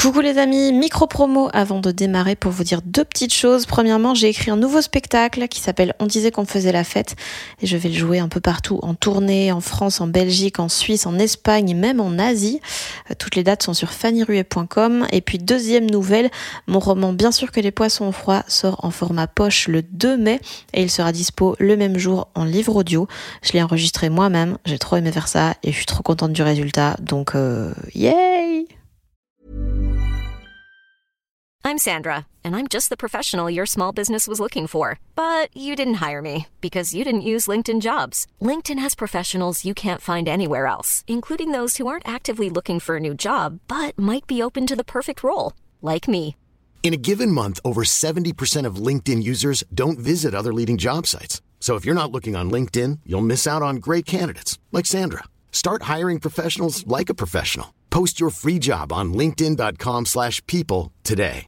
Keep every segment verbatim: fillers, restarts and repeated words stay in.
Coucou les amis, micro-promo avant de démarrer pour vous dire deux petites choses. Premièrement, j'ai écrit un nouveau spectacle qui s'appelle On disait qu'on faisait la fête et je vais le jouer un peu partout en tournée, en France, en Belgique, en Suisse, en Espagne et même en Asie. Toutes les dates sont sur fanny ruet point com. Et puis deuxième nouvelle, mon roman Bien sûr que les poissons ont froid sort en format poche le deux mai et il sera dispo le même jour en livre audio. Je l'ai enregistré moi-même, j'ai trop aimé faire ça et je suis trop contente du résultat, donc euh, yay! I'm Sandra, and I'm just the professional your small business was looking for. But you didn't hire me, because you didn't use LinkedIn Jobs. LinkedIn has professionals you can't find anywhere else, including those who aren't actively looking for a new job, but might be open to the perfect role, like me. In a given month, over seventy percent of LinkedIn users don't visit other leading job sites. So if you're not looking on LinkedIn, you'll miss out on great candidates, like Sandra. Start hiring professionals like a professional. Post your free job on linkedin.com slash people today.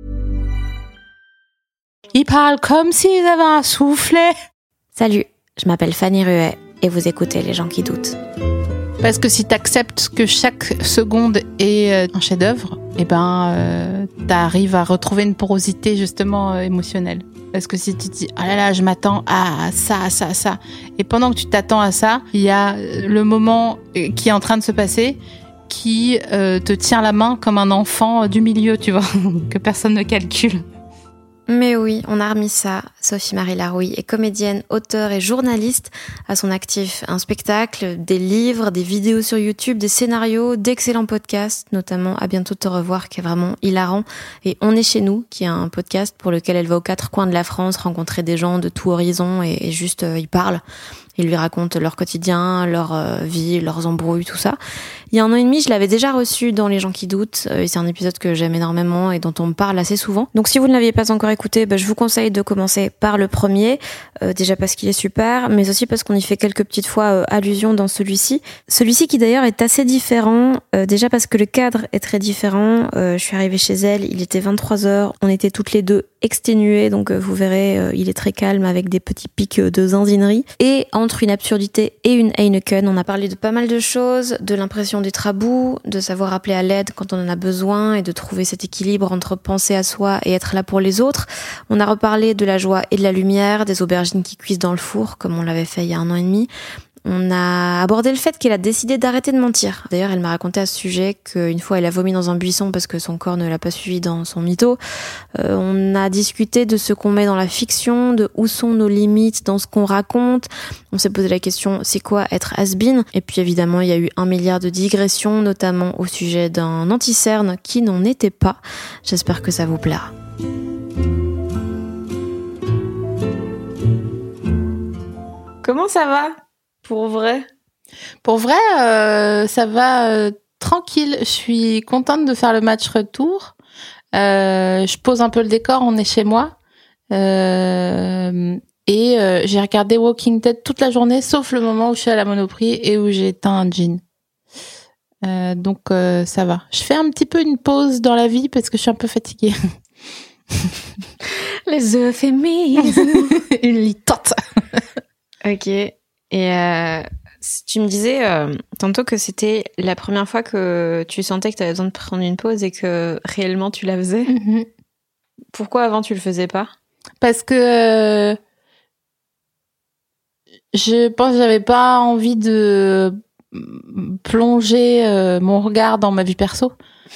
Ils parlent comme s'ils avaient un soufflet. Salut, je m'appelle Fanny Ruet et vous écoutez Les gens qui doutent. Parce que si t'acceptes que chaque seconde est un chef-d'œuvre, eh ben, euh, t'arrives à retrouver une porosité justement euh, émotionnelle. Parce que si tu te dis « Ah là là, je m'attends à ça, à ça, à ça », et pendant que tu t'attends à ça, il y a le moment qui est en train de se passer qui euh, te tient la main comme un enfant du milieu, tu vois, que personne ne calcule. Mais oui, on a remis ça. Sophie-Marie Larouille est comédienne, auteure et journaliste. À son actif, un spectacle, des livres, des vidéos sur YouTube, des scénarios, d'excellents podcasts, notamment À bientôt de te revoir, qui est vraiment hilarant. Et On est chez nous, qui est un podcast pour lequel elle va aux quatre coins de la France rencontrer des gens de tout horizon et, et juste, euh, ils parlent. Ils lui racontent leur quotidien, leur euh, vie, leurs embrouilles, tout ça. Il y a un an et demi, je l'avais déjà reçu dans Les gens qui doutent. Euh, c'est un épisode que j'aime énormément et dont on me parle assez souvent. Donc si vous ne l'aviez pas encore écouté, bah, je vous conseille de commencer par le premier. Euh, déjà parce qu'il est super, mais aussi parce qu'on y fait quelques petites fois euh, allusion dans celui-ci. Celui-ci qui d'ailleurs est assez différent. Euh, déjà parce que le cadre est très différent. Euh, je suis arrivée chez elle, il était vingt-trois heures. On était toutes les deux exténuées, donc euh, vous verrez, euh, il est très calme avec des petits pics de zinzinerie. Et entre une absurdité et une Heineken, on a parlé de pas mal de choses, de l'impression d'être à bout, de savoir appeler à l'aide quand on en a besoin et de trouver cet équilibre entre penser à soi et être là pour les autres. On a reparlé de la joie et de la lumière, des aubergines qui cuisent dans le four, comme on l'avait fait il y a un an et demi. On a abordé le fait qu'elle a décidé d'arrêter de mentir. D'ailleurs, elle m'a raconté à ce sujet qu'une fois, elle a vomi dans un buisson parce que son corps ne l'a pas suivi dans son mytho. Euh, on a discuté de ce qu'on met dans la fiction, de où sont nos limites dans ce qu'on raconte. On s'est posé la question, c'est quoi être has-been ? Et puis évidemment, il y a eu un milliard de digressions, notamment au sujet d'un anti-cerne qui n'en était pas. J'espère que ça vous plaira. Comment ça va ? Pour vrai Pour vrai, euh, ça va euh, tranquille. Je suis contente de faire le match retour. Euh, je pose un peu le décor, on est chez moi. Euh, et euh, j'ai regardé Walking Dead toute la journée, sauf le moment où je suis à la Monoprix et où j'ai éteint un jean. Euh, donc euh, ça va. Je fais un petit peu une pause dans la vie parce que je suis un peu fatiguée. Les euphémismes. Une litante. Ok. Et euh, tu me disais euh, tantôt que c'était la première fois que tu sentais que tu avais besoin de prendre une pause et que réellement tu la faisais. Mm-hmm. Pourquoi avant tu le faisais pas ? Parce que euh, je pense que j'avais pas envie de plonger euh, mon regard dans ma vie perso.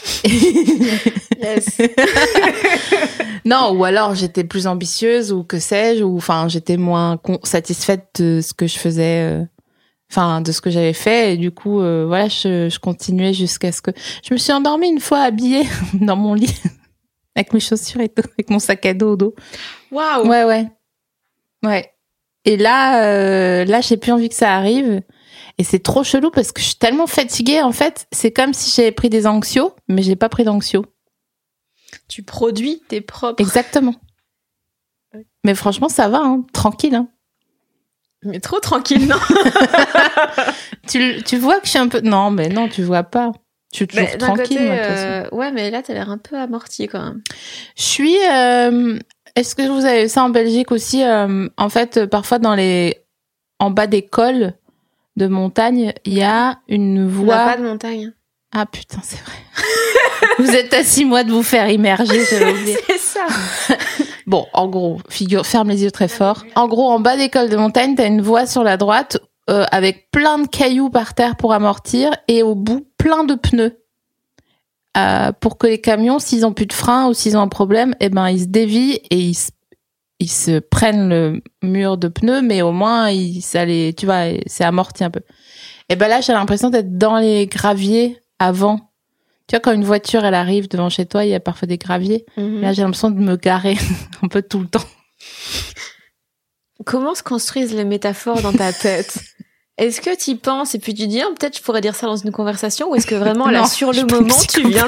Yes. Non, ou alors j'étais plus ambitieuse ou que sais-je, ou enfin j'étais moins con- satisfaite de ce que je faisais, euh, enfin de ce que j'avais fait, et du coup euh, voilà, je, je continuais jusqu'à ce que je me suis endormie une fois habillée dans mon lit avec mes chaussures et tout, avec mon sac à dos au dos. Waouh. Ouais ouais ouais. Et là euh, là j'ai plus envie que ça arrive. Et c'est trop chelou parce que je suis tellement fatiguée, en fait. C'est comme si j'avais pris des anxios, mais j'ai pas pris d'anxios. Tu produis tes propres... Exactement. Ouais. Mais franchement, ça va, hein. Tranquille. Hein. Mais trop tranquille, non? tu, tu vois que je suis un peu... Non, mais non, tu vois pas. Je suis toujours bah, tranquille, côté, moi, de toute euh... façon. Ouais, mais là, t'as l'air un peu amortie, quand même. Je suis... Euh... Est-ce que vous avez ça en Belgique aussi euh... En fait, parfois, dans les... en bas des cols de montagne, il y a une voie... On n'a pas de montagne. Ah putain, c'est vrai. Vous êtes à six mois de vous faire immerger, j'avais oublié. C'est ça. Bon, en gros, figure, ferme les yeux très fort. En gros, en bas des cols de montagne, t'as une voie sur la droite euh, avec plein de cailloux par terre pour amortir et au bout, plein de pneus. Euh, pour que les camions, s'ils ont plus de frein ou s'ils ont un problème, eh ben, ils se dévient et ils se, ils se prennent le mur de pneus, mais au moins, ils, ça les, tu vois, c'est amorti un peu. Et ben là, j'ai l'impression d'être dans les graviers avant. Tu vois, quand une voiture, elle arrive devant chez toi, il y a parfois des graviers. Mm-hmm. Là, j'ai l'impression de me garer un peu tout le temps. Comment se construisent les métaphores dans ta tête? Est-ce que tu y penses et puis tu dis, oh, peut-être je pourrais dire ça dans une conversation, ou est-ce que vraiment, là, non, sur le moment, tu viens...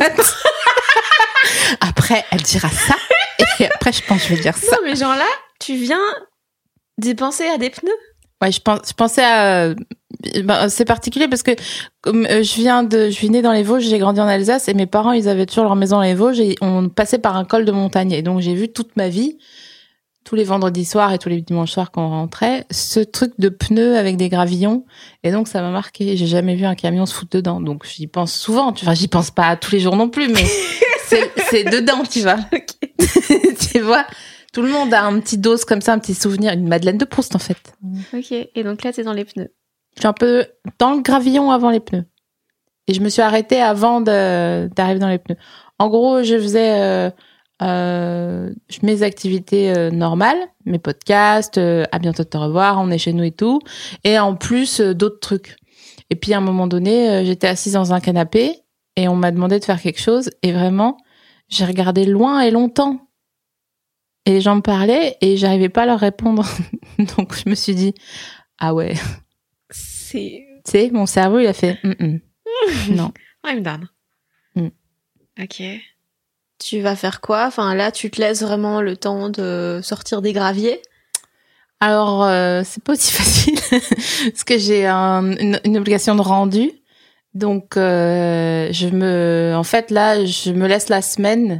Après, elle dira ça, et après, je pense que je vais dire ça. Non, mais genre là, tu viens d'y penser à des pneus? Ouais, je pense, je pensais à, ben, c'est particulier parce que comme je viens de, je suis née dans les Vosges, j'ai grandi en Alsace et mes parents, ils avaient toujours leur maison dans les Vosges et on passait par un col de montagne et donc j'ai vu toute ma vie, tous les vendredis soirs et tous les dimanches soirs quand on rentrait, ce truc de pneus avec des gravillons et donc ça m'a marqué. J'ai jamais vu un camion se foutre dedans, donc j'y pense souvent. Tu vois, j'y pense pas tous les jours non plus, mais c'est, c'est dedans, tu vois. Okay. Tu vois. Tout le monde a un petit dos comme ça, un petit souvenir, une Madeleine de Proust en fait. Ok, et donc là t'es dans les pneus. Je suis un peu dans le gravillon avant les pneus. Et je me suis arrêtée avant de, d'arriver dans les pneus. En gros, je faisais euh, euh, mes activités euh, normales, mes podcasts, euh, à bientôt de te revoir, on est chez nous et tout. Et en plus, euh, d'autres trucs. Et puis à un moment donné, euh, j'étais assise dans un canapé et on m'a demandé de faire quelque chose. Et vraiment, j'ai regardé loin et longtemps. Et les gens me parlaient et j'arrivais pas à leur répondre. Donc, je me suis dit, ah ouais. C'est... Tu sais, mon cerveau, il a fait, mm-mm. Non. I'm done. Mm. Ok. Tu vas faire quoi? Enfin, là, tu te laisses vraiment le temps de sortir des graviers? Alors, euh, c'est pas aussi facile. Parce que j'ai un, une, une obligation de rendu. Donc, euh, je me... En fait, là, je me laisse la semaine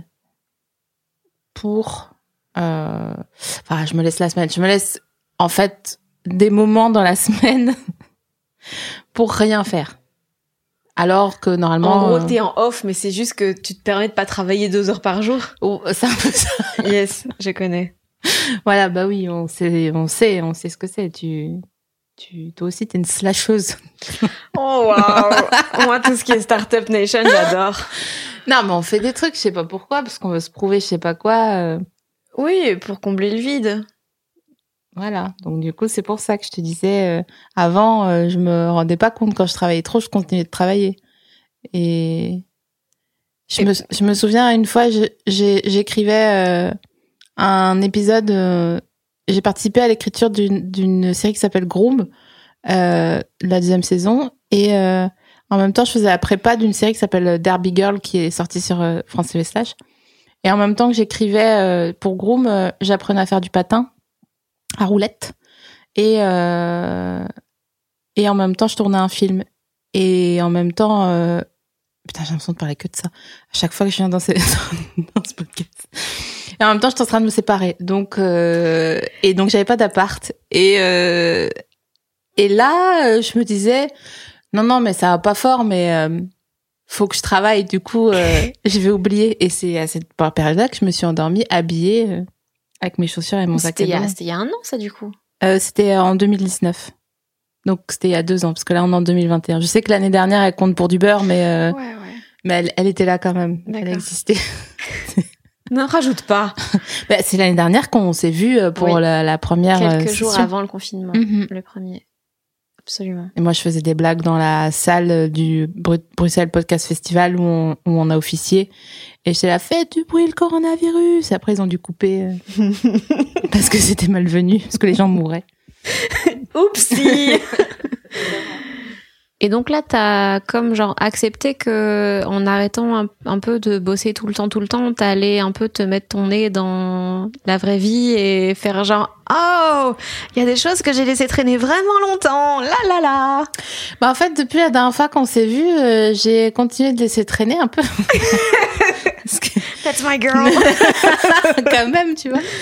pour... Euh, enfin, je me laisse la semaine. Je me laisse, en fait, des moments dans la semaine pour rien faire. Alors que normalement... En gros, t'es en off, mais c'est juste que tu te permets de pas travailler deux heures par jour. Oh, c'est un peu ça. Yes, je connais. Voilà, bah oui, on sait, on sait, on sait ce que c'est. Tu, tu, toi aussi, t'es une slasheuse. Oh waouh. Moi, tout ce qui est Startup Nation, j'adore. Non, mais on fait des trucs, je sais pas pourquoi, parce qu'on veut se prouver, je sais pas quoi. Euh... Oui, pour combler le vide. Voilà. Donc, du coup, c'est pour ça que je te disais, euh, avant, euh, je me rendais pas compte quand je travaillais trop, je continuais de travailler. Et je, Et... Me, je me souviens, une fois, je, j'ai, j'écrivais euh, un épisode, euh, j'ai participé à l'écriture d'une, d'une série qui s'appelle Groom, euh, la deuxième saison. Et euh, en même temps, je faisais la prépa d'une série qui s'appelle Derby Girl, qui est sortie sur euh, France T V Slash. Et en même temps que j'écrivais euh, pour Groom, euh, j'apprenais à faire du patin à roulette. Et, euh, et en même temps, je tournais un film. Et en même temps... Euh, putain, j'ai l'impression de parler que de ça. À chaque fois que je viens dans, ces, dans ce podcast. Et en même temps, j'étais en train de me séparer. Donc, euh, et donc, j'avais pas d'appart. Et, euh, et là, je me disais... Non, non, mais ça va pas fort, mais... Euh, faut que je travaille, du coup, euh, je vais oublier. Et c'est à cette période-là que je me suis endormie, habillée, euh, avec mes chaussures et mon sac à dos. C'était il y a un an, ça, du coup? euh, C'était en deux mille dix-neuf. Donc, c'était il y a deux ans, parce que là, on est en deux mille vingt et un. Je sais que l'année dernière, elle compte pour du beurre, mais, euh, ouais, ouais. mais elle, elle était là quand même. D'accord. Elle existait. Ne rajoute pas. Bah, c'est l'année dernière qu'on s'est vu pour oui. la, la première Quelques session. jours avant le confinement, mm-hmm. le premier. Absolument. Et moi, je faisais des blagues dans la salle du Bru- Bruxelles Podcast Festival où on, où on a officié. Et j'étais là, faites du bruit, le coronavirus. Et après, ils ont dû couper euh, parce que c'était malvenu, parce que les gens mouraient. Oupsie. Et donc là, t'as comme genre accepté que en arrêtant un, un peu de bosser tout le temps, tout le temps, t'allais un peu te mettre ton nez dans la vraie vie et faire genre oh, il y a des choses que j'ai laissé traîner vraiment longtemps, là là là. Bah en fait, depuis la dernière fois qu'on s'est vu, euh, j'ai continué de laisser traîner un peu. Parce que... That's my girl. Quand même, tu vois.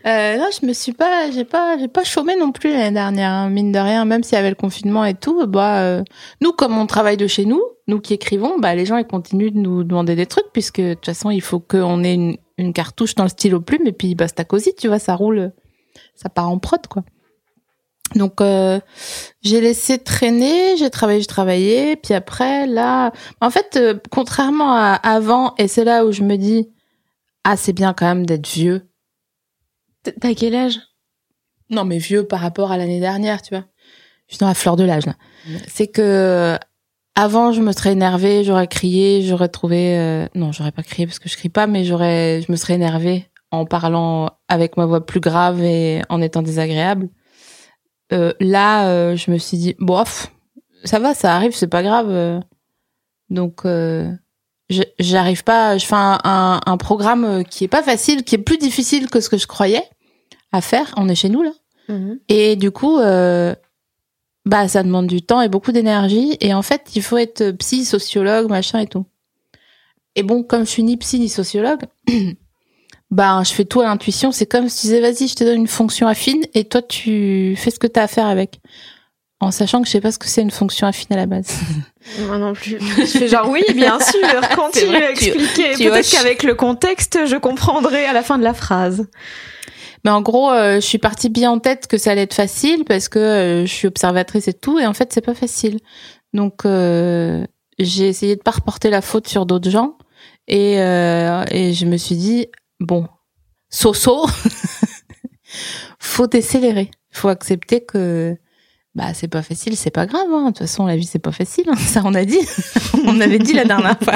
Euh, non, je me suis pas, j'ai pas, j'ai pas chômé non plus l'année dernière, hein, mine de rien, même s'il y avait le confinement et tout. Bah, euh, nous, comme on travaille de chez nous, nous qui écrivons, bah, les gens ils continuent de nous demander des trucs puisque de toute façon, il faut qu'on ait une, une cartouche dans le stylo plume et puis basta cosy, tu vois, ça roule, ça part en prod, quoi. Donc, euh, j'ai laissé traîner, j'ai travaillé, j'ai travaillé, puis après, là, en fait, euh, contrairement à avant, et c'est là où je me dis, ah, c'est bien quand même d'être vieux. T'as quel âge? Non, mais vieux par rapport à l'année dernière, tu vois. Je suis dans la fleur de l'âge, là. C'est que avant, je me serais énervée, j'aurais crié, j'aurais trouvé... Euh... Non, j'aurais pas crié parce que je crie pas, mais j'aurais, je me serais énervée en parlant avec ma voix plus grave et en étant désagréable. Euh, là, euh, je me suis dit, bof, ça va, ça arrive, c'est pas grave. Donc... Euh... J'arrive pas, je fais un, un, un programme qui est pas facile, qui est plus difficile que ce que je croyais à faire. On est chez nous, là. Mmh. Et du coup, euh, bah, ça demande du temps et beaucoup d'énergie. Et en fait, il faut être psy, sociologue, machin et tout. Et bon, comme je suis ni psy ni sociologue, bah, je fais tout à l'intuition. C'est comme si tu disais, vas-y, je te donne une fonction affine et toi, tu fais ce que t'as à faire avec. En sachant que je sais pas ce que c'est une fonction affine à la base. Moi non plus. Je fais genre oui, bien sûr, continue à expliquer. Tu, Peut-être tu qu'avec le contexte, je comprendrai à la fin de la phrase. Mais en gros, euh, je suis partie bien en tête que ça allait être facile parce que euh, je suis observatrice et tout, et en fait, c'est pas facile. Donc, euh, j'ai essayé de pas reporter la faute sur d'autres gens, et euh, et je me suis dit bon, so-so, faut décélérer, faut accepter que bah c'est pas facile, c'est pas grave, hein. De toute façon la vie c'est pas facile, hein. Ça on a dit, on avait dit la dernière fois.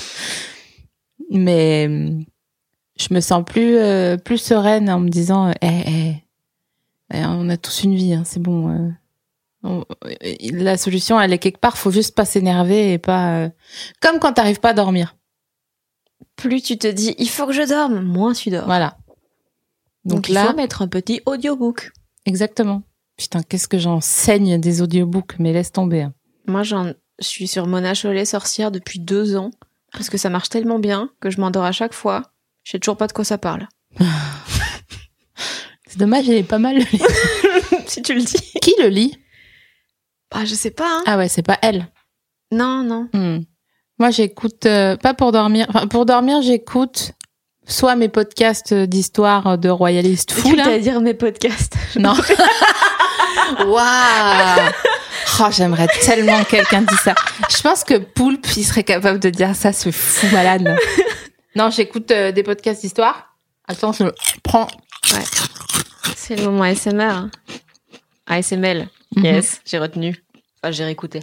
Mais je me sens plus euh, plus sereine en me disant, eh, eh, eh, on a tous une vie, hein, c'est bon. Euh, on, la solution elle est quelque part, faut juste pas s'énerver et pas euh, comme quand t'arrives pas à dormir. Plus tu te dis il faut que je dorme, moins tu dors. Voilà. Donc, Donc là, il faut mettre un petit audiobook. Exactement. Putain, qu'est-ce que j'en saigne des audiobooks, mais laisse tomber. Moi, j'en, je suis sur Mona Chollet sorcière depuis deux ans, parce que ça marche tellement bien que je m'endors à chaque fois. Je sais toujours pas de quoi ça parle. C'est dommage, elle est pas mal. Si tu le dis. Qui le lit? Bah, je sais pas. Hein. Ah ouais, c'est pas elle. Non, non. Hmm. Moi, j'écoute, euh, pas pour dormir. Enfin, pour dormir, j'écoute soit mes podcasts d'histoire de royalistes fous, là. Tu vas dire mes podcasts. Non. Waouh! Oh, j'aimerais tellement que quelqu'un dise ça. Je pense que Poulpe, il serait capable de dire ça, ce fou malade. Là. Non, j'écoute euh, des podcasts d'histoire. Attends, je prends. Ouais. C'est le moment A S M R. Hein. A S M L. Mm-hmm. Yes, j'ai retenu. Enfin, j'ai réécouté.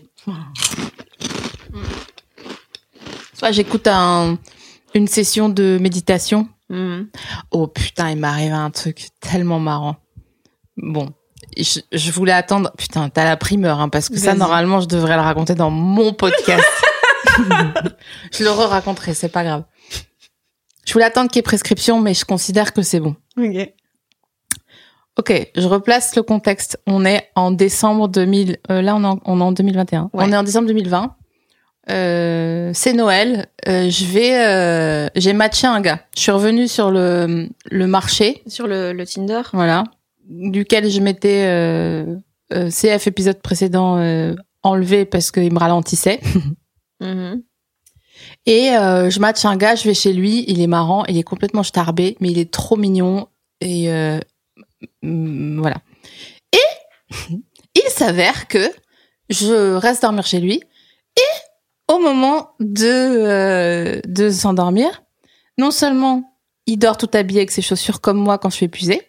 Soit j'écoute un, une session de méditation. Mm-hmm. Oh putain, il m'arrive un truc tellement marrant. Bon. Je, je voulais attendre... Putain, t'as la primeur, hein, parce que Vas-y. Ça, normalement, je devrais le raconter dans mon podcast. Je le re-raconterai, c'est pas grave. Je voulais attendre qu'il y ait prescription, mais je considère que c'est bon. Ok. Ok, je replace le contexte. On est en décembre deux mille... Euh, là, on est en, on est en deux mille vingt et un. Ouais. On est en décembre deux mille vingt. Euh, c'est Noël. Euh, je vais... Euh, j'ai matché un gars. Je suis revenue sur le, le marché. Sur le, le Tinder. Voilà. Duquel je m'étais euh, euh, C F épisode précédent euh, enlevé parce qu'il me ralentissait. Mm-hmm. Et euh, je match un gars, je vais chez lui, il est marrant, il est complètement starbé, mais il est trop mignon et euh, mm, voilà. Et il s'avère que je reste dormir chez lui et au moment de euh, de s'endormir, non seulement il dort tout habillé avec ses chaussures comme moi quand je suis épuisée,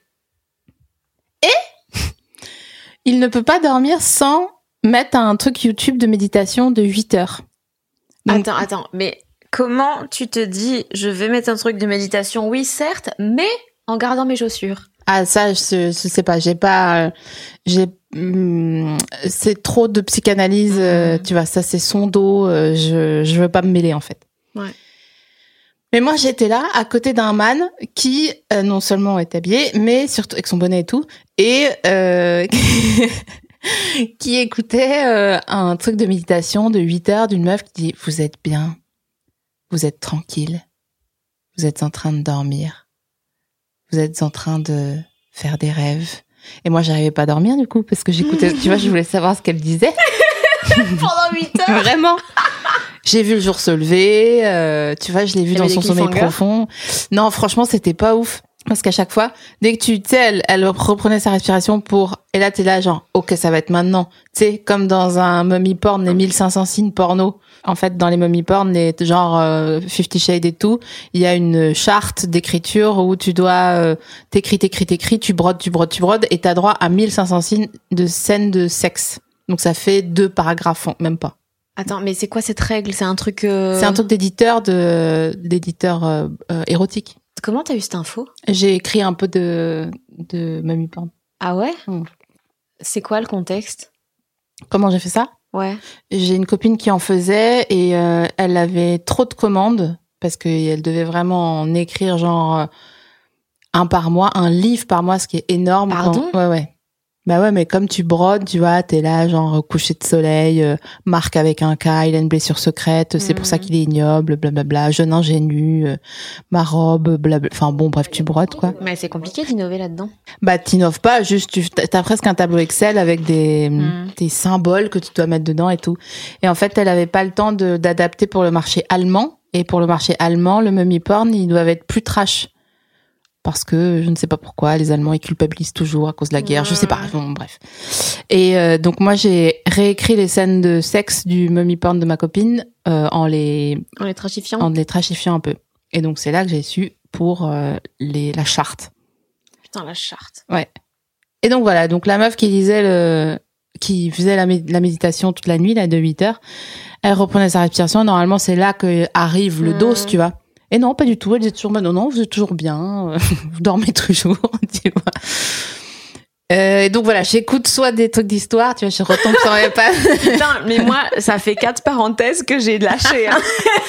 et il ne peut pas dormir sans mettre un truc YouTube de méditation de huit heures. Donc... Attends, attends, mais comment tu te dis, je vais mettre un truc de méditation, oui, certes, mais en gardant mes chaussures? Ah, ça, je, je sais pas, j'ai pas... Euh, j'ai, hum, c'est trop de psychanalyse, mmh. euh, tu vois, ça c'est son dos, euh, je, je veux pas me mêler en fait. Ouais. Mais moi, j'étais là, à côté d'un man qui, euh, non seulement est habillé, mais surtout avec son bonnet et tout, et euh, qui écoutait euh, un truc de méditation de huit heures d'une meuf qui dit « Vous êtes bien, vous êtes tranquille, vous êtes en train de dormir, vous êtes en train de faire des rêves. Et moi, j'arrivais pas à dormir du coup parce que j'écoutais. Tu vois, je voulais savoir ce qu'elle disait. Pendant huit heures. Vraiment. J'ai vu le jour se lever. Euh, tu vois, je l'ai vu dans son sommeil profond. Non, franchement, c'était pas ouf. Parce qu'à chaque fois, dès que tu, tu sais, elle, elle reprenait sa respiration pour, et là, t'es là, genre, ok, ça va être maintenant. Tu sais, comme dans un mummy porn, les mille cinq cents signes porno. En fait, dans les mummy porn, les, genre, euh, Fifty Shades et tout, il y a une charte d'écriture où tu dois, euh, t'écris, t'écris, t'écris, tu brodes, tu brodes, tu brodes, et t'as droit à mille cinq cents signes de scènes de sexe. Donc ça fait deux paragraphes, même pas. Attends, mais c'est quoi cette règle? C'est un truc... Euh... C'est un truc d'éditeur, de, d'éditeur, euh, euh, érotique. Comment t'as eu cette info? J'ai écrit un peu de, de mummy porn. Ah ouais? Mmh. C'est quoi le contexte? Comment j'ai fait ça? Ouais. J'ai une copine qui en faisait et euh, elle avait trop de commandes parce qu'elle devait vraiment en écrire genre un par mois, un livre par mois, ce qui est énorme. Pardon? Quand... Ouais, ouais. Bah ouais, mais comme tu brodes, tu vois, t'es là, genre coucher de soleil, euh, Marc avec un K, il a une blessure secrète, mmh. c'est pour ça qu'il est ignoble, blablabla, jeune ingénu, euh, ma robe, blablabla. Enfin bon, bref, tu brodes, quoi. Mais c'est compliqué d'innover là-dedans. Bah, t'innoves pas, juste, tu t'as presque un tableau Excel avec des, mmh. des symboles que tu dois mettre dedans et tout. Et en fait, elle avait pas le temps de, d'adapter pour le marché allemand. Et pour le marché allemand, le mummy porn, ils doivent être plus trash. Parce que je ne sais pas pourquoi les Allemands ils culpabilisent toujours à cause de la guerre, ouais. je sais pas. Bon, bref. Et euh, donc moi j'ai réécrit les scènes de sexe du mummy porn de ma copine euh, en les en les trashifiant, en les trashifiant un peu. Et donc c'est là que j'ai su pour euh, les la charte. Putain la charte. Ouais. Et donc voilà, donc la meuf qui lisait le qui faisait la, mé- la méditation toute la nuit là de huit heures, elle reprenait sa respiration. Normalement c'est là que arrive le mmh. dos, tu vois. Et non, pas du tout. Elle disait toujours, bah non, non, vous êtes toujours bien, vous dormez toujours, tu vois. Euh, et donc voilà, j'écoute soit des trucs d'histoire, tu vois, je retombe sur mes pas. Putain, mais moi, ça fait quatre parenthèses que j'ai lâché, hein.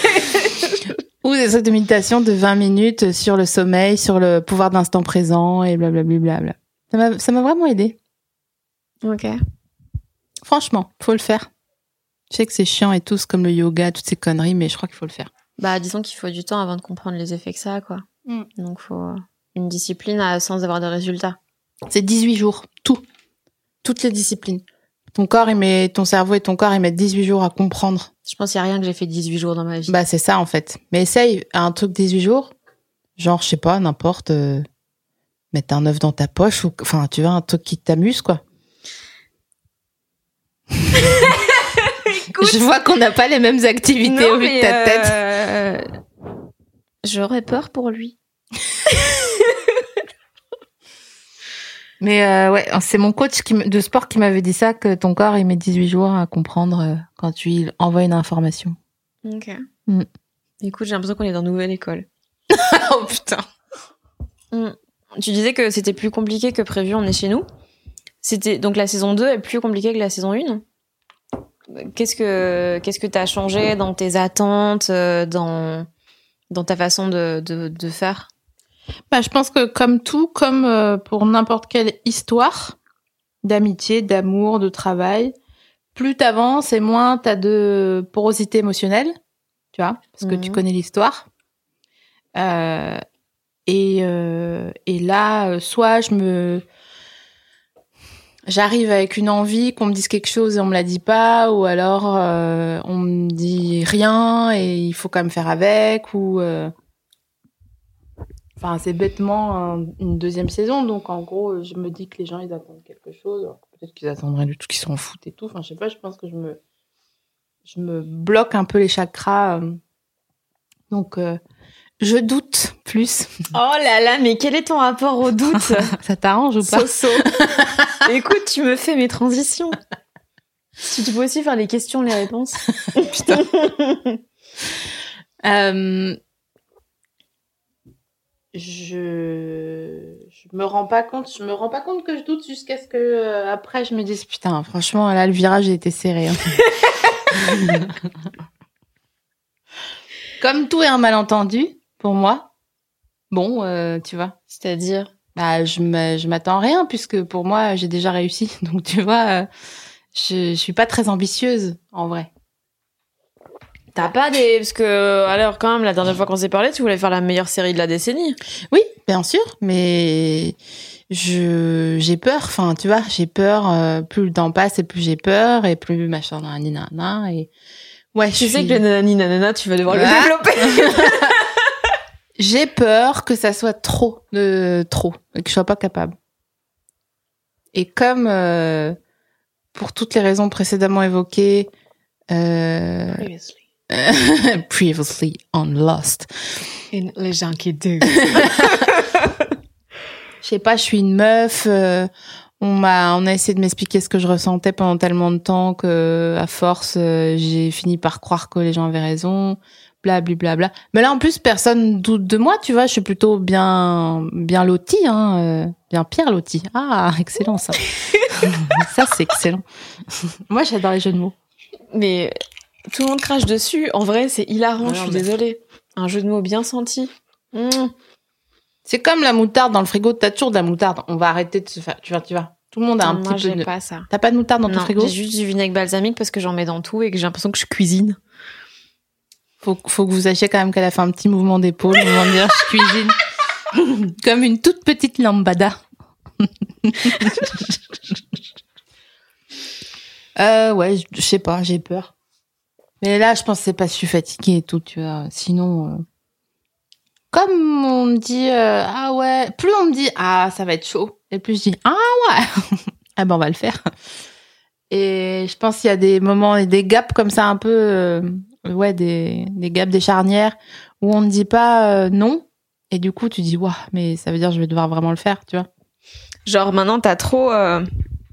Ou des trucs de méditation de vingt minutes sur le sommeil, sur le pouvoir d'instant présent et blablabla. Ça m'a, ça m'a vraiment aidé. Ok. Franchement, faut le faire. Je sais que c'est chiant et tout, c'est comme le yoga, toutes ces conneries, mais je crois qu'il faut le faire. Bah, disons qu'il faut du temps avant de comprendre les effets que ça a, quoi. Mm. Donc, faut une discipline à, sans avoir de résultats. C'est dix-huit jours, tout. Toutes les disciplines. Ton corps, il met, ton cerveau et ton corps, ils mettent dix-huit jours à comprendre. Je pense qu'il n'y a rien que j'ai fait dix-huit jours dans ma vie. Bah, c'est ça, en fait. Mais essaye un truc dix-huit jours. Genre, je sais pas, n'importe, euh, mettre un œuf dans ta poche ou, enfin, tu vois, un truc qui t'amuse, quoi. Écoute, je vois qu'on n'a pas les mêmes activités non, au vu de ta tête. Euh... J'aurais peur pour lui. Mais euh, ouais, c'est mon coach qui, de sport qui m'avait dit ça, que ton corps, il met dix-huit jours à comprendre euh, quand tu lui envoies une information. Ok. Mm. Écoute, j'ai l'impression qu'on est dans une nouvelle école. Oh putain. Mm. Tu disais que c'était plus compliqué que prévu, on est chez nous. C'était, donc la saison deux est plus compliquée que la saison un. Qu'est-ce que qu'est-ce que t'as changé dans tes attentes, dans dans ta façon de de, de faire? Bah, je pense que comme tout, comme euh, pour n'importe quelle histoire d'amitié, d'amour, de travail, plus t'avances et moins t'as de porosité émotionnelle, tu vois, parce que mmh. tu connais l'histoire. Euh, et euh, et là, soit je me J'arrive avec une envie qu'on me dise quelque chose et on me la dit pas, ou alors euh, on me dit rien et il faut quand même faire avec, ou euh... enfin c'est bêtement un, une deuxième saison, donc en gros je me dis que les gens ils attendent quelque chose, alors peut-être qu'ils attendraient du tout, qu'ils s'en foutent et tout, enfin je sais pas, je pense que je me je me bloque un peu les chakras, euh... donc euh... je doute plus. Oh là là, mais quel est ton rapport au doute? Ça t'arrange ou pas? So-so. Écoute, tu me fais mes transitions. Si tu peux aussi faire les questions, les réponses. Putain. euh... Je... je me rends pas compte, je me rends pas compte que je doute jusqu'à ce que euh, après je me dise putain, franchement là le virage a été serré. Hein. Comme tout est un malentendu pour moi. Bon, euh, tu vois. C'est-à-dire, bah je me, je m'attends à rien puisque pour moi j'ai déjà réussi. Donc tu vois, euh, je, je suis pas très ambitieuse en vrai. T'as pas des... Parce que, alors, quand même, la dernière fois qu'on s'est parlé, tu voulais faire la meilleure série de la décennie. Oui, Bien sûr, mais je j'ai peur. Enfin, tu vois, j'ai peur. Euh, plus le temps passe et plus j'ai peur et plus machin nanani nanana et ouais. Tu je sais suis... que le nanani nanana, tu vas devoir Ah. le développer. J'ai peur que ça soit trop de trop et que je sois pas capable. Et comme euh, pour toutes les raisons précédemment évoquées, euh, Previously. previously on Lost. Et les gens qui doutent. Je sais pas, je suis une meuf. Euh, on m'a, on a essayé de m'expliquer ce que je ressentais pendant tellement de temps que, à force, euh, j'ai fini par croire que les gens avaient raison. Blablabla. Bla, bla. Mais là, en plus, personne doute de moi, tu vois. Je suis plutôt bien, bien lotie, hein, euh, bien Pierre lotie. Ah, excellent ça. Ça, c'est excellent. Moi, j'adore les jeux de mots. Mais tout le monde crache dessus. En vrai, c'est hilarant. Non, je suis mais- désolée. Un jeu de mots bien senti. Mmh. C'est comme la moutarde dans le frigo. T'as toujours de la moutarde. On va arrêter de se faire. Tu vois, tu vois. Tout le monde a un Non, moi, petit peu. j'ai De... pas ça. T'as pas de moutarde dans ton Non, frigo? j'ai juste du vinaigre balsamique parce que j'en mets dans tout et que j'ai l'impression que je cuisine. Faut, faut que vous sachiez quand même qu'elle a fait un petit mouvement d'épaule. Au moment de dire, je cuisine. Comme une toute petite lambada. euh, ouais, je je sais pas, j'ai peur. Mais là, je pense que c'est parce que je suis fatiguée et tout, tu vois. Sinon, euh, comme on me dit, euh, ah ouais, plus on me dit, ah, ça va être chaud. Et plus je dis, ah ouais, ah ben on va le faire. Et je pense qu'il y a des moments et des gaps comme ça un peu, euh, ouais, des, des gaps, des charnières où on ne dit pas euh, non. Et du coup, tu dis, waouh, mais ça veut dire que je vais devoir vraiment le faire, tu vois. Genre, maintenant, t'as trop... euh,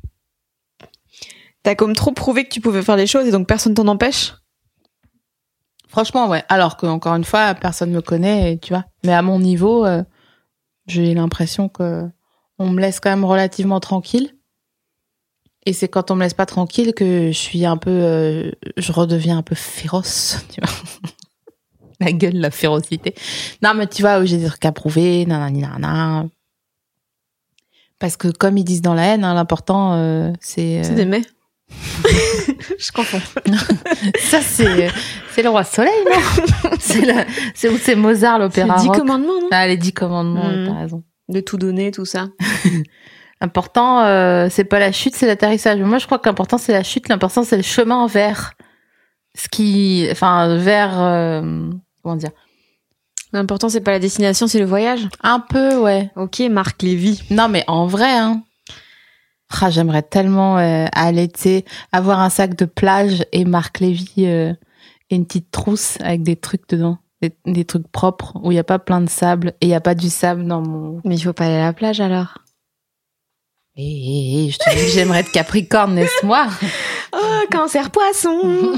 T'as comme trop prouvé que tu pouvais faire les choses et donc personne t'en empêche. Franchement, ouais. Alors que, encore une fois, personne me connaît, et, tu vois. Mais à mon niveau, euh, j'ai l'impression que on me laisse quand même relativement tranquille. Et c'est quand on me laisse pas tranquille que je suis un peu, euh, je redeviens un peu féroce, tu vois. La gueule, la férocité. Non, mais tu vois, où j'ai des trucs à prouver, nanani, nanana. Parce que comme ils disent dans la haine, hein, l'important, euh, c'est... euh, C'est des mets. Je comprends. Ça, c'est, c'est le roi soleil, non? c'est, la, c'est où c'est Mozart, C'est l'opéra les dix rock. commandements, non? Ah, les dix commandements, Mm. t'as raison. De tout donner, tout ça. L'important, euh, c'est pas la chute, c'est l'atterrissage. Moi, je crois que l'important, c'est la chute. L'important, c'est le chemin vers ce qui... Enfin, vers... euh, comment dire? L'important, c'est pas la destination, c'est le voyage. Un peu, ouais. Ok, Marc Lévy. Non, mais en vrai, hein. Ah, j'aimerais tellement euh, aller, tu sais, avoir un sac de plage et Marc Lévy euh, et une petite trousse avec des trucs dedans. Des, des trucs propres où il n'y a pas plein de sable et il n'y a pas du sable dans mon... Mais il faut pas aller à la plage, alors. Hé, hé, hé, je te dis que j'aimerais être Capricorne, laisse-moi. Oh, cancer poisson.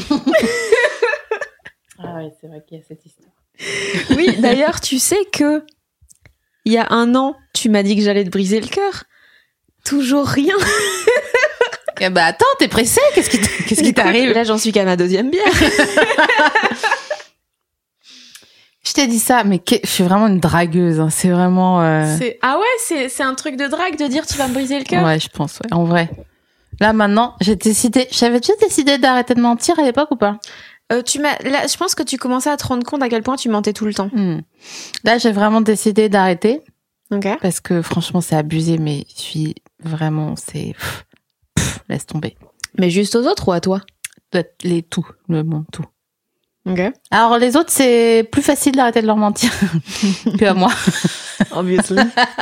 Ah ouais, c'est vrai qu'il y a cette histoire. Oui, d'ailleurs, tu sais que il y a un an, tu m'as dit que j'allais te briser le cœur. Toujours rien. Eh bah attends, t'es pressée? Qu'est-ce qui, t'- qu'est-ce qui t'arrive? Là, j'en suis qu'à ma deuxième bière. Je t'ai dit ça, mais que- je suis vraiment une dragueuse. Hein. C'est vraiment... euh, C'est... Ah ouais, c'est, c'est un truc de drague de dire tu vas me briser le cœur. Ouais, je pense, ouais. En vrai. Là, maintenant, j'ai décidé... J'avais déjà décidé d'arrêter de mentir à l'époque ou pas? Euh, tu m'as... Là, je pense que tu commençais à te rendre compte à quel point tu mentais tout le temps. Hmm. Là, j'ai vraiment décidé d'arrêter. Ok. Parce que franchement, c'est abusé, mais je suis vraiment... C'est... pff, pff, laisse tomber. Mais juste aux autres ou à toi? Les tout, le monde, tout. Ok. Alors, les autres, c'est plus facile d'arrêter de leur mentir que à moi. Obviously.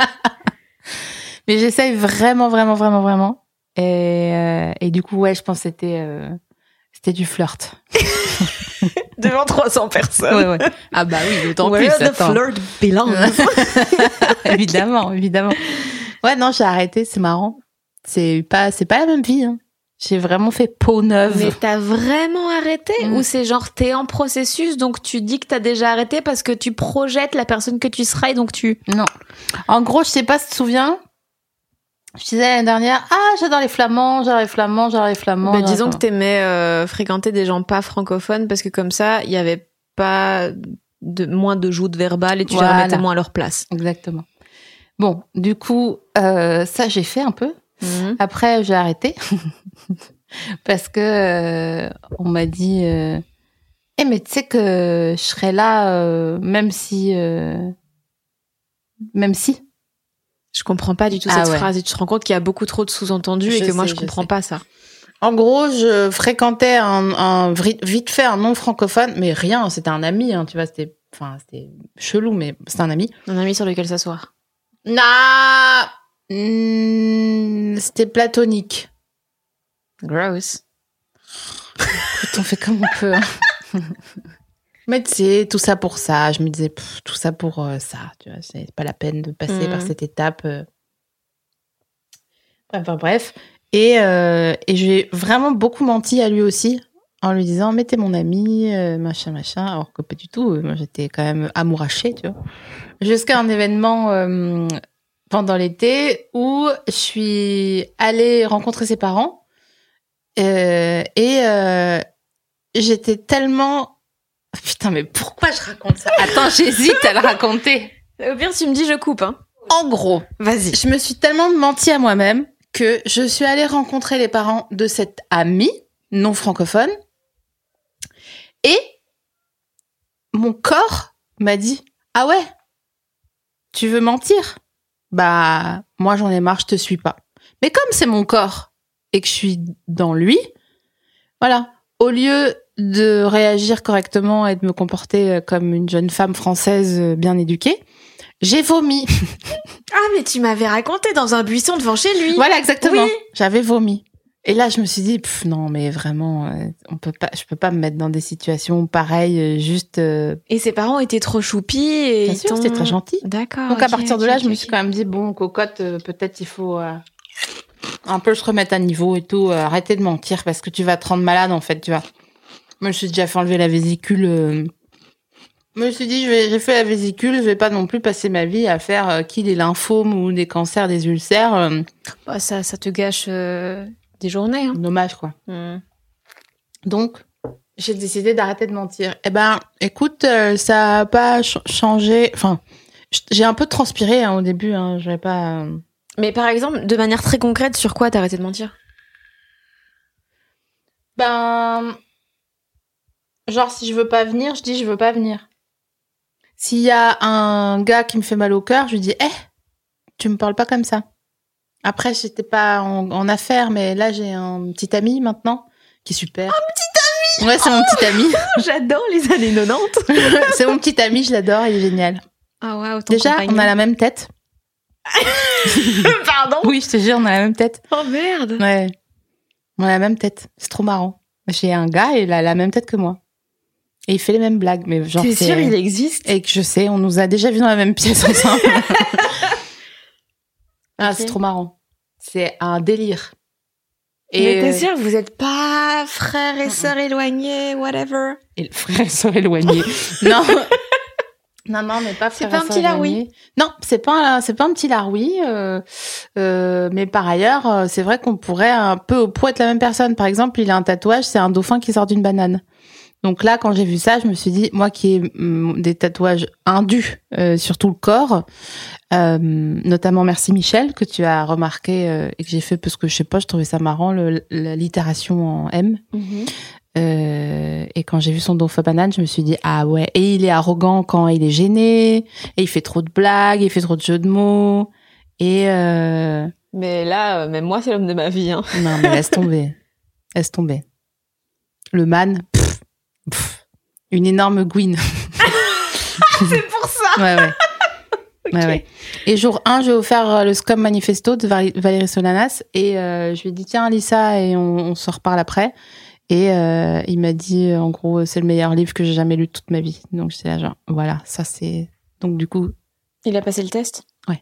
Mais j'essaye vraiment, vraiment, vraiment, vraiment. Et, euh, et du coup, ouais, je pense que c'était, euh, c'était du flirt. Devant trois cents personnes. Ouais, ouais. Ah bah oui, d'autant Where plus. the attends. flirt belongs. Évidemment, évidemment. Ouais, non, j'ai arrêté, c'est marrant. C'est pas, c'est pas la même vie. Hein. J'ai vraiment fait peau neuve. Mais t'as vraiment arrêté Mm. ou c'est genre t'es en processus donc tu dis que t'as déjà arrêté parce que tu projettes la personne que tu seras et donc tu... Non. En gros, je sais pas si tu te souviens. Je disais l'année dernière, ah, j'adore les flamands, j'adore les flamands, j'adore les flamands. Bah, j'adore disons les que t'aimais euh, fréquenter des gens pas francophones parce que comme ça il y avait pas de, moins de joutes verbales et tu Voilà. les remettais moins à leur place. Exactement. Bon, du coup, euh, ça j'ai fait un peu. Mhm. Après, j'ai arrêté parce que euh, on m'a dit, euh, eh mais tu sais que je serai là euh, même si, euh, Même si. Je comprends pas du tout Ah cette ouais. phrase et tu te rends compte qu'il y a beaucoup trop de sous-entendus et Je que moi sais, je je comprends sais. pas ça. En gros, je fréquentais un, un vite fait un non francophone, mais rien, c'était un ami, hein, tu vois, c'était, enfin, c'était chelou, mais c'était un ami. Un ami sur lequel s'asseoir. Nah, hmm, c'était platonique. Gross. Écoute, on fait comme on peut. Hein. Mais tu sais, tout ça pour ça. Je me disais, pff, tout ça pour euh, ça. Tu vois, c'est pas la peine de passer Mm. par cette étape. euh. Bref, bref, bref. Et, euh, et j'ai vraiment beaucoup menti à lui aussi en lui disant, mais t'es mon ami, euh, machin, machin. Alors que pas du tout. euh, Moi, j'étais quand même amourachée, tu vois. Jusqu'à un événement euh, pendant l'été où je suis allée rencontrer ses parents. Euh, et euh, j'étais tellement... Putain, mais pourquoi je raconte ça? Attends, j'hésite à le raconter. Au pire, tu me dis je coupe, hein. En gros, Vas-y. je me suis tellement menti à moi-même que je suis allée rencontrer les parents de cette amie non francophone et mon corps m'a dit « Ah ouais, tu veux mentir? Bah, moi j'en ai marre, je te suis pas. » Mais comme c'est mon corps et que je suis dans lui, voilà, au lieu de réagir correctement et de me comporter comme une jeune femme française bien éduquée, j'ai vomi. Ah, mais tu m'avais raconté dans un buisson devant chez lui. Voilà, exactement. Oui. J'avais vomi. Et là, je me suis dit, pff, non, mais vraiment, euh, on peut pas, je peux pas me mettre dans des situations pareilles, euh, juste. euh, Et ses parents étaient trop choupis et Bien ils sûr, t'ont- c'était très gentil. D'accord. Donc à ok, partir de ok, là, ok, je me ok. suis quand même dit, bon, cocotte, euh, peut-être il faut euh, un peu se remettre à niveau et tout, euh, arrêter de mentir parce que tu vas te rendre malade en fait, tu vois. Moi, je me suis déjà fait enlever la vésicule. euh, Je me suis dit, je vais, j'ai fait la vésicule, je vais pas non plus passer ma vie à faire euh, qui des lymphomes ou des cancers, des ulcères. euh, Bah, ça, ça te gâche euh, des journées. Hein. Dommage, quoi. Mm. Donc, j'ai décidé d'arrêter de mentir. Eh ben, écoute, euh, ça a pas ch- changé. Enfin, j- j'ai un peu transpiré hein, au début. Hein, j'avais pas. euh, Mais par exemple, de manière très concrète, sur quoi t'as arrêté de mentir? Ben, genre si je veux pas venir, je dis je veux pas venir. S'il y a un gars qui me fait mal au cœur, je lui dis, eh, tu me parles pas comme ça. Après, j'étais pas en, en affaires, mais là j'ai un petit ami maintenant qui est super. Un petit ami. Ouais, c'est mon petit ami. J'adore les années quatre-vingt-dix. C'est mon petit ami, je l'adore, il est génial. Ah waouh, ton Déjà, compagnon. on a la même tête. Pardon. Oui, je te jure, on a la même tête. Oh merde. Ouais. On a la même tête. C'est trop marrant. J'ai un gars et il a la même tête que moi. Et il fait les mêmes blagues, mais genre T'es c'est... sûr il existe? Et que je sais, on nous a déjà vus dans la même pièce ensemble. Ah, Ok. c'est trop marrant. C'est un délire. Mais t'es euh, sûr vous êtes pas frères et sœurs éloignés, whatever? Et le frère et sœur éloignés. Non. Non, non, mais pas C'est frère pas et un sœur petit laroui. éloignés. Non, c'est pas un, c'est pas un petit laroui. Euh, euh, mais par ailleurs, euh, c'est vrai qu'on pourrait un peu au poids être la même personne. Par exemple, il a un tatouage, c'est un dauphin qui sort d'une banane. Donc là, quand j'ai vu ça, je me suis dit, moi qui ai hum, des tatouages indus euh, sur tout le corps, euh, notamment Merci Michel, que tu as remarqué euh, et que j'ai fait parce que je sais pas, je trouvais ça marrant, le, la littération en M. Euh, et quand j'ai vu son dauphin banane, je me suis dit, ah ouais, et il est arrogant quand il est gêné, et il fait trop de blagues, il fait trop de jeux de mots, et euh... Mais là, euh, même moi, c'est l'homme de ma vie. Hein. non mais laisse tomber, laisse tomber. Le man, pff, pff, une énorme gouine. C'est pour ça. Ouais, ouais. Ok. Ouais, ouais. Et jour un, j'ai offert le Scum Manifesto de Val- Valérie Solanas et euh, je lui ai dit tiens Lisa et on, on se reparle après. Et euh, il m'a dit en gros c'est le meilleur livre que j'ai jamais lu de toute ma vie. Donc j'étais là genre voilà ça c'est donc du coup Il a passé le test.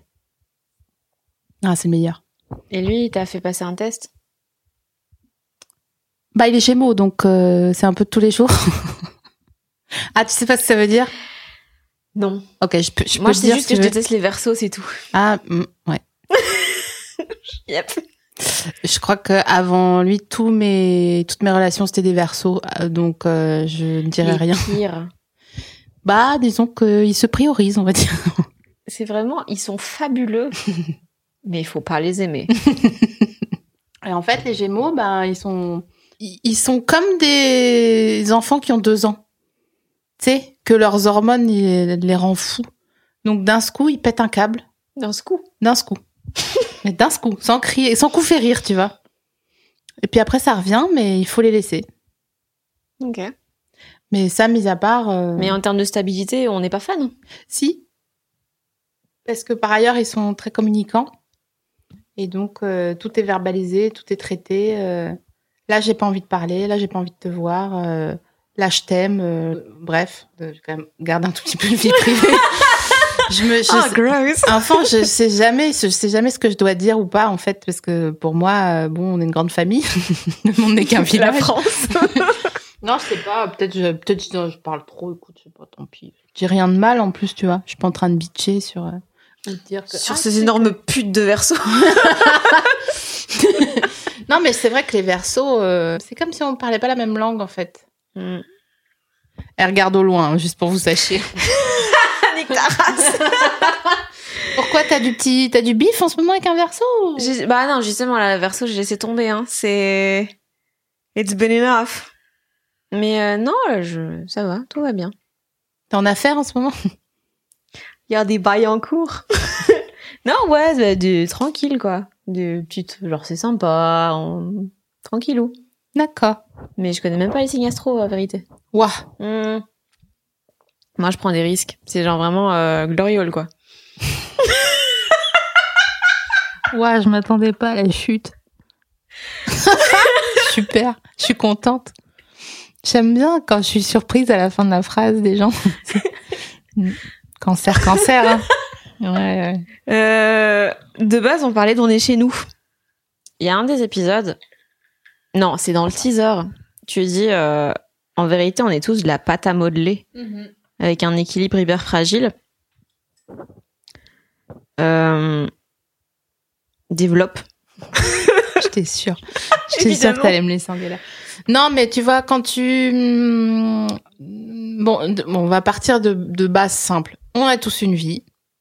ah c'est le meilleur. Et lui, il t'a fait passer un test. Bah il est Gémeaux donc euh, c'est un peu de tous les jours. Ah tu sais pas ce que ça veut dire? Non. Ok je peux je Moi, peux je te sais dire juste si que tu je veux. déteste les versos, c'est tout. Ah mm, ouais. Yep. Je crois que avant lui, tous mes, toutes mes relations, c'était des versos. euh, Donc, euh, je ne dirais Les rien. pires. Bah, disons qu'ils se priorisent, on va dire. C'est vraiment, ils sont fabuleux. Mais il faut pas les aimer. Et en fait, les Gémeaux, ben, ils sont, ils ils sont comme des enfants qui ont deux ans. Tu sais, que leurs hormones, ils les rendent fous. Donc d'un coup, il pète un câble. D'un coup. D'un coup. Mais d'un coup, sans crier, sans coup fait rire, tu vois. Et puis après, ça revient, mais il faut les laisser. Ok. Mais ça, mis à part... Euh... Mais en termes de stabilité, on n'est pas fan. Si. Parce que par ailleurs, ils sont très communicants. Et donc, euh, tout est verbalisé, tout est traité. Euh... Là, j'ai pas envie de parler. Là, j'ai pas envie de te voir. Euh... Là, je t'aime. Euh... Bref, je vais quand même garder un tout petit peu de vie privée. Je me, je oh, sais, gross. Enfin, je sais jamais, je sais jamais ce que je dois dire ou pas, en fait, parce que pour moi, bon, on est une grande famille. Le monde n'est qu'un village. La France. Non, je sais pas. Peut-être, je, peut-être, je, je parle trop. Écoute, je sais pas. Tant pis. Je dis rien de mal, en plus, tu vois. Je suis pas en train de bitcher sur, euh, dire que, sur ah, ces énormes que... putes de Verseau. Non, mais c'est vrai que les Verseaux, euh, c'est comme si on parlait pas la même langue, en fait. Mm. Elle regarde au loin, juste pour vous sachiez. Nique ta race. Pourquoi t'as du petit, t'as du bif en ce moment avec un Verseau? J'ai... Bah non, justement, la Verseau, j'ai laissé tomber. Hein. C'est, it's been enough. Mais euh, non, là, je... ça va, tout va bien. T'es en affaires en ce moment? Il y a des bails en cours. Non, ouais, bah, du tranquille quoi, des petites, genre c'est sympa, on... tranquillou. D'accord. Mais je connais même pas les signes astro, en vérité. Ouah. Mmh. Moi, je prends des risques. C'est genre vraiment euh, gloriole, quoi. Ouah, je m'attendais pas à la chute. Super, je suis contente. J'aime bien quand je suis surprise à la fin de la phrase des gens. Cancer, cancer. Hein. Ouais, ouais. Euh, de base, on parlait d'On est chez nous. Il y a un des épisodes... Non, c'est dans le teaser. Tu dis, euh, en vérité, on est tous de la pâte à modeler, mm-hmm. avec un équilibre hyper fragile. Euh... Développe. J'étais sûre. J'étais sûre que t'allais me laisser en galère. Non, mais tu vois, quand tu... Bon, on va partir de, de base simple. On a tous une vie.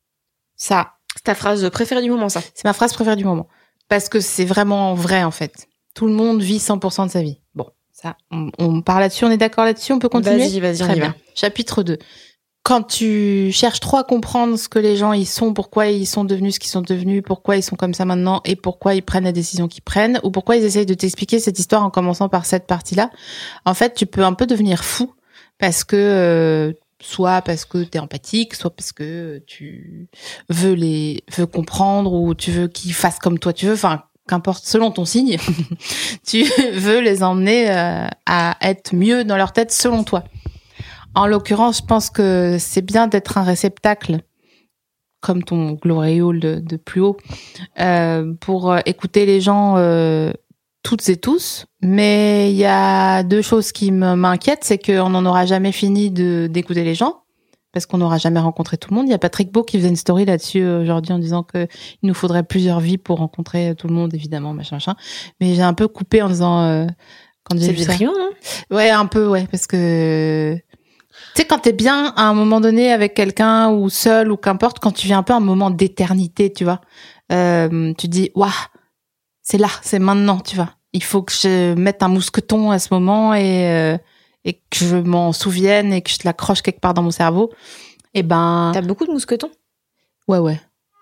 Ça. C'est ta phrase préférée du moment, ça. C'est ma phrase préférée du moment. Parce que c'est vraiment vrai, en fait. Tout le monde vit cent pour cent de sa vie. Bon, ça, on, on parle là-dessus, on est d'accord là-dessus, on peut continuer? Vas-y, vas-y, Très on y bien. va. Chapitre deux. Quand tu cherches trop à comprendre ce que les gens ils sont, pourquoi ils sont devenus ce qu'ils sont devenus, pourquoi ils sont comme ça maintenant et pourquoi ils prennent la décision qu'ils prennent, ou pourquoi ils essayent de t'expliquer cette histoire en commençant par cette partie-là, en fait, tu peux un peu devenir fou parce que... Euh, soit parce que t'es empathique, soit parce que tu veux les veux comprendre ou tu veux qu'ils fassent comme toi tu veux, enfin qu'importe, selon ton signe, tu veux les emmener euh, à être mieux dans leur tête selon toi. En l'occurrence, je pense que c'est bien d'être un réceptacle, comme ton gloriole de, de plus haut, euh, pour euh, écouter les gens euh, toutes et tous. Mais il y a deux choses qui me, m'inquiètent, c'est qu'on n'en aura jamais fini de d'écouter les gens, parce qu'on n'aura jamais rencontré tout le monde. Il y a Patrick Beau qui faisait une story là-dessus aujourd'hui en disant que il nous faudrait plusieurs vies pour rencontrer tout le monde, évidemment, machin, machin. Mais j'ai un peu coupé en disant euh, quand j'ai c'est vu ça. déprimant, non? Ouais, un peu, ouais, parce que tu sais, quand t'es bien à un moment donné avec quelqu'un ou seul ou qu'importe, quand tu vis un peu un moment d'éternité, tu vois, euh, tu te dis waouh, c'est là, c'est maintenant, tu vois. Il faut que je mette un mousqueton à ce moment et euh, et que je m'en souvienne et que je l'accroche quelque part dans mon cerveau. Et ben. T'as beaucoup de mousquetons? Ouais, ouais.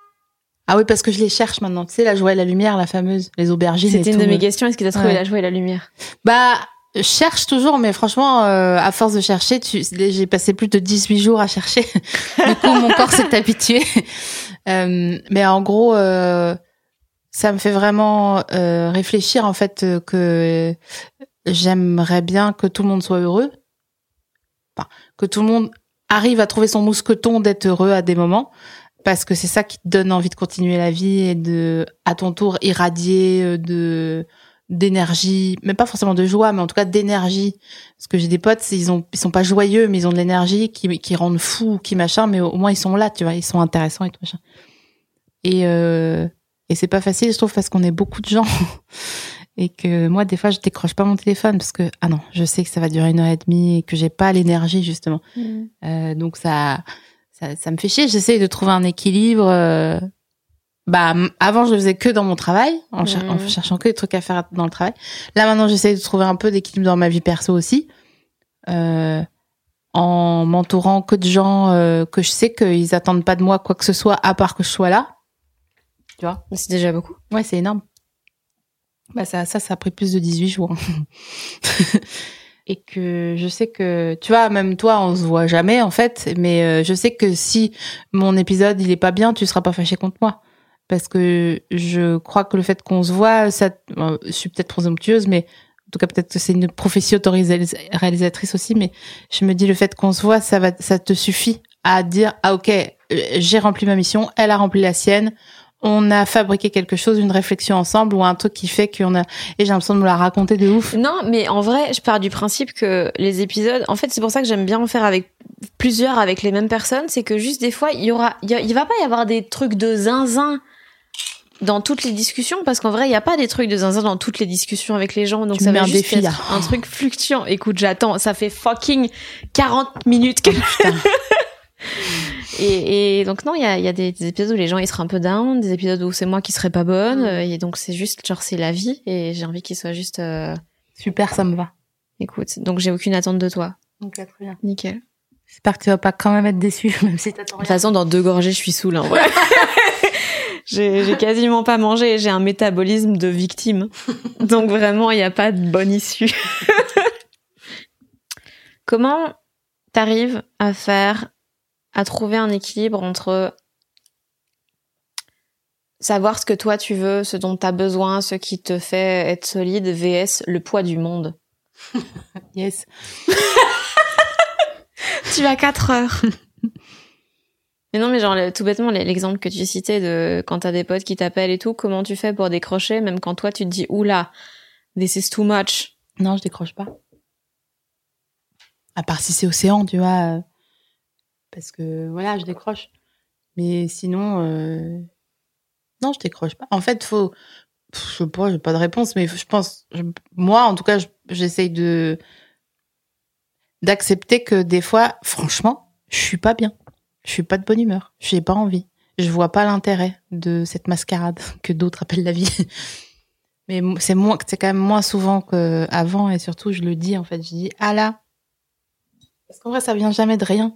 Ah oui, parce que je les cherche maintenant. Tu sais, la joie et la lumière, la fameuse, les aubergines. C'était et une tout. de mes questions. Est-ce que t'as trouvé Ouais. la joie et la lumière? Bah, je cherche toujours, mais franchement, euh, à force de chercher, tu, j'ai passé plus de dix-huit jours à chercher. Du coup, mon corps s'est habitué. Euh, mais en gros, euh, ça me fait vraiment euh, réfléchir, en fait, euh, que j'aimerais bien que tout le monde soit heureux. Enfin, que tout le monde arrive à trouver son mousqueton d'être heureux à des moments. Parce que c'est ça qui te donne envie de continuer la vie et de, à ton tour, irradier de... d'énergie, même pas forcément de joie, mais en tout cas d'énergie. Parce que j'ai des potes, ils ont, ils sont pas joyeux, mais ils ont de l'énergie qui, qui rendent fou, qui machin, mais au moins ils sont là, tu vois, ils sont intéressants et tout machin. Et, euh, et c'est pas facile, je trouve, parce qu'on est beaucoup de gens. Et que moi, des fois, je décroche pas mon téléphone parce que, ah non, je sais que ça va durer une heure et demie et que j'ai pas l'énergie, justement. Mmh. Euh, donc ça, ça, ça me fait chier. J'essaye de trouver un équilibre, euh, Bah, avant, je le faisais que dans mon travail, en, cher- mmh. en cherchant que des trucs à faire dans le travail. Là, maintenant, j'essaie de trouver un peu d'équilibre dans ma vie perso aussi. Euh, en m'entourant que de gens euh, que je sais qu'ils attendent pas de moi quoi que ce soit à part que je sois là. Tu vois ? C'est déjà beaucoup. Ouais, c'est énorme. Bah ça, ça, ça a pris plus de dix-huit jours. Et que je sais que, tu vois, même toi, on se voit jamais, en fait, mais euh, je sais que si mon épisode, il est pas bien, tu seras pas fâché contre moi. Parce que je crois que le fait qu'on se voit, ça, euh, je suis peut-être présomptueuse, mais en tout cas, peut-être que c'est une prophétie autorisée réalisatrice aussi, mais je me dis, le fait qu'on se voit, ça va, ça te suffit à dire, ah, ok, j'ai rempli ma mission, elle a rempli la sienne, on a fabriqué quelque chose, une réflexion ensemble ou un truc qui fait qu'on a... Et j'ai l'impression de me la raconter de ouf. Non, mais en vrai, je pars du principe que les épisodes... En fait, c'est pour ça que j'aime bien en faire avec plusieurs, avec les mêmes personnes. C'est que juste des fois, il y aura... Il, y a... il va pas y avoir des trucs de zinzin dans toutes les discussions. Parce qu'en vrai, il y a pas des trucs de zinzin dans toutes les discussions avec les gens. Donc tu ça me va mets un juste défi, être là. un truc fluctuant. Écoute, j'attends. Ça fait fucking quarante minutes que... Oh, Et, et donc non, il y a, y a des, des épisodes où les gens ils seraient un peu down, des épisodes où c'est moi qui serais pas bonne, mmh. et donc c'est juste genre c'est la vie et j'ai envie qu'il soit juste. Euh... Super, ça me va. Écoute, donc j'ai aucune attente de toi. Ok, très bien. Nickel. J'espère que tu vas pas quand même être déçu, même si t'attends rien. De toute façon, dans deux gorgées, je suis saoule. Hein, ouais. j'ai, j'ai quasiment pas mangé, j'ai un métabolisme de victime, donc vraiment il y a pas de bonne issue. Comment t'arrives à faire à trouver un équilibre entre savoir ce que toi tu veux, ce dont t'as besoin, ce qui te fait être solide, vs le poids du monde. Yes. Tu as quatre heures. Mais non, mais genre, tout bêtement, l'exemple que tu citais de quand t'as des potes qui t'appellent et tout, comment tu fais pour décrocher, même quand toi tu te dis, oula, this is too much. Non, je décroche pas. À part si c'est océan, tu vois. Parce que, voilà, je décroche. Mais sinon, euh... non, je décroche pas. En fait, faut, je sais pas, j'ai pas de réponse, mais je pense, je... moi, en tout cas, je... j'essaye de, d'accepter que des fois, franchement, je suis pas bien. Je suis pas de bonne humeur. J'ai pas envie. Je vois pas l'intérêt de cette mascarade que d'autres appellent la vie. Mais c'est moins, c'est quand même moins souvent qu'avant, et surtout, je le dis, en fait, je dis, ah là. Parce qu'en vrai, ça vient jamais de rien.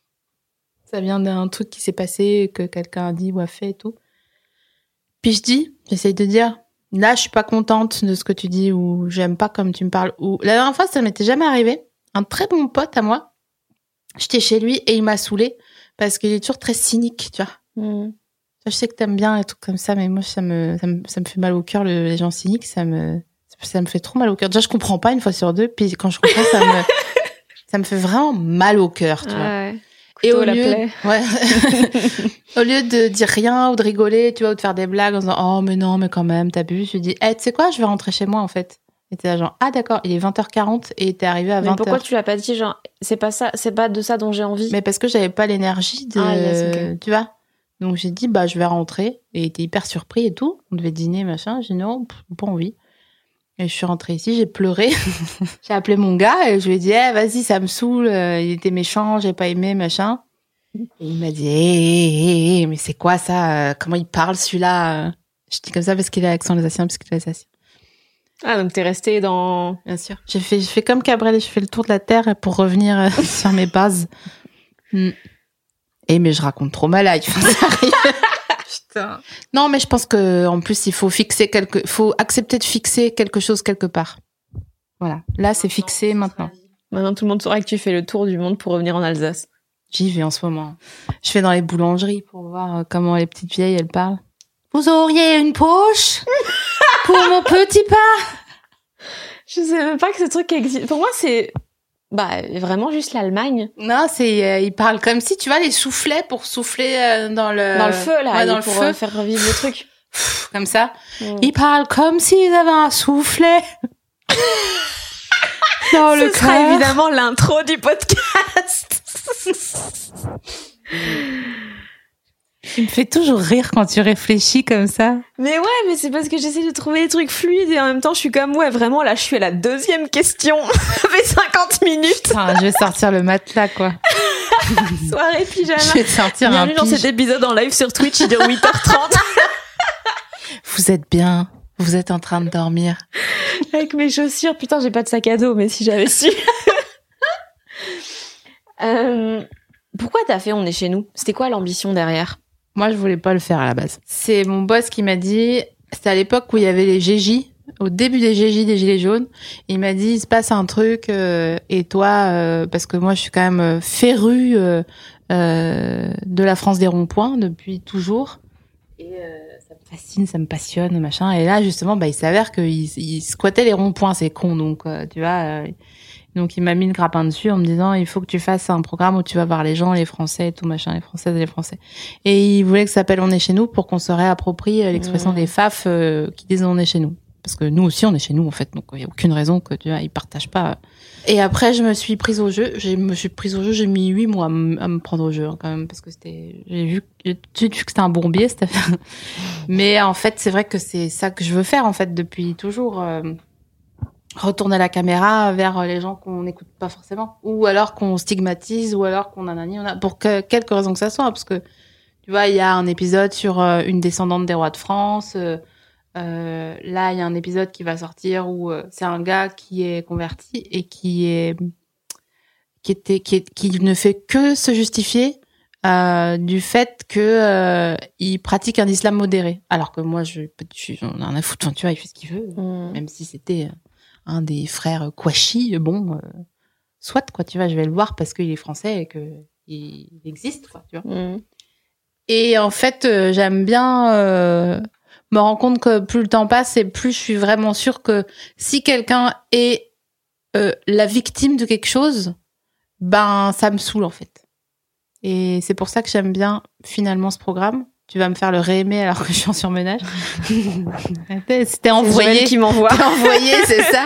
Ça vient d'un truc qui s'est passé, que quelqu'un a dit ou a fait et tout. Puis je dis, j'essaye de dire, là, je suis pas contente de ce que tu dis, ou j'aime pas comme tu me parles. Ou la dernière fois, ça m'était jamais arrivé. Un très bon pote à moi, j'étais chez lui et il m'a saoulée parce qu'il est toujours très cynique, tu vois. Mmh. Je sais que t'aimes bien les trucs comme ça, mais moi, ça me, ça me, ça me fait mal au cœur, le, les gens cyniques, ça me, ça me fait trop mal au cœur. Déjà, je comprends pas une fois sur deux, puis quand je comprends, ça me, ça me fait vraiment mal au cœur, tu vois. Ouais. Et au la lieu, plaie. ouais, au lieu de dire rien ou de rigoler, tu vois, ou de faire des blagues en disant oh mais non mais quand même t'as bu, je dis eh tu sais quoi, je vais rentrer chez moi en fait. Et t'es là genre ah d'accord, il est vingt heures quarante et t'es arrivé à vingt heures. Mais pourquoi tu l'as pas dit genre c'est pas ça, c'est pas de ça dont j'ai envie. Mais parce que j'avais pas l'énergie de, ah, yes, okay. tu vois. Donc j'ai dit bah je vais rentrer et il était hyper surpris et tout. On devait dîner machin, j'ai dit non pff, pas envie. Et je suis rentrée ici, j'ai pleuré. J'ai appelé mon gars et je lui ai dit eh, vas-y, ça me saoule, il était méchant, j'ai pas aimé, machin. Et il m'a dit eh, eh, eh, mais c'est quoi ça? Comment il parle celui-là? Je dis comme ça parce qu'il a l'accent alsacien, parce qu'il est alsacien. Ah, donc t'es restée dans... Bien sûr. J'ai fait, j'ai fait comme Cabrel et je fais le tour de la terre pour revenir sur mes bases. Mm. Et mais je raconte trop ma life. Ça arrive. Putain. Non, mais je pense que en plus il faut fixer quelque, faut accepter de fixer quelque chose quelque part. Voilà. Là, c'est fixé maintenant. Maintenant, tout le monde saura que tu fais le tour du monde pour revenir en Alsace. J'y vais en ce moment. Je vais dans les boulangeries pour voir comment les petites vieilles elles parlent. Vous auriez une poche pour mon petit pain? Je sais même pas que ce truc existe. Pour moi, c'est bah vraiment juste l'Allemagne. Non, c'est euh, ils parlent comme si tu vois les soufflets pour souffler euh, dans le dans le feu là, ouais, dans le pour feu. Euh, faire revivre le truc. Comme ça. Mm. Ils parlent comme s'ils avaient un soufflet. Dans Ce le sera cœur. évidemment l'intro du podcast. Tu me fais toujours rire quand tu réfléchis comme ça. Mais ouais, mais c'est parce que j'essaie de trouver des trucs fluides et en même temps je suis comme ouais vraiment là je suis à la deuxième question. Ça fait cinquante minutes. Putain, je vais sortir le matelas quoi. Soirée pyjama. Je vais te sortir Bienvenue un dans pige. cet épisode en live sur Twitch de huit heures trente. Vous êtes bien. Vous êtes en train de dormir. Avec mes chaussures. Putain, j'ai pas de sac à dos, mais si j'avais su. Euh, pourquoi t'as fait On est chez nous ? C'était quoi l'ambition derrière ? Moi, je voulais pas le faire à la base. C'est mon boss qui m'a dit, c'était à l'époque où il y avait les G J, au début des G J, des Gilets jaunes. Il m'a dit, il se passe un truc, euh, et toi, euh, parce que moi, je suis quand même férue euh, euh, de la France des ronds-points depuis toujours. Et euh, ça me fascine, ça me passionne, machin. Et là, justement, bah, il s'avère qu'il il squattait les ronds-points, c'est con, donc, euh, tu vois... Euh, Donc, il m'a mis le grappin dessus en me disant, il faut que tu fasses un programme où tu vas voir les gens, les Français et tout machin, les Françaises et les Français. Et il voulait que ça s'appelle On est chez nous pour qu'on se réapproprie l'expression mmh. des F A F euh, qui disent On est chez nous. Parce que nous aussi, on est chez nous, en fait. Donc, il n'y a aucune raison que, tu vois, ils partagent pas. Et après, je me suis prise au jeu. Je me suis prise au jeu. J'ai mis huit mois à, m- à me prendre au jeu, hein, quand même, parce que c'était, j'ai vu, j'ai tout de suite vu que c'était un bourbier, cette affaire. Mais en fait, c'est vrai que c'est ça que je veux faire, en fait, depuis toujours. Euh, retourner la caméra vers les gens qu'on n'écoute pas forcément, ou alors qu'on stigmatise, ou alors qu'on a nani, on a pour que, quelque raison que ça soit, parce que tu vois, il y a un épisode sur euh, une descendante des rois de France. Euh, euh, là, il y a un épisode qui va sortir où euh, c'est un gars qui est converti et qui est qui était qui est, qui ne fait que se justifier euh, du fait que euh, il pratique un islam modéré, alors que moi, je, je j'en ai rien à foutre. Enfin, tu vois, il fait ce qu'il veut, mmh. même si c'était un des frères Kouachi, bon, euh, soit, quoi, tu vois, je vais le voir parce qu'il est français et qu'il il existe, quoi, tu vois. Mmh. Et en fait, euh, j'aime bien euh, me rendre compte que plus le temps passe et plus je suis vraiment sûre que si quelqu'un est euh, la victime de quelque chose, ben, ça me saoule, en fait. Et c'est pour ça que j'aime bien, finalement, ce programme. Tu vas me faire le réaimer alors que je suis en surmenage. C'était envoyé. C'est qui m'envoie. C'était envoyé, c'est ça.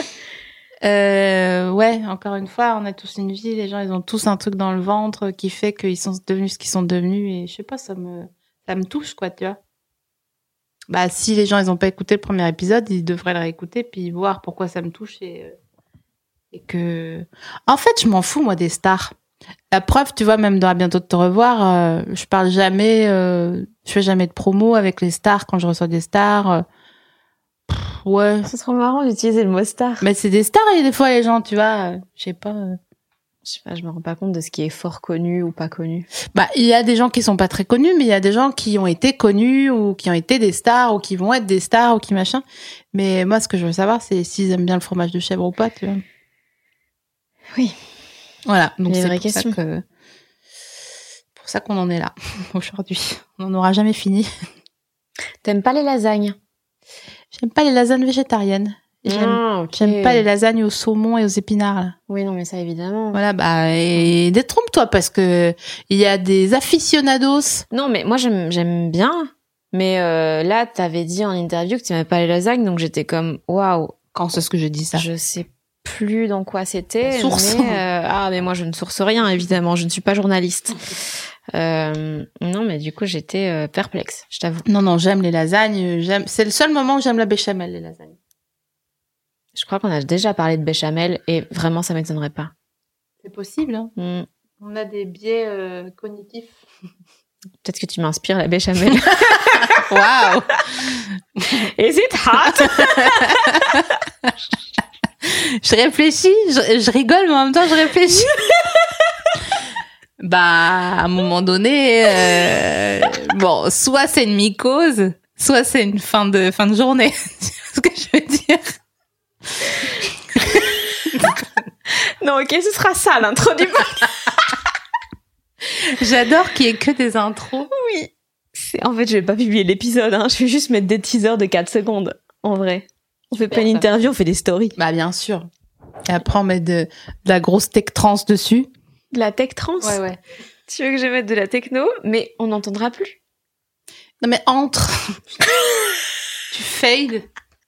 Euh, ouais, encore une fois, on a tous une vie. Les gens, ils ont tous un truc dans le ventre qui fait qu'ils sont devenus ce qu'ils sont devenus. Et je sais pas, ça me, ça me touche, quoi, tu vois. Bah, si les gens, ils ont pas écouté le premier épisode, ils devraient le réécouter puis voir pourquoi ça me touche et, et que, en fait, je m'en fous, moi, des stars. La preuve, tu vois, même dans À bientôt de te revoir, euh, je parle jamais, euh, je fais jamais de promo avec les stars quand je reçois des stars. Euh, pff, ouais. C'est trop marrant d'utiliser le mot star. Mais c'est des stars, et des fois, les gens, tu vois, euh, je sais pas. Euh... Je sais pas, je me rends pas compte de ce qui est fort connu ou pas connu. Bah, il y a des gens qui sont pas très connus, mais il y a des gens qui ont été connus ou qui ont été des stars ou qui vont être des stars ou qui machin. Mais moi, ce que je veux savoir, c'est s'ils aiment bien le fromage de chèvre ou pas, tu vois. Oui. Voilà, donc les c'est vraies pour questions. ça que pour ça qu'on en est là aujourd'hui. On n'en aura jamais fini. T'aimes pas les lasagnes ? J'aime pas les lasagnes végétariennes. J'aime, ah, okay. j'aime pas les lasagnes au saumon et aux épinards. Là. Oui, non, mais ça évidemment. Voilà, bah et détrompe-toi parce que il y a des aficionados. Non, mais moi j'aime j'aime bien. Mais euh, là, t'avais dit en interview que tu n'aimais pas les lasagnes, donc j'étais comme waouh. Quand c'est ce que je dis ça ? Je sais plus dans quoi c'était. Source. Mais, euh, ah, mais moi je ne source rien, évidemment. Je ne suis pas journaliste. Euh, non, mais du coup j'étais euh, perplexe, je t'avoue. Non, non, j'aime les lasagnes. J'aime. C'est le seul moment où j'aime la béchamel, les lasagnes. Je crois qu'on a déjà parlé de béchamel et vraiment ça m'étonnerait pas. C'est possible. Hein. Mm. On a des biais euh, cognitifs. Peut-être que tu m'inspires la béchamel. Waouh. Is it hot? Je réfléchis, je, je rigole, mais en même temps, je réfléchis. Bah, à un moment donné, euh, bon, soit c'est une mycose, soit c'est une fin de fin de journée. C'est ce que je veux dire. Non, ok, ce sera ça l'intro du podcast. J'adore qu'il y ait que des intros. Oui. C'est... En fait, je vais pas publier l'épisode, hein. Je vais juste mettre des teasers de quatre secondes, en vrai. On fait pas une interview, on fait des stories. Bah, bien sûr. Et après, on met de, de la grosse tech trans dessus. De la tech trans? Ouais, ouais. Tu veux que je mette de la techno? Mais on n'entendra plus. Non, mais entre. Tu fades.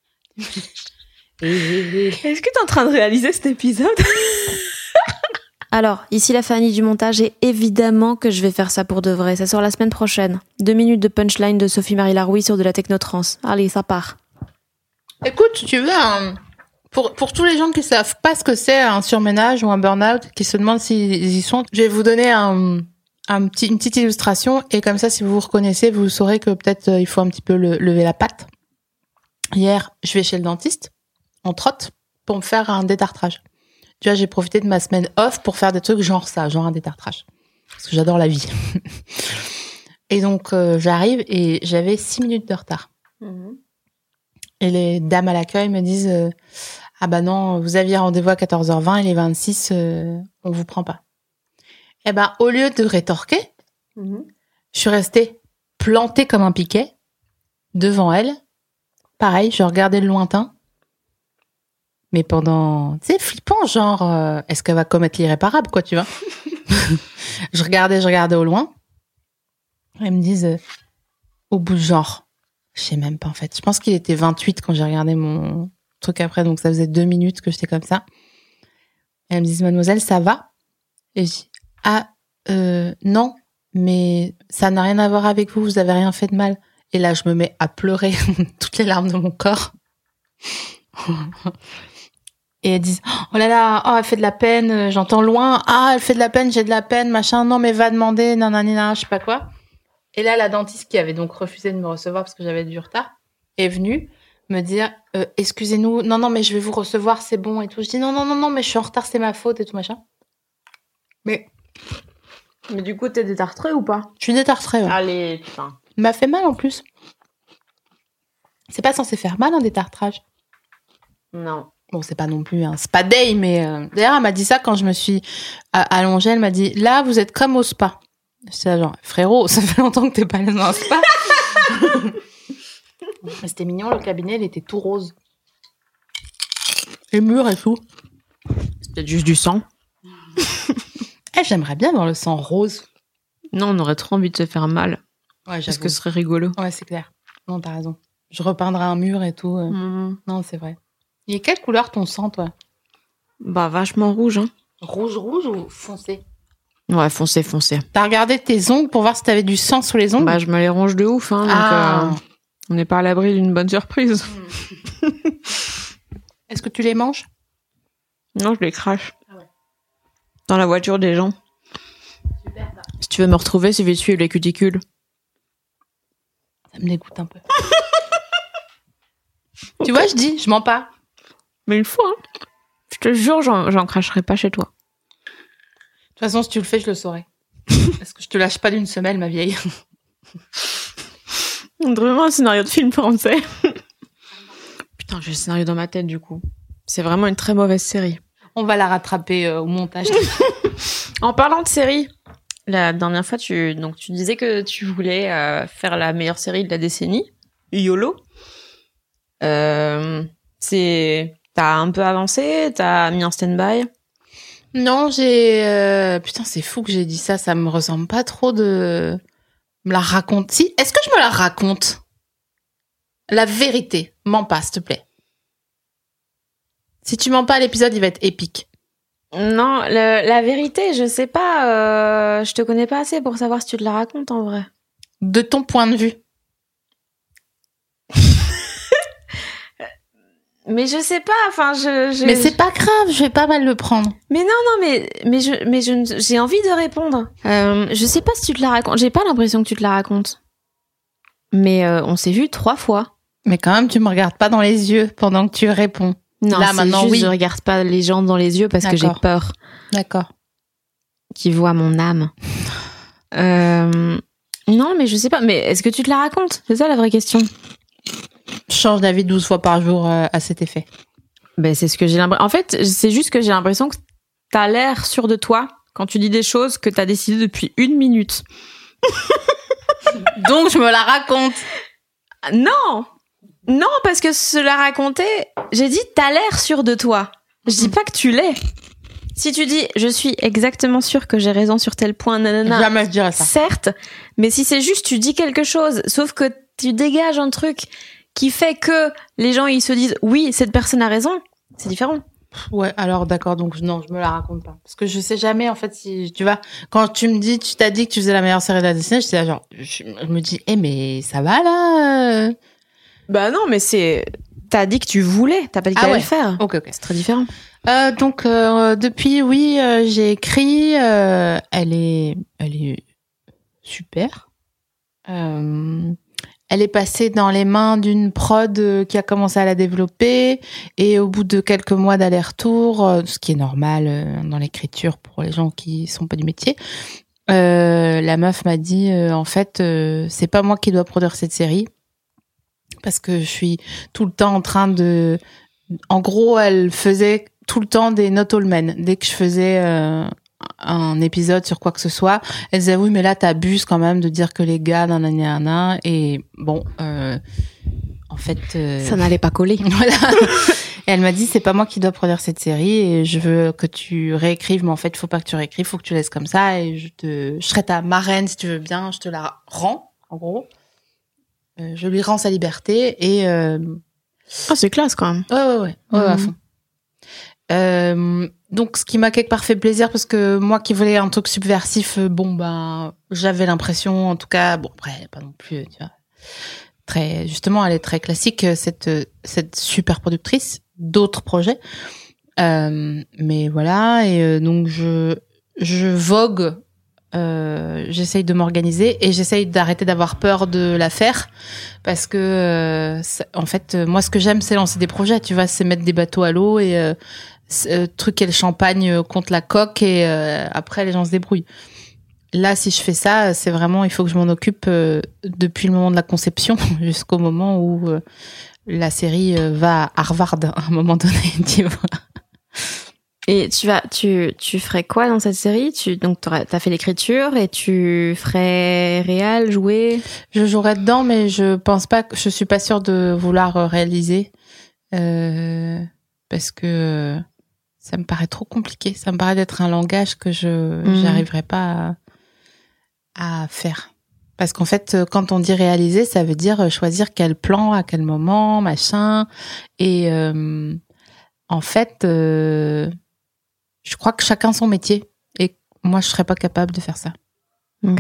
Est-ce que t'es en train de réaliser cet épisode? Alors, ici la Fanny du montage, et évidemment que je vais faire ça pour de vrai. Ça sort la semaine prochaine. Deux minutes de punchline de Sophie-Marie Larouille sur de la techno-trans. Allez, ça part. Écoute, tu veux un... Pour, pour tous les gens qui savent pas ce que c'est un surménage ou un burn-out, qui se demandent s'ils y sont, je vais vous donner un, un petit, une petite illustration, et comme ça, si vous vous reconnaissez, vous saurez que peut-être euh, il faut un petit peu le, lever la patte. Hier, je vais chez le dentiste, en trotte, pour me faire un détartrage. tu vois, j'ai profité de ma semaine off pour faire des trucs genre ça, genre un détartrage. Parce que j'adore la vie. Et donc, euh, j'arrive et j'avais six minutes de retard. Mmh. Et les dames à l'accueil me disent euh, « Ah bah non, vous aviez rendez-vous à quatorze heures vingt, il est vingt-six, euh, on vous prend pas. » Eh ben, au lieu de rétorquer, mmh. je suis restée plantée comme un piquet devant elle. Pareil, je regardais le lointain. Mais pendant, tu sais, flippant, genre, euh, est-ce qu'elle va commettre l'irréparable, quoi, tu vois? Je regardais, je regardais au loin. Elles me disent, euh, au bout de genre, je sais même pas, en fait. Je pense qu'il était vingt-huit quand j'ai regardé mon truc après, donc ça faisait deux minutes que j'étais comme ça. Et elles me disent, mademoiselle, ça va? Et je dis, ah, euh, non, mais ça n'a rien à voir avec vous, vous avez rien fait de mal. Et là, je me mets à pleurer toutes les larmes de mon corps. Et elles disent, oh là là, oh, elle fait de la peine, j'entends loin, ah, elle fait de la peine, j'ai de la peine, machin, non, mais va demander, nanana, je sais pas quoi. Et là, la dentiste qui avait donc refusé de me recevoir parce que j'avais du retard, est venue me dire, euh, excusez-nous, non, non, mais je vais vous recevoir, c'est bon et tout. Je dis, non, non, non, non, mais je suis en retard, c'est ma faute et tout, machin. Mais, mais du coup, t'es détartrée ou pas? Je suis détartrée, ouais. Allez, putain. Il m'a fait mal, en plus. C'est pas censé faire mal, un détartrage. Non. Bon, c'est pas non plus un spa day, mais euh... d'ailleurs, elle m'a dit ça quand je me suis allongée. Elle m'a dit, là, vous êtes comme au spa. J'étais genre, frérot, ça fait longtemps que t'es pas allé dans un spa. C'était mignon, le cabinet, il était tout rose. Les murs et tout. C'était juste du sang. Eh, j'aimerais bien voir le sang rose. Non, on aurait trop envie de se faire mal. Ouais, parce que ce serait rigolo. Ouais, c'est clair. Non, t'as raison. Je repeindrai un mur et tout. Euh... Mmh. Non, c'est vrai. Il est quelle couleur ton sang, toi? Bah, vachement rouge, hein. Rouge, rouge ou foncé? Ouais, foncé, foncé. T'as regardé tes ongles pour voir si t'avais du sang sous les ongles? Bah, je me les ronge de ouf, hein. Ah. Donc, euh, on n'est pas à l'abri d'une bonne surprise. Mmh. Est-ce que tu les manges? Non, je les crache. Ah ouais. Dans la voiture des gens. Super, ça. Si tu veux me retrouver, suffit de suivre les cuticules. Ça me dégoûte un peu. Tu vois, je dis, je mens pas. Mais une fois, hein. Je te jure, j'en, j'en cracherai pas chez toi. De toute façon, si tu le fais, je le saurai. Parce que je te lâche pas d'une semelle, ma vieille. On dirait vraiment un scénario de film français. Putain, j'ai le scénario dans ma tête, du coup. C'est vraiment une très mauvaise série. On va la rattraper euh, au montage. En parlant de série, la dernière fois, tu, donc, tu disais que tu voulais euh, faire la meilleure série de la décennie. YOLO. Euh, c'est... T'as un peu avancé? T'as mis en stand-by? Non, j'ai... Euh... Putain, c'est fou que j'ai dit ça. Ça me ressemble pas trop de... Me la raconte. Si, est-ce que je me la raconte? La vérité. Mens pas, s'il te plaît. Si tu mens pas, l'épisode, il va être épique. Non, le, la vérité, je sais pas. Euh, je te connais pas assez pour savoir si tu te la racontes, en vrai. De ton point de vue. Mais je sais pas, enfin, je, je... Mais c'est pas grave, je vais pas mal le prendre. Mais non, non, mais, mais je, mais je, j'ai envie de répondre. Euh, je sais pas si tu te la racontes. J'ai pas l'impression que tu te la racontes. Mais euh, on s'est vu trois fois. Mais quand même, tu me regardes pas dans les yeux pendant que tu réponds. Non, là, c'est maintenant, juste, oui. je regarde pas les gens dans les yeux parce D'accord. que j'ai peur. D'accord. Qu'ils voient mon âme. Euh, non, mais je sais pas. Mais est-ce que tu te la racontes? C'est ça la vraie question. Je change d'avis douze fois par jour euh, à cet effet. Ben, c'est ce que j'ai l'impression. En fait, c'est juste que j'ai l'impression que t'as l'air sûr de toi quand tu dis des choses que t'as décidé depuis une minute. Donc, je me la raconte. Non! Non, parce que se la raconter, j'ai dit t'as l'air sûr de toi. Je dis pas que tu l'es. Si tu dis je suis exactement sûre que j'ai raison sur tel point, nanana. Jamais je dirais ça. Certes, mais si c'est juste tu dis quelque chose, sauf que tu dégages un truc qui fait que les gens ils se disent oui, cette personne a raison, c'est différent. Ouais, alors d'accord, donc non, je me la raconte pas. Parce que je sais jamais, en fait, si, tu vois, quand tu me dis, tu t'as dit que tu faisais la meilleure série de la décennie, je, là, genre, je, je me dis, eh, mais ça va, là? Bah non, mais c'est, t'as dit que tu voulais, t'as pas dit que ah t'allais ouais. le faire. Ok, ok. C'est très différent. Euh, donc, euh, depuis, oui, euh, j'ai écrit, euh, elle est, elle est super. Euh, elle est passée dans les mains d'une prod qui a commencé à la développer. Et au bout de quelques mois d'aller-retour, ce qui est normal dans l'écriture pour les gens qui sont pas du métier, euh, la meuf m'a dit, euh, en fait, euh, c'est pas moi qui dois produire cette série. Parce que je suis tout le temps en train de... En gros, elle faisait tout le temps des not all men. Dès que je faisais euh, un épisode sur quoi que ce soit, elle disait oui, mais là, t'abuses quand même de dire que les gars, nanana, nanana. Et bon, euh, en fait... Euh, ça n'allait pas coller. Voilà. Et elle m'a dit, c'est pas moi qui dois produire cette série et je veux que tu réécrives, mais en fait, il faut pas que tu réécrives, faut que tu laisses comme ça et je te, je serai ta marraine si tu veux bien, je te la rends, en gros. Euh, je lui rends sa liberté et... Euh... Ah, c'est classe quand même. Ouais, ouais, ouais, ouais, mmh. à fond. Euh, donc, ce qui m'a quelque part fait plaisir, parce que moi qui voulais un truc subversif, bon, ben, j'avais l'impression, en tout cas, bon, après, pas non plus, tu vois, très, justement, elle est très classique, cette, cette super productrice d'autres projets. Euh, mais voilà, et euh, donc, je, je vogue. Euh, j'essaye de m'organiser et j'essaye d'arrêter d'avoir peur de la faire parce que euh, en fait moi ce que j'aime c'est lancer des projets, tu vois, c'est mettre des bateaux à l'eau et euh, euh, truquer le champagne contre la coque et euh, après les gens se débrouillent. Là si je fais ça, c'est vraiment il faut que je m'en occupe euh, depuis le moment de la conception jusqu'au moment où euh, la série euh, va à Harvard à un moment donné, tu vois. Et tu vas, tu, tu ferais quoi dans cette série? Tu, donc, t'as fait l'écriture et tu ferais réal, jouer? Je jouerais dedans, mais je pense pas que, je suis pas sûre de vouloir réaliser, euh, parce que ça me paraît trop compliqué. Ça me paraît d'être un langage que je, mmh. j'arriverais pas à, à faire. Parce qu'en fait, quand on dit réaliser, ça veut dire choisir quel plan, à quel moment, machin. Et, euh, en fait, euh, je crois que chacun son métier. Et moi, je serais pas capable de faire ça. Ok.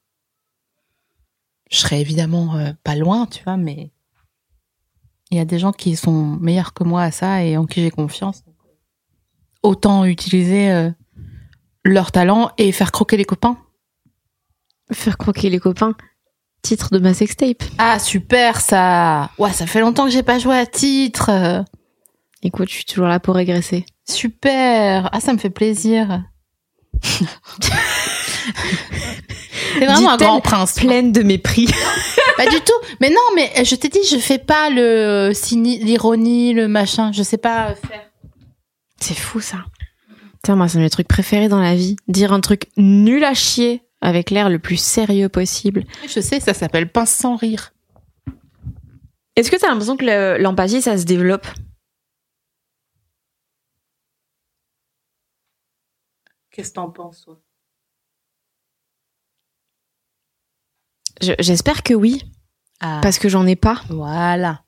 Je serais évidemment euh, pas loin, tu vois, mais il y a des gens qui sont meilleurs que moi à ça et en qui j'ai confiance. Autant utiliser euh, leur talent et faire croquer les copains. Faire croquer les copains. Titre de ma sextape. Ah, super, ça. Ouais, ça fait longtemps que j'ai pas joué à titre. Écoute, je suis toujours là pour régresser. Super. Ah, ça me fait plaisir. C'est vraiment un grand prince. Pleine de mépris. Pas du tout. Mais non, mais je t'ai dit, je fais pas le cyni- l'ironie, le machin. Je sais pas faire. C'est fou, ça. Tiens, moi, c'est un de mes trucs préférés dans la vie. Dire un truc nul à chier avec l'air le plus sérieux possible. Je sais, ça s'appelle pince sans rire. Est-ce que t'as l'impression que le, l'empathie, ça se développe? Qu'est-ce que t'en penses, toi? Je, J'espère que oui. Ah. Parce que j'en ai pas. Voilà.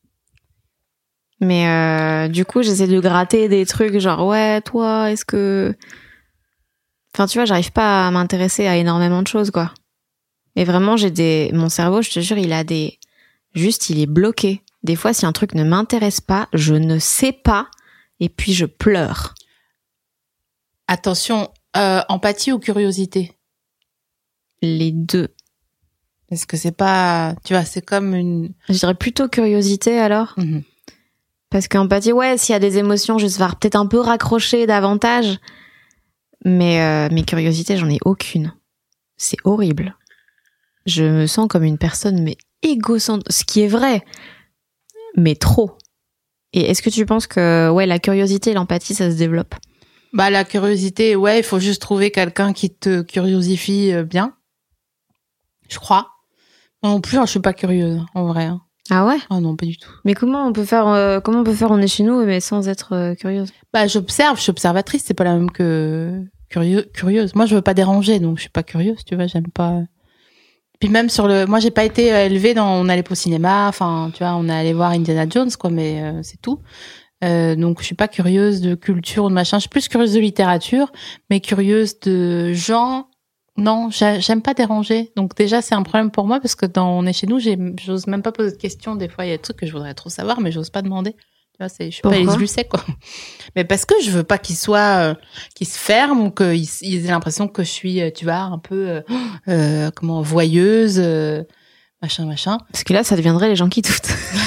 Mais euh, du coup, j'essaie de gratter des trucs genre, ouais, toi, est-ce que... Enfin, tu vois, j'arrive pas à m'intéresser à énormément de choses, quoi. Et vraiment, j'ai des... Mon cerveau, je te jure, il a des... Juste, il est bloqué. Des fois, si un truc ne m'intéresse pas, je ne sais pas, et puis je pleure. Attention, euh, empathie ou curiosité? Les deux. Est-ce que c'est pas... Tu vois, c'est comme une... Je dirais plutôt curiosité, alors. Mm-hmm. Parce qu'empathie, ouais, s'il y a des émotions, je vais peut-être un peu raccrocher davantage. Mais, euh, mes curiosités, j'en ai aucune. C'est horrible. Je me sens comme une personne, mais égocentrique. Ce qui est vrai. Mais trop. Et est-ce que tu penses que, ouais, la curiosité et l'empathie, ça se développe? Bah, la curiosité, ouais, il faut juste trouver quelqu'un qui te curiosifie bien. Je crois. Moi non plus, hein, je suis pas curieuse, en vrai. Hein. Ah ouais? Ah non, pas du tout. Mais comment on peut faire, euh, comment on peut faire, on est chez nous, mais sans être euh, curieuse? Bah, j'observe, je suis observatrice, c'est pas la même que curieux, curieuse. Moi, je veux pas déranger, donc je suis pas curieuse, tu vois, j'aime pas. Puis même sur le, moi, j'ai pas été élevée dans, on allait au cinéma, enfin, tu vois, on est allé voir Indiana Jones, quoi, mais euh, c'est tout. Euh, donc, je suis pas curieuse de culture ou de machin. Je suis plus curieuse de littérature, mais curieuse de gens. Non, j'aime pas déranger. Donc déjà, c'est un problème pour moi parce que dans on est chez nous, j'ai, j'ose même pas poser de questions. Des fois, il y a des trucs que je voudrais trop savoir, mais j'ose pas demander. Tu vois, c'est, je suis Pourquoi? pas Élise Lucet, quoi. Mais parce que je veux pas qu'ils soient, euh, qu'ils se ferment ou qu'ils ils aient l'impression que je suis, tu vois, un peu, euh, euh, comment, voyeuse. Euh, machin, machin. Parce que là, ça deviendrait les gens qui doutent.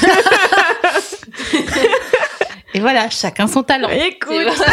Et voilà, chacun son talent. Écoute,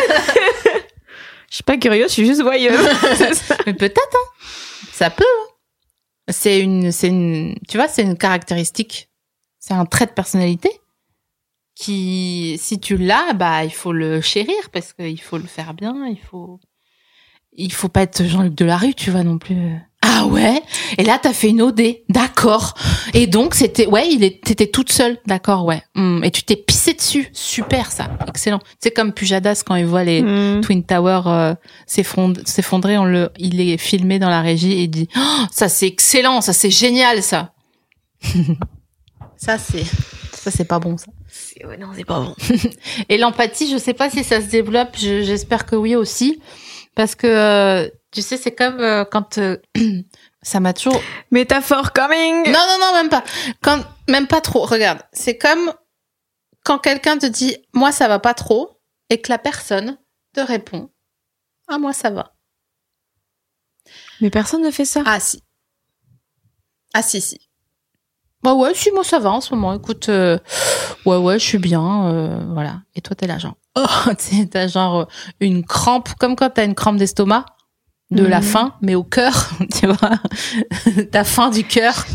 je suis pas curieuse, je suis juste voyeuse. Mais peut-être, hein. Ça peut. Hein. C'est une, c'est une, tu vois, c'est une caractéristique. C'est un trait de personnalité qui, si tu l'as, bah, il faut le chérir parce qu'il faut le faire bien, il faut, il faut pas être Jean-Luc Delarue, tu vois, non plus. Ah ouais? Et là, t'as fait une O D. D'accord. Et donc, c'était, ouais, il est, t'étais toute seule. D'accord, ouais. Hum, et tu t'es pissé dessus. Super, ça. Excellent. C'est comme Pujadas quand il voit les mmh. Twin Towers euh, s'effondrer, s'effondrer, on le, il est filmé dans la régie et il dit, oh, ça c'est excellent, ça c'est génial, ça. Ça, c'est, ça c'est pas bon, ça. C'est, ouais, non, c'est pas bon. Et l'empathie, je sais pas si ça se développe, je, j'espère que oui aussi. Parce que, euh, tu sais, c'est comme euh, quand euh, ça m'a toujours... Métaphore coming. Non, non, non, même pas. Quand, même pas trop. Regarde, c'est comme quand quelqu'un te dit « moi, ça va pas trop » et que la personne te répond « ah, moi, ça va ». Mais personne ne fait ça. Ah, si. Ah, si, si. Bah ouais, si, moi, ça va en ce moment. Écoute, euh, ouais, ouais, je suis bien, euh, voilà. Et toi, t'es là, genre... Oh, tu sais, t'as genre une crampe, comme quand t'as une crampe d'estomac, de mmh. la faim, mais au cœur, tu vois. T'as faim du cœur.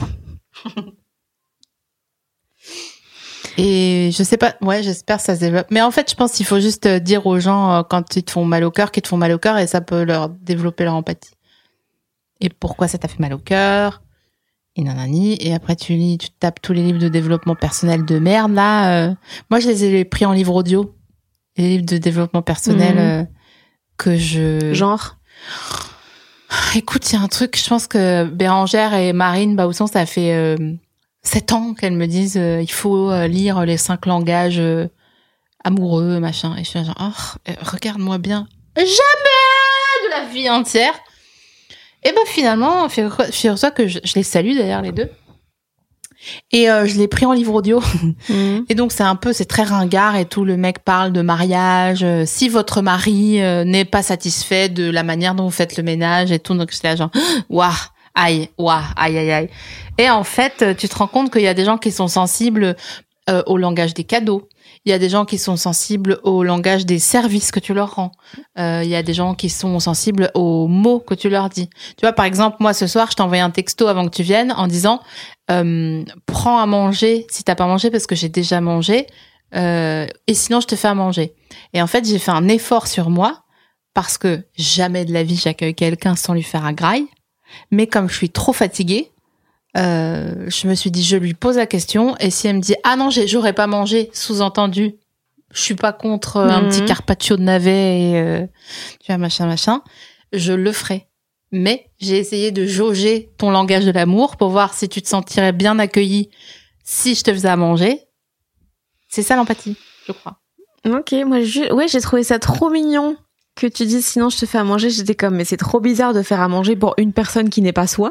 Et je sais pas, ouais, j'espère que ça se développe. Mais en fait, je pense qu'il faut juste dire aux gens quand ils te font mal au cœur, qu'ils te font mal au cœur, et ça peut leur développer leur empathie. Et pourquoi ça t'a fait mal au cœur? Et nanani. Et après, tu lis, tu tapes tous les livres de développement personnel de merde, là. Euh... Moi, je les ai pris en livre audio. Les livres de développement personnel mmh. euh, que je... Genre Écoute, il y a un truc, je pense que Bérangère et Marine Baousson, ça fait euh, sept ans qu'elles me disent euh, il faut euh, lire les cinq langages euh, amoureux, machin. Et je suis genre, oh, regarde-moi bien. Jamais de la vie entière. Et ben finalement, figure-toi que je, je les salue d'ailleurs, les deux. Et euh, je l'ai pris en livre audio. Mmh. Et donc c'est un peu, c'est très ringard et tout. Le mec parle de mariage. Euh, si votre mari euh, n'est pas satisfait de la manière dont vous faites le ménage et tout, donc j'étais là genre, waouh, aïe, waouh, aïe, aïe, aïe. Et en fait, tu te rends compte qu'il y a des gens qui sont sensibles euh, au langage des cadeaux. Il y a des gens qui sont sensibles au langage des services que tu leur rends. Euh, il y a des gens qui sont sensibles aux mots que tu leur dis. Tu vois, par exemple, moi, ce soir, je t'ai envoyé un texto avant que tu viennes en disant euh, « Prends à manger si t'as pas mangé parce que j'ai déjà mangé euh, et sinon, je te fais à manger. » Et en fait, j'ai fait un effort sur moi parce que jamais de la vie, j'accueille quelqu'un sans lui faire un graille. Mais comme je suis trop fatiguée, Euh, je me suis dit, je lui pose la question, et si elle me dit, ah non, j'ai, j'aurais pas mangé, sous-entendu, je suis pas contre euh, mmh. un petit carpaccio de navet, et, euh, tu vois, machin, machin, je le ferai. Mais j'ai essayé de jauger ton langage de l'amour pour voir si tu te sentirais bien accueilli si je te faisais à manger. C'est ça l'empathie, je crois. Ok, moi, je... ouais, j'ai trouvé ça trop mignon que tu dises, sinon je te fais à manger. J'étais comme, mais c'est trop bizarre de faire à manger pour une personne qui n'est pas soi.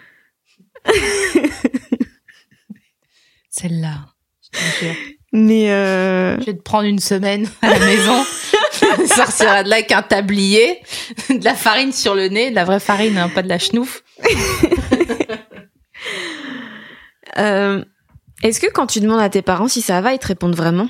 Celle-là, je te jure. Mais euh... je vais te prendre une semaine à la maison. Tu sortiras de là avec un tablier, de la farine sur le nez, de la vraie farine, hein, pas de la chenouf. euh, est-ce que quand tu demandes à tes parents si ça va, ils te répondent vraiment?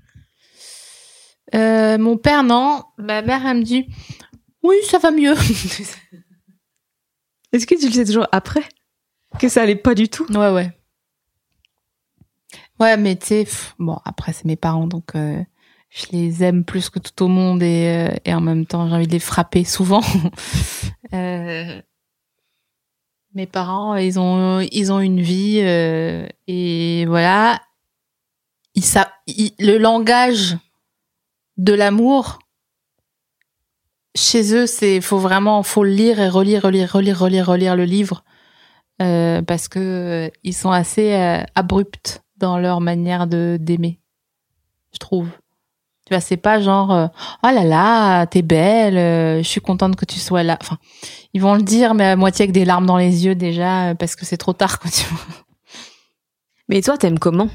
euh, Mon père, non. Ma mère, elle me dit oui, ça va mieux. Est-ce que tu le sais toujours après? Que ça allait pas du tout? Ouais, ouais. Ouais, mais tu sais, bon, après, c'est mes parents, donc euh, je les aime plus que tout au monde et, euh, et en même temps, j'ai envie de les frapper souvent. euh, mes parents, ils ont, ils ont une vie euh, et voilà. Ils, ça, ils, le langage de l'amour, chez eux, c'est, faut vraiment, faut le lire et relire, relire, relire, relire, relire le livre. Euh, parce que euh, ils sont assez euh, abrupts dans leur manière de d'aimer, je trouve. Tu vois, c'est pas genre euh, oh là là, t'es belle, euh, je suis contente que tu sois là. Enfin, ils vont le dire, mais à moitié avec des larmes dans les yeux déjà, parce que c'est trop tard, quoi, tu vois. Mais toi, t'aimes comment?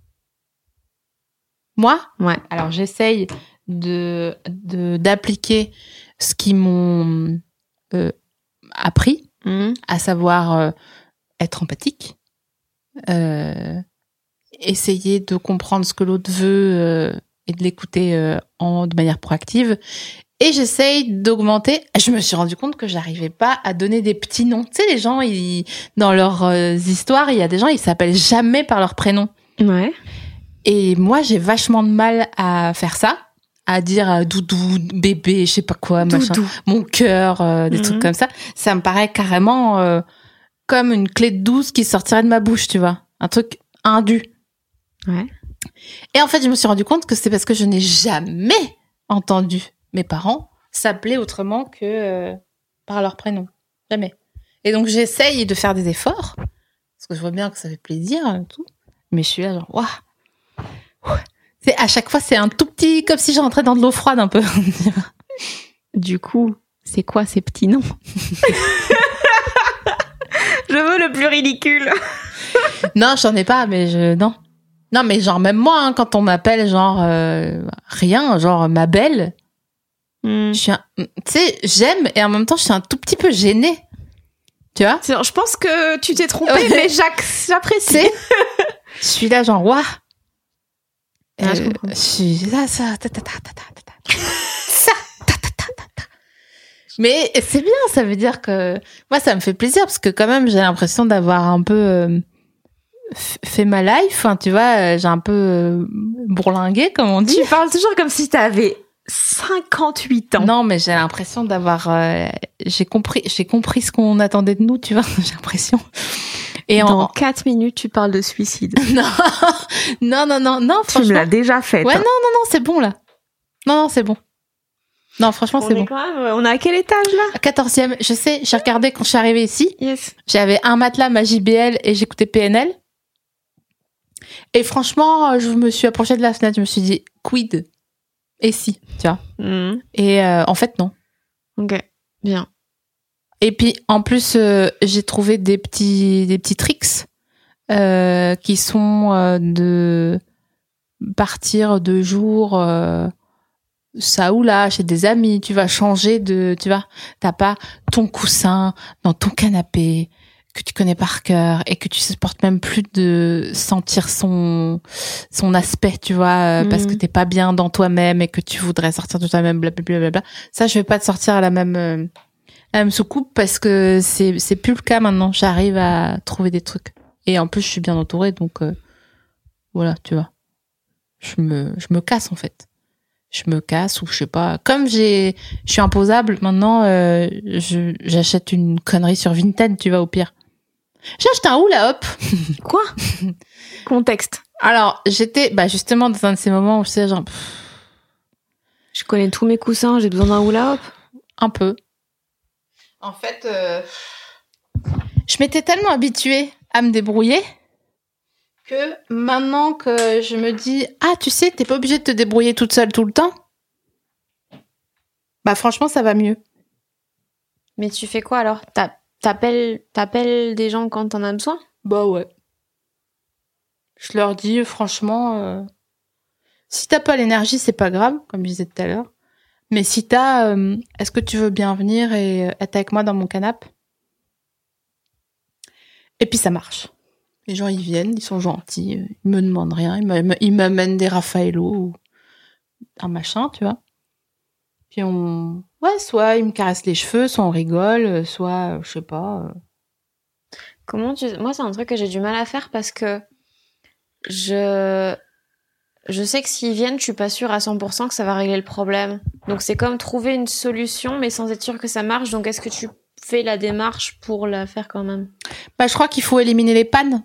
Moi? Ouais. Alors, j'essaye de, de d'appliquer ce qu'ils m'ont euh, appris. Mmh. À savoir euh, être empathique, euh, essayer de comprendre ce que l'autre veut euh, et de l'écouter euh, en de manière proactive. Et j'essaye d'augmenter. Je me suis rendu compte que j'arrivais pas à donner des petits noms. Tu sais, les gens, ils, dans leurs euh, histoires, il y a des gens, ils s'appellent jamais par leur prénom. Ouais. Et moi, j'ai vachement de mal à faire ça, à dire euh, doudou, bébé, je sais pas quoi, Doudou. machin, mon cœur, euh, des Mhm. trucs comme ça. Ça me paraît carrément euh, comme une clé de douze qui sortirait de ma bouche, tu vois. Un truc indu. Ouais. Et en fait, je me suis rendu compte que c'est parce que je n'ai jamais entendu mes parents s'appeler autrement que euh, par leur prénom. Jamais. Et donc, j'essaye de faire des efforts, parce que je vois bien que ça fait plaisir et tout. Mais je suis là, genre, waouh. C'est, à chaque fois, c'est un tout petit, comme si je rentrais dans de l'eau froide un peu. Du coup, c'est quoi ces petits noms? Je veux le plus ridicule. Non, j'en ai pas, mais je, non. Non, mais genre, même moi, hein, quand on m'appelle, genre, euh, rien, genre, ma belle, Mm. je suis un, tu sais, j'aime et en même temps, je suis un tout petit peu gênée. Tu vois? C'est- Je pense que tu t'es trompée, Ouais. mais j'ac- j'apprécie. C'est, je suis là, genre, waouh. Ah, je Euh, comprends. je suis là, ça, ta, ta, ta, ta, ta, ta, ta. Ça, ta, ta, ta, ta, ta. Mais c'est bien, ça veut dire que moi, ça me fait plaisir parce que quand même, j'ai l'impression d'avoir un peu euh, f- fait ma life. Enfin, tu vois, euh, j'ai un peu euh, bourlingué, comme on dit. Tu parles toujours comme si t'avais cinquante-huit ans. Non, mais j'ai l'impression d'avoir, euh, j'ai compris, j'ai compris ce qu'on attendait de nous, tu vois. J'ai l'impression. Et Dans en, quatre minutes, tu parles de suicide. non, non, non, non, non, Tu me franchement. l'as déjà fait. Ouais, non, non, non, c'est bon là. Non, non, c'est bon. Non, franchement, on c'est est bon. quand même, on est à quel étage là? quatorzième, je sais, j'ai regardé quand je suis arrivée ici. Yes. J'avais un matelas, ma J B L et j'écoutais P N L. Et franchement, je me suis approchée de la fenêtre, je me suis dit, quid? Et si, tu vois. Mm. Et euh, en fait, non. Ok, bien. Et puis, en plus, euh, j'ai trouvé des petits, des petits tricks euh, qui sont euh, de partir de jours euh, ça ou là chez des amis. Tu vas changer de, tu vois, t'as pas ton coussin dans ton canapé que tu connais par cœur et que tu supportes même plus de sentir son son aspect, tu vois, euh, Mhm. parce que t'es pas bien dans toi-même et que tu voudrais sortir de toi-même, blablabla. Ça, je vais pas te sortir à la même euh, la même soucoupe parce que c'est c'est plus le cas maintenant. J'arrive à trouver des trucs et en plus je suis bien entourée, donc euh, voilà, tu vois. Je me je me casse en fait. Je me casse ou je sais pas. Comme j'ai je suis imposable maintenant, euh, je j'achète une connerie sur Vinted, tu vois, au pire. J'ai acheté un hula hop. Quoi? Contexte. Alors, j'étais bah justement dans un de ces moments où c'est genre pff, Je connais tous mes coussins, j'ai besoin d'un hula hop. un peu. En fait, euh, je m'étais tellement habituée à me débrouiller que maintenant que je me dis ah tu sais t'es pas obligée de te débrouiller toute seule tout le temps. Bah franchement ça va mieux. Mais tu fais quoi alors? T'a- T'appelles, t'appelles des gens quand t'en as besoin? Bah ouais. Je leur dis franchement, euh, si t'as pas l'énergie, c'est pas grave, comme je disais tout à l'heure. Mais si t'as, euh, est-ce que tu veux bien venir et être avec moi dans mon canapé? Et puis ça marche. Les gens ils viennent, ils sont gentils, euh, ils me demandent rien, ils m'a- ils m'amènent des Raffaello ou un machin, tu vois. Puis on, ouais, soit ils me caressent les cheveux, soit on rigole, soit, euh, je sais pas. euh, Comment tu... Moi, c'est un truc que j'ai du mal à faire parce que je... Je sais que s'ils viennent, je suis pas sûre à cent pour cent que ça va régler le problème. Donc c'est comme trouver une solution, mais sans être sûre que ça marche. Donc est-ce que tu fais la démarche pour la faire quand même? Bah, je crois qu'il faut éliminer les pannes.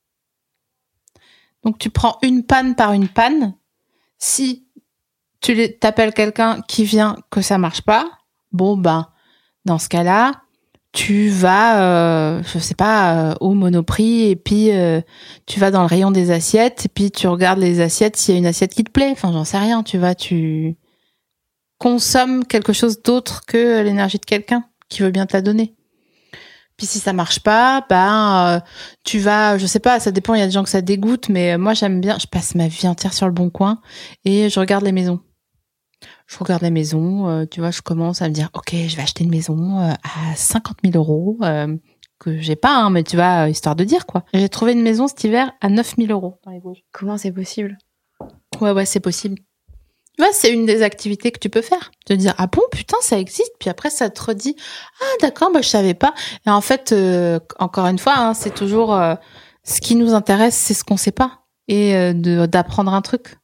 Donc, tu prends une panne par une panne. Si tu les- t'appelles quelqu'un qui vient que ça marche pas, bon, ben, dans ce cas-là, tu vas, euh, je sais pas, euh, au Monoprix et puis euh, tu vas dans le rayon des assiettes et puis tu regardes les assiettes s'il y a une assiette qui te plaît. Enfin, j'en sais rien, tu vas, tu consommes quelque chose d'autre que l'énergie de quelqu'un qui veut bien te la donner. Puis si ça marche pas, ben euh, tu vas, je sais pas, ça dépend, il y a des gens que ça dégoûte, mais moi j'aime bien, je passe ma vie entière sur le Bon Coin et je regarde les maisons. Je regarde les maisons, euh, tu vois, je commence à me dire, ok, je vais acheter une maison euh, à cinquante mille euros, euh, que j'ai pas, hein, mais tu vois, histoire de dire, quoi. J'ai trouvé une maison cet hiver à neuf mille euros dans les Vosges. Comment c'est possible? Ouais, ouais, c'est possible. Tu vois, c'est une des activités que tu peux faire. Te dire, ah bon, putain, ça existe. Puis après, ça te redit, ah d'accord, bah je savais pas. Et en fait, euh, encore une fois, hein, c'est toujours euh, ce qui nous intéresse, c'est ce qu'on sait pas, et euh, de d'apprendre un truc.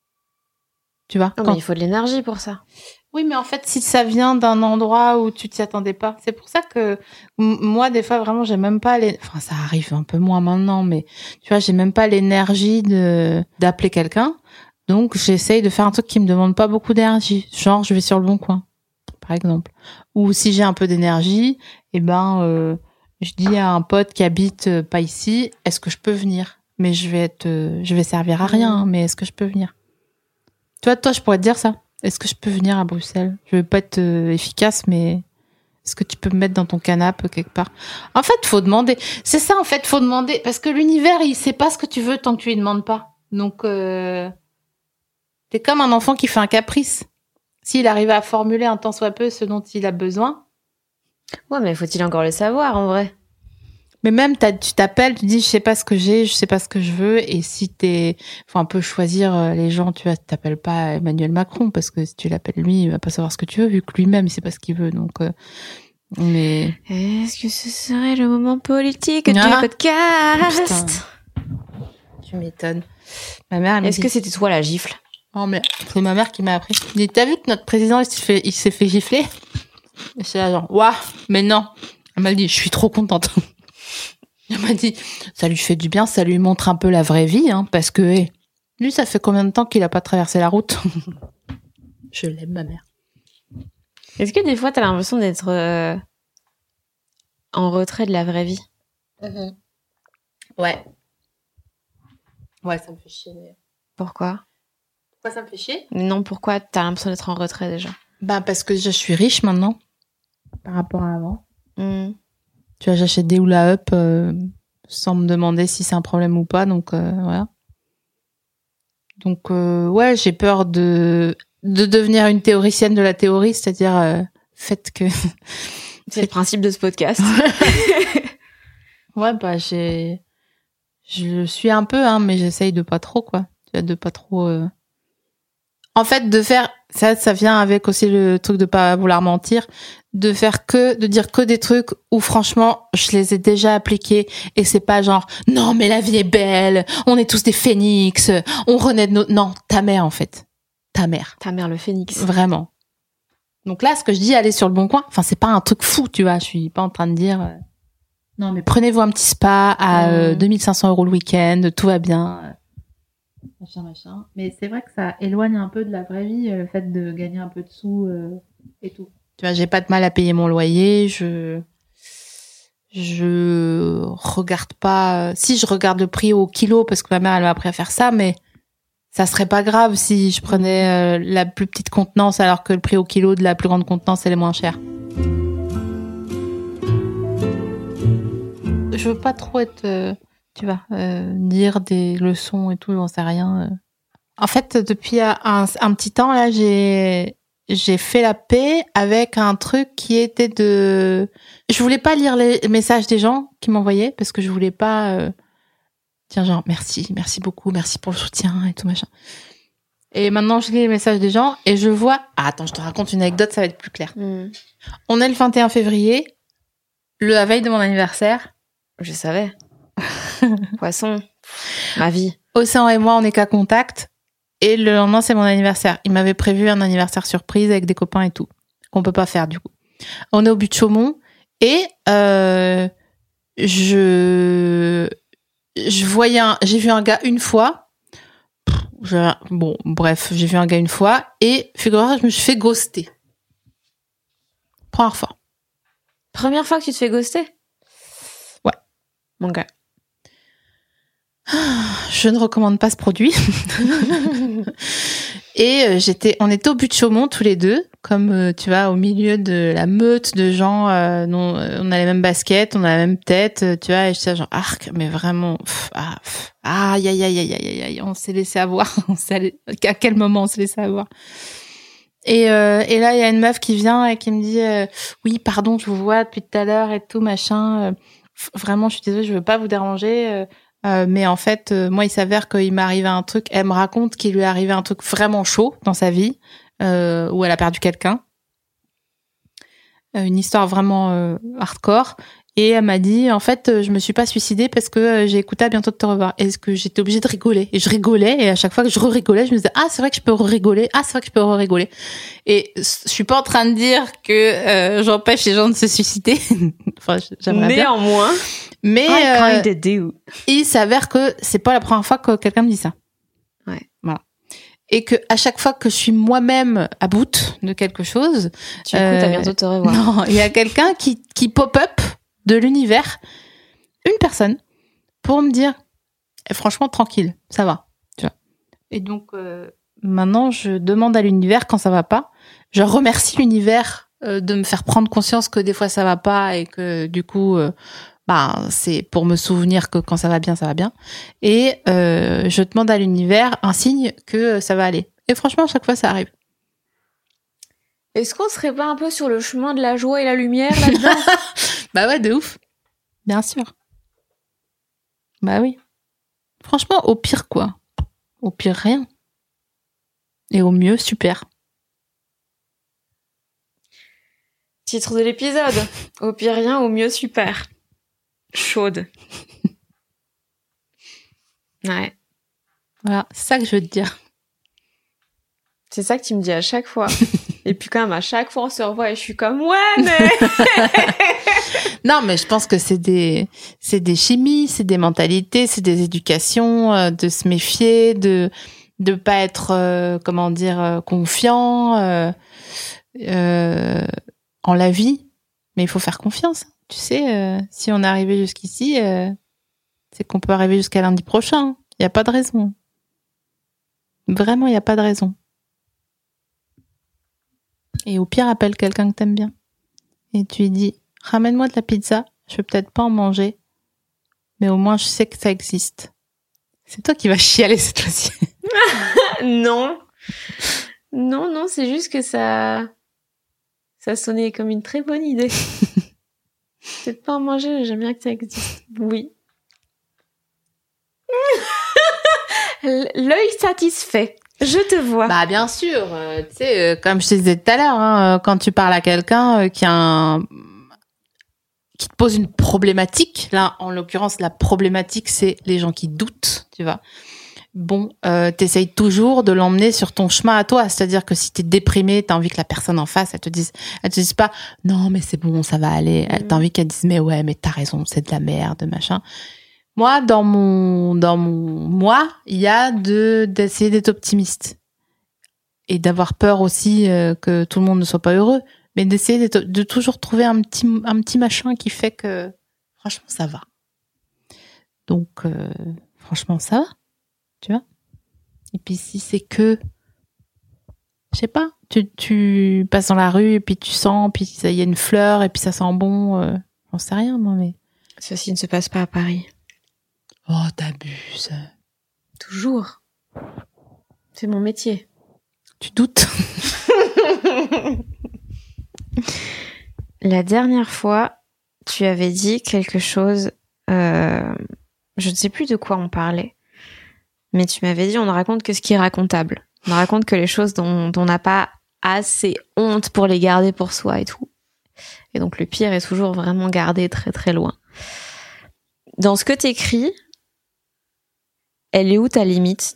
Tu vois. Non, quand... mais il faut de l'énergie pour ça. Oui, mais en fait, si ça vient d'un endroit où tu t'y attendais pas, c'est pour ça que m- moi, des fois, vraiment, j'ai même pas les. Enfin, ça arrive un peu moins maintenant, mais tu vois, j'ai même pas l'énergie de d'appeler quelqu'un. Donc, j'essaye de faire un truc qui me demande pas beaucoup d'énergie. Genre, je vais sur le Bon Coin, par exemple. Ou si j'ai un peu d'énergie, eh ben, euh, je dis à un pote qui habite euh, pas ici, est-ce que je peux venir? Mais je vais être, euh, je vais servir à rien, hein, mais est-ce que je peux venir? Tu vois, toi, je pourrais te dire ça. Est-ce que je peux venir à Bruxelles? Je vais pas être euh, efficace, mais est-ce que tu peux me mettre dans ton canapé quelque part? En fait, faut demander. C'est ça, en fait, faut demander. Parce que l'univers, il sait pas ce que tu veux tant que tu lui demandes pas. Donc, euh... t'es comme un enfant qui fait un caprice. S'il arrive à formuler un tant soit peu ce dont il a besoin. Ouais, mais faut-il encore le savoir, en vrai? Mais même, t'as, tu t'appelles, tu dis, je sais pas ce que j'ai, je sais pas ce que je veux. Et si t'es, faut un peu choisir euh, les gens, tu vois, t'appelles pas Emmanuel Macron, parce que si tu l'appelles lui, il va pas savoir ce que tu veux, vu que lui-même, il sait pas ce qu'il veut. Donc, euh, mais. Est-ce que ce serait le moment politique du Ah. podcast? Putain. Tu m'étonnes. Ma mère, elle me Est-ce dit- que c'était toi la gifle? Oh, mais c'est ma mère qui m'a appris. Elle dit, t'as vu que notre président, il s'est fait, il s'est fait gifler? Et c'est là, genre, ouah, mais non. Elle m'a dit, je suis trop contente. Elle m'a dit, ça lui fait du bien, ça lui montre un peu la vraie vie, hein, parce que, hey, lui, ça fait combien de temps qu'il a pas traversé la route? Je l'aime, ma mère. Est-ce que des fois t'as l'impression d'être euh, en retrait de la vraie vie? Ouais. Ouais, ça me fait chier. Mais... Pourquoi? Pourquoi ça me fait chier? Mais non, pourquoi t'as l'impression d'être en retrait déjà? Bah, parce que déjà, je suis riche maintenant, par rapport à avant. Hmm. Tu vois, j'achète des hula up euh, sans me demander si c'est un problème ou pas, donc euh, voilà. Donc euh, ouais, j'ai peur de de devenir une théoricienne de la théorie, c'est-à-dire euh, fait que C'est le principe de ce podcast. ouais, bah j'ai je suis un peu hein, mais j'essaye de pas trop quoi. Tu vois, de pas trop euh... En fait, de faire ça ça vient avec aussi le truc de pas vouloir mentir, de faire que de dire que des trucs où franchement, je les ai déjà appliqués et c'est pas genre non, mais la vie est belle, on est tous des phénix, on renaît de nos non, ta mère en fait. Ta mère. Ta mère le phénix. Vraiment. Donc là, ce que je dis, aller sur le Bon Coin, enfin, c'est pas un truc fou, tu vois. Je suis pas en train de dire, euh, non, mais prenez-vous un petit spa à euh, Mmh. deux mille cinq cents euros le week-end, tout va bien. euh, Machin, machin. Mais c'est vrai que ça éloigne un peu de la vraie vie, euh, le fait de gagner un peu de sous euh, et tout. Tu vois, j'ai pas de mal à payer mon loyer, je, je regarde pas, si je regarde le prix au kilo parce que ma mère, elle m'a appris à faire ça, mais ça serait pas grave si je prenais euh, la plus petite contenance alors que le prix au kilo de la plus grande contenance, elle est moins chère. Je veux pas trop être, euh, tu vois, euh, dire des leçons et tout, j'en sais rien. euh. En fait, depuis un, un petit temps, là, j'ai, j'ai fait la paix avec un truc qui était de... Je voulais pas lire les messages des gens qui m'envoyaient parce que je voulais pas... euh, Tiens, genre, merci, merci beaucoup, merci pour le soutien et tout machin. Et maintenant, je lis les messages des gens et je vois... Ah, attends, je te raconte une anecdote, ça va être plus clair. Hmm. On est le vingt et un février, le la veille de mon anniversaire. Je savais. Poisson. Ma vie. Océan et moi, on est qu'à contact. Et le lendemain, c'est mon anniversaire. Il m'avait prévu un anniversaire surprise avec des copains et tout, qu'on peut pas faire du coup. On est au but de Chaumont et euh, je... Je voyais un, j'ai vu un gars une fois. Je, bon, bref, j'ai vu un gars une fois et figure-toi, je me suis fait ghoster. Première fois. Première fois que tu te fais ghoster? Ouais. Mon gars. Je ne recommande pas ce produit. Et euh, j'étais, on était au but de Chaumont tous les deux, comme euh, tu vois, au milieu de la meute de gens. Euh, non, euh, on a les mêmes baskets, on a la même tête, euh, tu vois. Et j'étais genre arc, mais vraiment, pff, ah, pff, aïe aïe aïe aïe aïe aïe, on s'est laissé avoir. On s'est allé, à quel moment on s'est laissé avoir? Et, euh, et là, il y a une meuf qui vient et qui me dit euh, oui, pardon, je vous vois depuis tout à l'heure et tout machin. vraiment, je suis désolée, je veux pas vous déranger. Euh, euh, mais en fait, euh, moi, il s'avère qu'il m'est arrivé un truc. Elle me raconte qu'il lui est arrivé un truc vraiment chaud dans sa vie, euh, où elle a perdu quelqu'un. Euh, une histoire vraiment euh, hardcore. Et elle m'a dit, en fait, je me suis pas suicidée parce que j'ai écouté À bientôt de te revoir. Est-ce que j'étais obligée de rigoler? Et je rigolais, et à chaque fois que je rigolais, je me disais, ah, c'est vrai que je peux rigoler. Ah, c'est vrai que je peux rigoler. Et je suis pas en train de dire que euh, j'empêche les gens de se suicider. Enfin, j'aimerais bien. Néanmoins. Mais I kinda euh, do. il s'avère que c'est pas la première fois que quelqu'un me dit ça. Ouais. Voilà. Et que à chaque fois que je suis moi-même à bout de quelque chose, tu écoutes euh, À bientôt de te revoir. Non, il y a quelqu'un qui qui pop-up de l'univers, une personne, pour me dire, eh, franchement, tranquille, ça va. Tu vois. Et donc, euh, maintenant, je demande à l'univers quand ça va pas. Je remercie l'univers euh, de me faire prendre conscience que des fois ça va pas et que du coup, euh, bah, c'est pour me souvenir que quand ça va bien, ça va bien. Et euh, je demande à l'univers un signe que ça va aller. Et franchement, à chaque fois, ça arrive. Est-ce qu'on serait pas un peu sur le chemin de la joie et la lumière là-dedans? Bah ouais, de ouf. Bien sûr. Bah oui. Franchement, au pire quoi? Au pire rien. Et au mieux, super. Titre de l'épisode. Au pire rien, au mieux super. Chaude. Ouais. Voilà, c'est ça que je veux te dire. C'est ça que tu me dis à chaque fois. Et puis quand même, à chaque fois, on se revoit et je suis comme, ouais, mais... Non, mais je pense que c'est des, c'est des chimies, c'est des mentalités, c'est des éducations, euh, de se méfier, de de pas être, euh, comment dire, euh, confiant euh, euh, en la vie. Mais il faut faire confiance. Tu sais, euh, si on est arrivé jusqu'ici, euh, c'est qu'on peut arriver jusqu'à lundi prochain. Il y a pas de raison. Vraiment, il y a pas de raison. Et au pire, appelle quelqu'un que t'aimes bien. Et tu lui dis, ramène-moi de la pizza, je vais peut-être pas en manger, mais au moins je sais que ça existe. C'est toi qui vas chialer cette fois-ci. Non. Non, non, c'est juste que ça... Ça sonnait comme une très bonne idée. Peut-être pas en manger, j'aime bien que ça existe. Oui. L'œil satisfait. Je te vois. Bah bien sûr, euh, tu sais, euh, comme je te disais tout à l'heure, hein, quand tu parles à quelqu'un euh, qui a un... qui te pose une problématique, là en l'occurrence la problématique c'est les gens qui doutent, tu vois. Bon, euh, t'essayes toujours de l'emmener sur ton chemin à toi, c'est-à-dire que si t'es déprimé, t'as envie que la personne en face, elle te dise, elle te dise pas, non mais c'est bon, ça va aller. Mmh. T'as envie qu'elle dise, mais ouais, mais t'as raison, c'est de la merde, machin. Moi, dans mon, dans mon moi, il y a de, d'essayer d'être optimiste. Et d'avoir peur aussi euh, que tout le monde ne soit pas heureux. Mais d'essayer d'être, de toujours trouver un petit, un petit machin qui fait que, franchement, ça va. Donc, euh, franchement, ça va. Tu vois? Et puis, si c'est que, je sais pas, tu, tu passes dans la rue et puis tu sens, puis il y a une fleur et puis ça sent bon, euh, j'en sais rien, moi, mais. Ceci ne se passe pas à Paris. Oh, t'abuses. Toujours. C'est mon métier. Tu doutes? La dernière fois, tu avais dit quelque chose, euh, je ne sais plus de quoi on parlait, mais tu m'avais dit on ne raconte que ce qui est racontable. On ne raconte que les choses dont, dont on n'a pas assez honte pour les garder pour soi et tout. Et donc le pire est toujours vraiment gardé très très loin. Dans ce que t'écris, elle est où ta limite?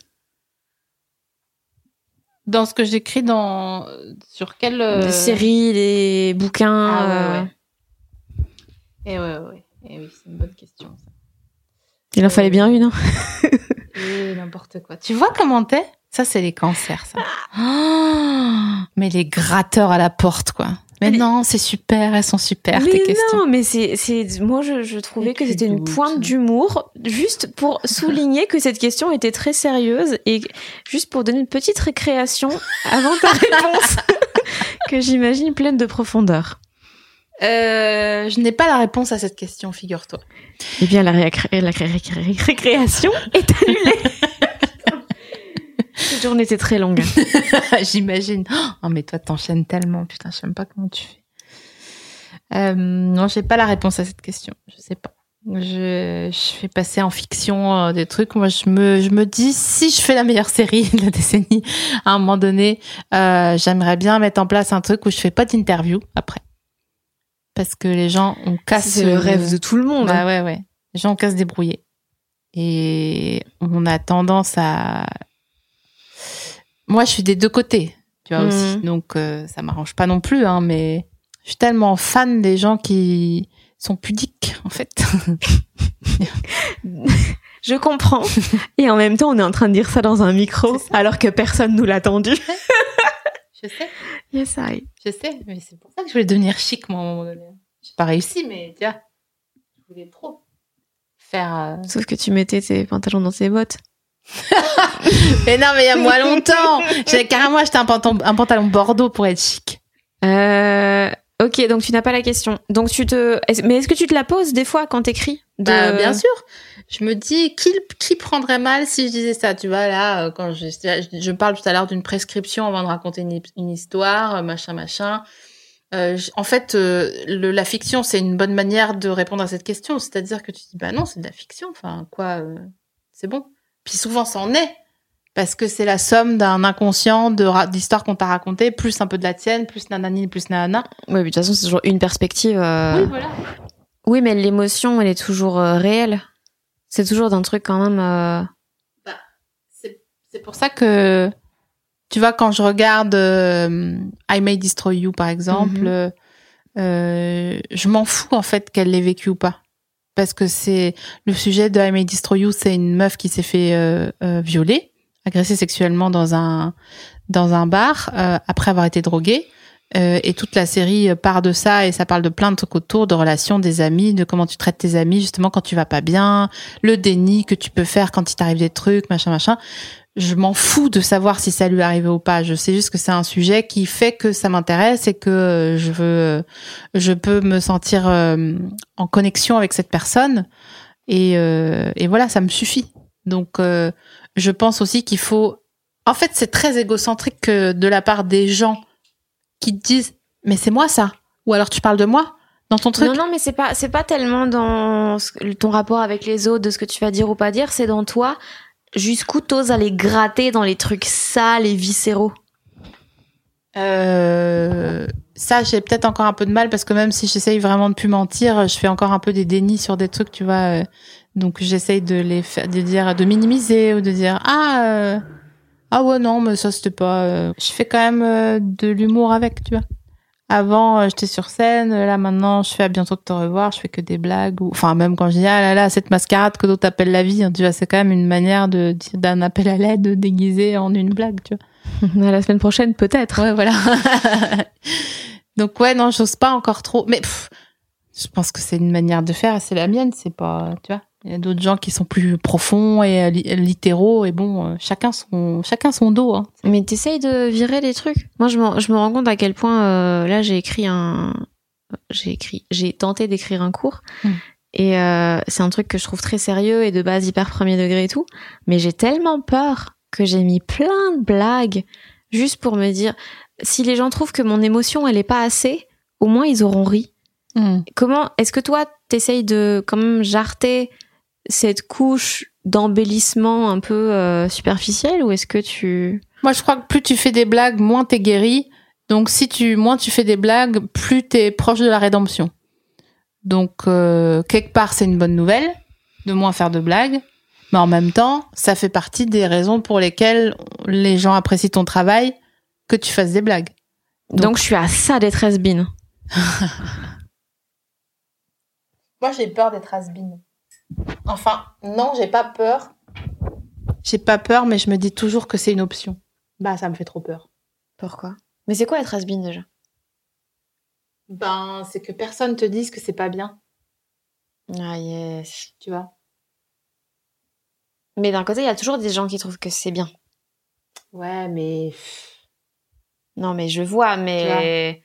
Dans ce que j'écris dans sur quelle euh... les séries, les bouquins. Ah ouais, euh... ouais. Et ouais, ouais. Et oui, c'est une bonne question. Ça. Il en euh... fallait bien une. Hein. Et n'importe quoi. Tu vois comment t'es? Ça, c'est les cancers, ça. Oh, mais les gratteurs à la porte, quoi. Mais les... non, c'est super, elles sont super, mais tes non, questions. Non, mais c'est, c'est, moi, je, je trouvais et que c'était doutes. Une pointe d'humour, juste pour souligner que cette question était très sérieuse et juste pour donner une petite récréation avant ta réponse, que j'imagine pleine de profondeur. Euh, je n'ai pas la réponse à cette question, figure-toi. Eh bien, la, récré- la ré- ré- ré- récréation est annulée. Cette journée était très longue. J'imagine. Oh, mais toi, t'enchaînes tellement. Putain, je sais même pas comment tu fais. Euh, non, j'ai pas la réponse à cette question. Je sais pas. Je, je fais passer en fiction euh, des trucs. Moi, je me, je me dis, si je fais la meilleure série de la décennie, à un moment donné, euh, j'aimerais bien mettre en place un truc où je fais pas d'interview après. Parce que les gens, on casse... C'est le rêve de tout le monde. Bah ouais, ouais. Les gens, on casse débrouiller. Et on a tendance à... Moi, je suis des deux côtés, tu vois, mmh. aussi. Donc, euh, ça m'arrange pas non plus, hein, mais je suis tellement fan des gens qui... sont pudiques, en fait. Je comprends. Et en même temps, on est en train de dire ça dans un micro, alors que personne nous l'a tendu. Je sais. Yes, I. Je sais, mais c'est pour ça que je voulais devenir chic, moi, à un moment donné. J'ai pas réussi, mais tu vois, je voulais trop faire... Euh... Sauf que tu mettais tes pantalons dans tes bottes. Mais non, mais il y a moins longtemps. J'avais carrément acheté un pantalon, un pantalon bordeaux pour être chic. Euh... Ok, donc tu n'as pas la question. Donc tu te, mais est-ce que tu te la poses des fois quand t'écris de... Bah, bien sûr. Je me dis qui qui prendrait mal si je disais ça. Tu vois là, quand je je parle tout à l'heure d'une prescription avant de raconter une, une histoire, machin machin. Euh, en fait, euh, le, la fiction c'est une bonne manière de répondre à cette question. C'est-à-dire que tu dis bah non, c'est de la fiction. Enfin quoi, euh, c'est bon. Puis souvent ça en est. Parce que c'est la somme d'un inconscient de ra- d'histoires qu'on t'a racontées, plus un peu de la tienne, plus nanani, plus nanana. Oui, mais de toute façon, c'est toujours une perspective. Euh... Oui, voilà. Oui, mais l'émotion, elle est toujours euh, réelle. C'est toujours d'un truc quand même... Euh... Bah, c'est, c'est pour ça que, tu vois, quand je regarde euh, I May Destroy You, par exemple, mm-hmm. euh, je m'en fous, en fait, qu'elle l'ait vécu ou pas. Parce que c'est... Le sujet de I May Destroy You, c'est une meuf qui s'est fait euh, euh, violer. Agressée sexuellement dans un dans un bar euh, après avoir été droguée euh, et toute la série part de ça et ça parle de plein de trucs autour de relations, des amis, de comment tu traites tes amis justement quand tu vas pas bien, le déni que tu peux faire quand il t'arrive des trucs, machin machin. Je m'en fous de savoir si ça lui est arrivé ou pas. Je sais juste que c'est un sujet qui fait que ça m'intéresse et que je veux je peux me sentir euh, en connexion avec cette personne et euh, et voilà, ça me suffit. Donc euh, je pense aussi qu'il faut... En fait, c'est très égocentrique que de la part des gens qui te disent « Mais c'est moi, ça !» Ou alors, tu parles de moi dans ton truc. Non, non, mais c'est pas, c'est pas tellement dans ton rapport avec les autres, de ce que tu vas dire ou pas dire, c'est dans toi, jusqu'où t'oses aller gratter dans les trucs sales et viscéraux. Euh... Ça, j'ai peut-être encore un peu de mal, parce que même si j'essaye vraiment de plus mentir, je fais encore un peu des dénis sur des trucs, tu vois... Euh... Donc j'essaye de les faire, de dire, de minimiser ou de dire ah euh, ah ouais non mais ça c'était pas. Euh... Je fais quand même euh, de l'humour avec, tu vois. Avant euh, j'étais sur scène, là maintenant je fais à bientôt de te revoir, je fais que des blagues ou enfin même quand je dis ah là là cette mascarade que d'autres appellent la vie, hein, tu vois, c'est quand même une manière de d'un appel à l'aide déguisé en une blague, tu vois. La semaine prochaine peut-être. Ouais voilà. Donc ouais non j'ose pas encore trop, mais pff, je pense que c'est une manière de faire, c'est la mienne, c'est pas, tu vois. Il y a d'autres gens qui sont plus profonds et littéraux et bon, euh, chacun son chacun son dos. Hein. Mais t'essayes de virer des trucs. Moi, je me je me rends compte à quel point euh, là j'ai écrit un j'ai écrit j'ai tenté d'écrire un cours mm. et euh, c'est un truc que je trouve très sérieux et de base hyper premier degré et tout. Mais j'ai tellement peur que j'ai mis plein de blagues juste pour me dire si les gens trouvent que mon émotion elle est pas assez, au moins ils auront ri. Mm. Comment est-ce que toi t'essayes de quand même jarter cette couche d'embellissement un peu euh, superficielle ou est-ce que tu... Moi, je crois que plus tu fais des blagues, moins t'es guéri. Donc, si tu moins tu fais des blagues, plus t'es proche de la rédemption. Donc, euh, quelque part, c'est une bonne nouvelle de moins faire de blagues. Mais en même temps, ça fait partie des raisons pour lesquelles les gens apprécient ton travail, que tu fasses des blagues. Donc, Donc je suis à ça d'être has-been. Moi, j'ai peur d'être has-been. Enfin, non, j'ai pas peur. J'ai pas peur, mais je me dis toujours que c'est une option. Bah, ça me fait trop peur. Pourquoi ? Mais c'est quoi être has-been déjà ? Ben, c'est que personne te dise que c'est pas bien. Ah yes. Tu vois ? Mais d'un côté, il y a toujours des gens qui trouvent que c'est bien. Ouais, mais... Non, mais je vois, mais...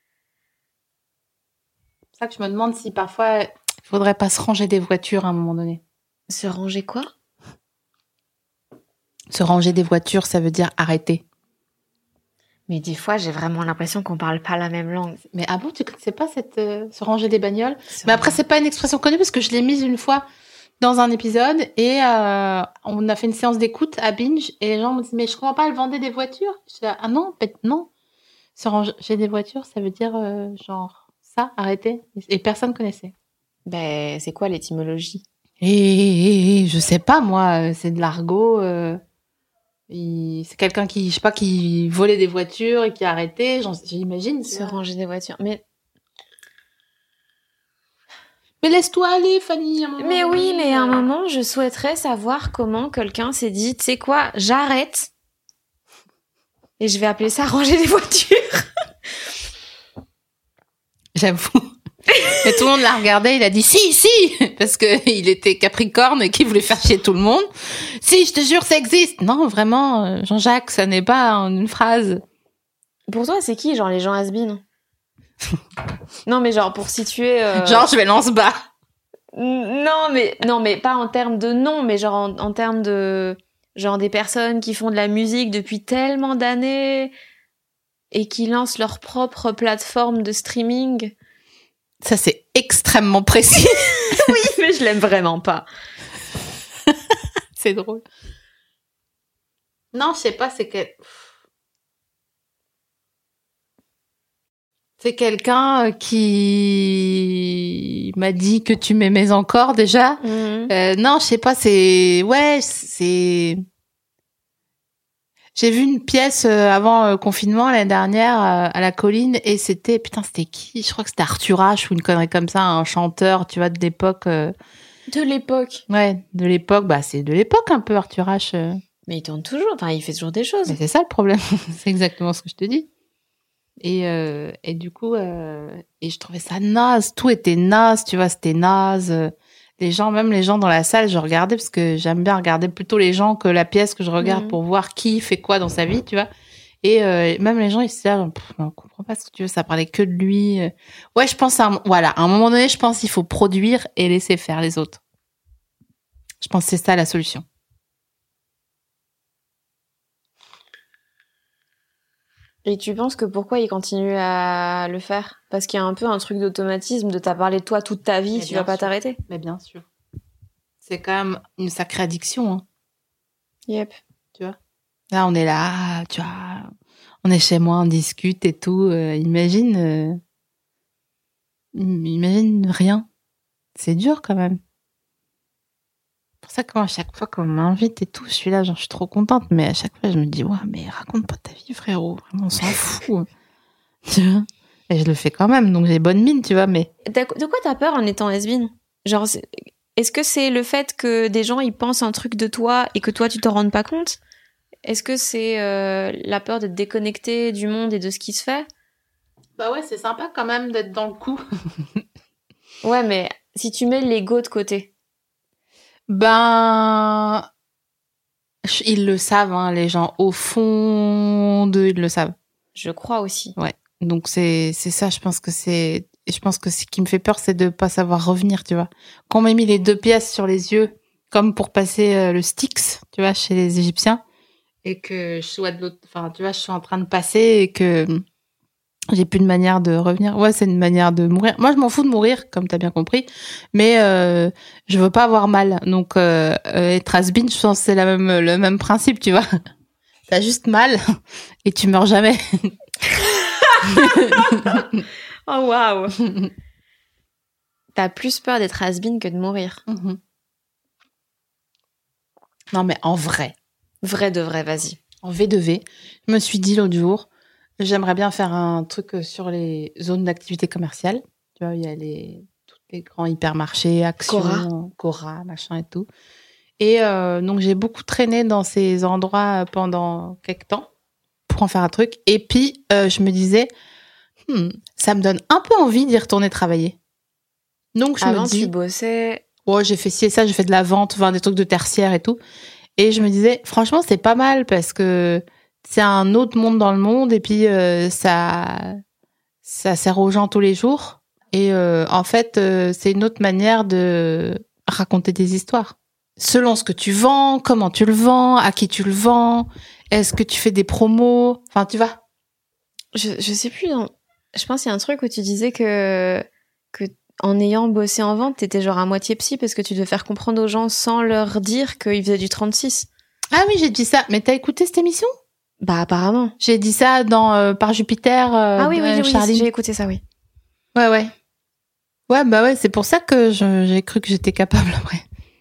C'est pour ça que je me demande si parfois... Il faudrait pas se ranger des voitures à un moment donné. Se ranger quoi ? Se ranger des voitures, ça veut dire arrêter. Mais des fois, j'ai vraiment l'impression qu'on parle pas la même langue. Mais ah bon, tu connaissais pas cette euh, se ranger des bagnoles? C'est Mais après, vrai. c'est pas une expression connue parce que je l'ai mise une fois dans un épisode et euh, on a fait une séance d'écoute à Binge et les gens m'ont dit mais je comprends pas, elle vendait des voitures. Je dis ah non, peut- non. Se ranger des voitures, ça veut dire euh, genre ça, arrêtez. Et personne connaissait. Ben, c'est quoi l'étymologie? Et, et, et je sais pas moi, c'est de l'argot. Euh, il- c'est quelqu'un qui, je sais pas, qui volait des voitures et qui a arrêté. J'en- J'imagine. tu Se vois. ranger des voitures. Mais, Mais laisse-toi aller, Fanny. à un moment mais oui, donné, mais à un euh. moment, je souhaiterais savoir comment quelqu'un s'est dit, tu sais quoi, j'arrête. Et je vais appeler ça ranger des voitures. J'avoue. Mais tout le monde l'a regardé, il a dit si, si, parce que il était Capricorne et qu'il voulait faire chier tout le monde. Si, je te jure, ça existe. Non, vraiment, euh, Jean-Jacques, ça n'est pas en une phrase. Pour toi, c'est qui, genre, les gens has-been? Non, mais genre, pour situer... euh, Genre, je vais lance bas. Non, mais, non, mais pas en termes de nom, mais genre en, en termes de... Genre des personnes qui font de la musique depuis tellement d'années et qui lancent leur propre plateforme de streaming. Ça, c'est extrêmement précis. Oui, mais je l'aime vraiment pas. C'est drôle. Non, je sais pas, c'est que... C'est quelqu'un qui m'a dit que tu m'aimais encore déjà. Mhm. Euh, non, je sais pas, c'est... Ouais, c'est... J'ai vu une pièce euh, avant le confinement l'année dernière euh, à la Colline et c'était... Putain, c'était qui? Je crois que c'était Arthur H ou une connerie comme ça, un chanteur, tu vois, de l'époque... euh, De l'époque. Ouais, de l'époque. Bah, c'est de l'époque un peu, Arthur H. euh. Mais il tourne toujours, enfin, il fait toujours des choses. Mais c'est ça le problème. C'est exactement ce que je te dis. Et, euh, et du coup, euh, et je trouvais ça naze. Tout était naze, tu vois, c'était naze. Les gens, même les gens dans la salle, je regardais parce que j'aime bien regarder plutôt les gens que la pièce que je regarde Mhm. pour voir qui fait quoi dans sa vie, tu vois. Et euh, même les gens, ils se disent, ah, pff, on comprend pas ce que tu veux, ça parlait que de lui. Ouais, je pense à un, voilà, à un moment donné, je pense qu'il faut produire et laisser faire les autres. Je pense que c'est ça la solution. Et tu penses que pourquoi il continue à le faire? Parce qu'il y a un peu un truc d'automatisme de t'as parlé de toi toute ta vie, Mais tu bien vas pas sûr. t'arrêter. Mais bien sûr. C'est quand même une sacrée addiction, hein. Yep. Là, on est là, tu vois, on est chez moi, on discute et tout. Euh, imagine, euh, imagine rien. C'est dur quand même. C'est pour ça que moi, à chaque fois qu'on m'invite et tout, je suis là, genre, je suis trop contente. Mais à chaque fois, je me dis, ouais, mais raconte pas ta vie, frérot. Vraiment, on s'en fout. Tu vois. Et je le fais quand même, donc j'ai bonne mine, tu vois, mais... T'as- De quoi t'as peur en étant has-been? Genre, c'est- est-ce que c'est le fait que des gens ils pensent un truc de toi et que toi tu t'en rendes pas compte? Est-ce que c'est euh, la peur d'être déconnecté du monde et de ce qui se fait? Bah ouais, c'est sympa quand même d'être dans le coup. Ouais, mais si tu mets l'ego de côté. Ben... Ils le savent, hein, les gens. Au fond d'eux, ils le savent. Je crois aussi. Donc c'est c'est ça, je pense que c'est et je pense que ce qui me fait peur, c'est de pas savoir revenir, tu vois. Quand on m'a mis les deux pièces sur les yeux, comme pour passer euh, le Styx, tu vois, chez les Égyptiens, et que je sois de l'autre, enfin, tu vois, je suis en train de passer et que j'ai plus de manière de revenir. Ouais, c'est une manière de mourir. Moi, je m'en fous de mourir, comme t'as bien compris, mais euh, je veux pas avoir mal. Donc euh, euh, être has-been, je pense que c'est la même le même principe, tu vois. T'as juste mal et tu meurs jamais. Oh waouh! T'as plus peur d'être has-been que de mourir. Mhm. Non, mais en vrai, Vrai de vrai, vas-y. en V deux V, je me suis dit l'autre jour, j'aimerais bien faire un truc sur les zones d'activité commerciale. Tu vois, il y a les, tous les grands hypermarchés, Action, Cora. Cora, machin et tout. Et euh, donc, j'ai beaucoup traîné dans ces endroits pendant quelques temps pour en faire un truc. Et puis, euh, je me disais, hmm, ça me donne un peu envie d'y retourner travailler. Donc, je Avant, me dis... tu bossais... Ouais, j'ai fait ci et ça, j'ai fait de la vente, enfin, des trucs de tertiaire et tout. Et je me disais, franchement, c'est pas mal parce que c'est un autre monde dans le monde et puis euh, ça, ça sert aux gens tous les jours. Et euh, en fait, euh, c'est une autre manière de raconter des histoires. Selon ce que tu vends, comment tu le vends, à qui tu le vends, est-ce que tu fais des promos, enfin, tu vois. Je, je sais plus, non. Je pense qu'il y a un truc où tu disais que, que en ayant bossé en vente, t'étais genre à moitié psy parce que tu devais faire comprendre aux gens sans leur dire qu'ils faisaient du trente-six. Ah oui, j'ai dit ça. Mais t'as écouté cette émission? Bah, apparemment. J'ai dit ça dans euh, Par Jupiter. Euh, ah oui, oui, oui, Charlie. J'ai écouté ça, oui. Ouais, ouais. Ouais, bah ouais, c'est pour ça que je, j'ai cru que j'étais capable après.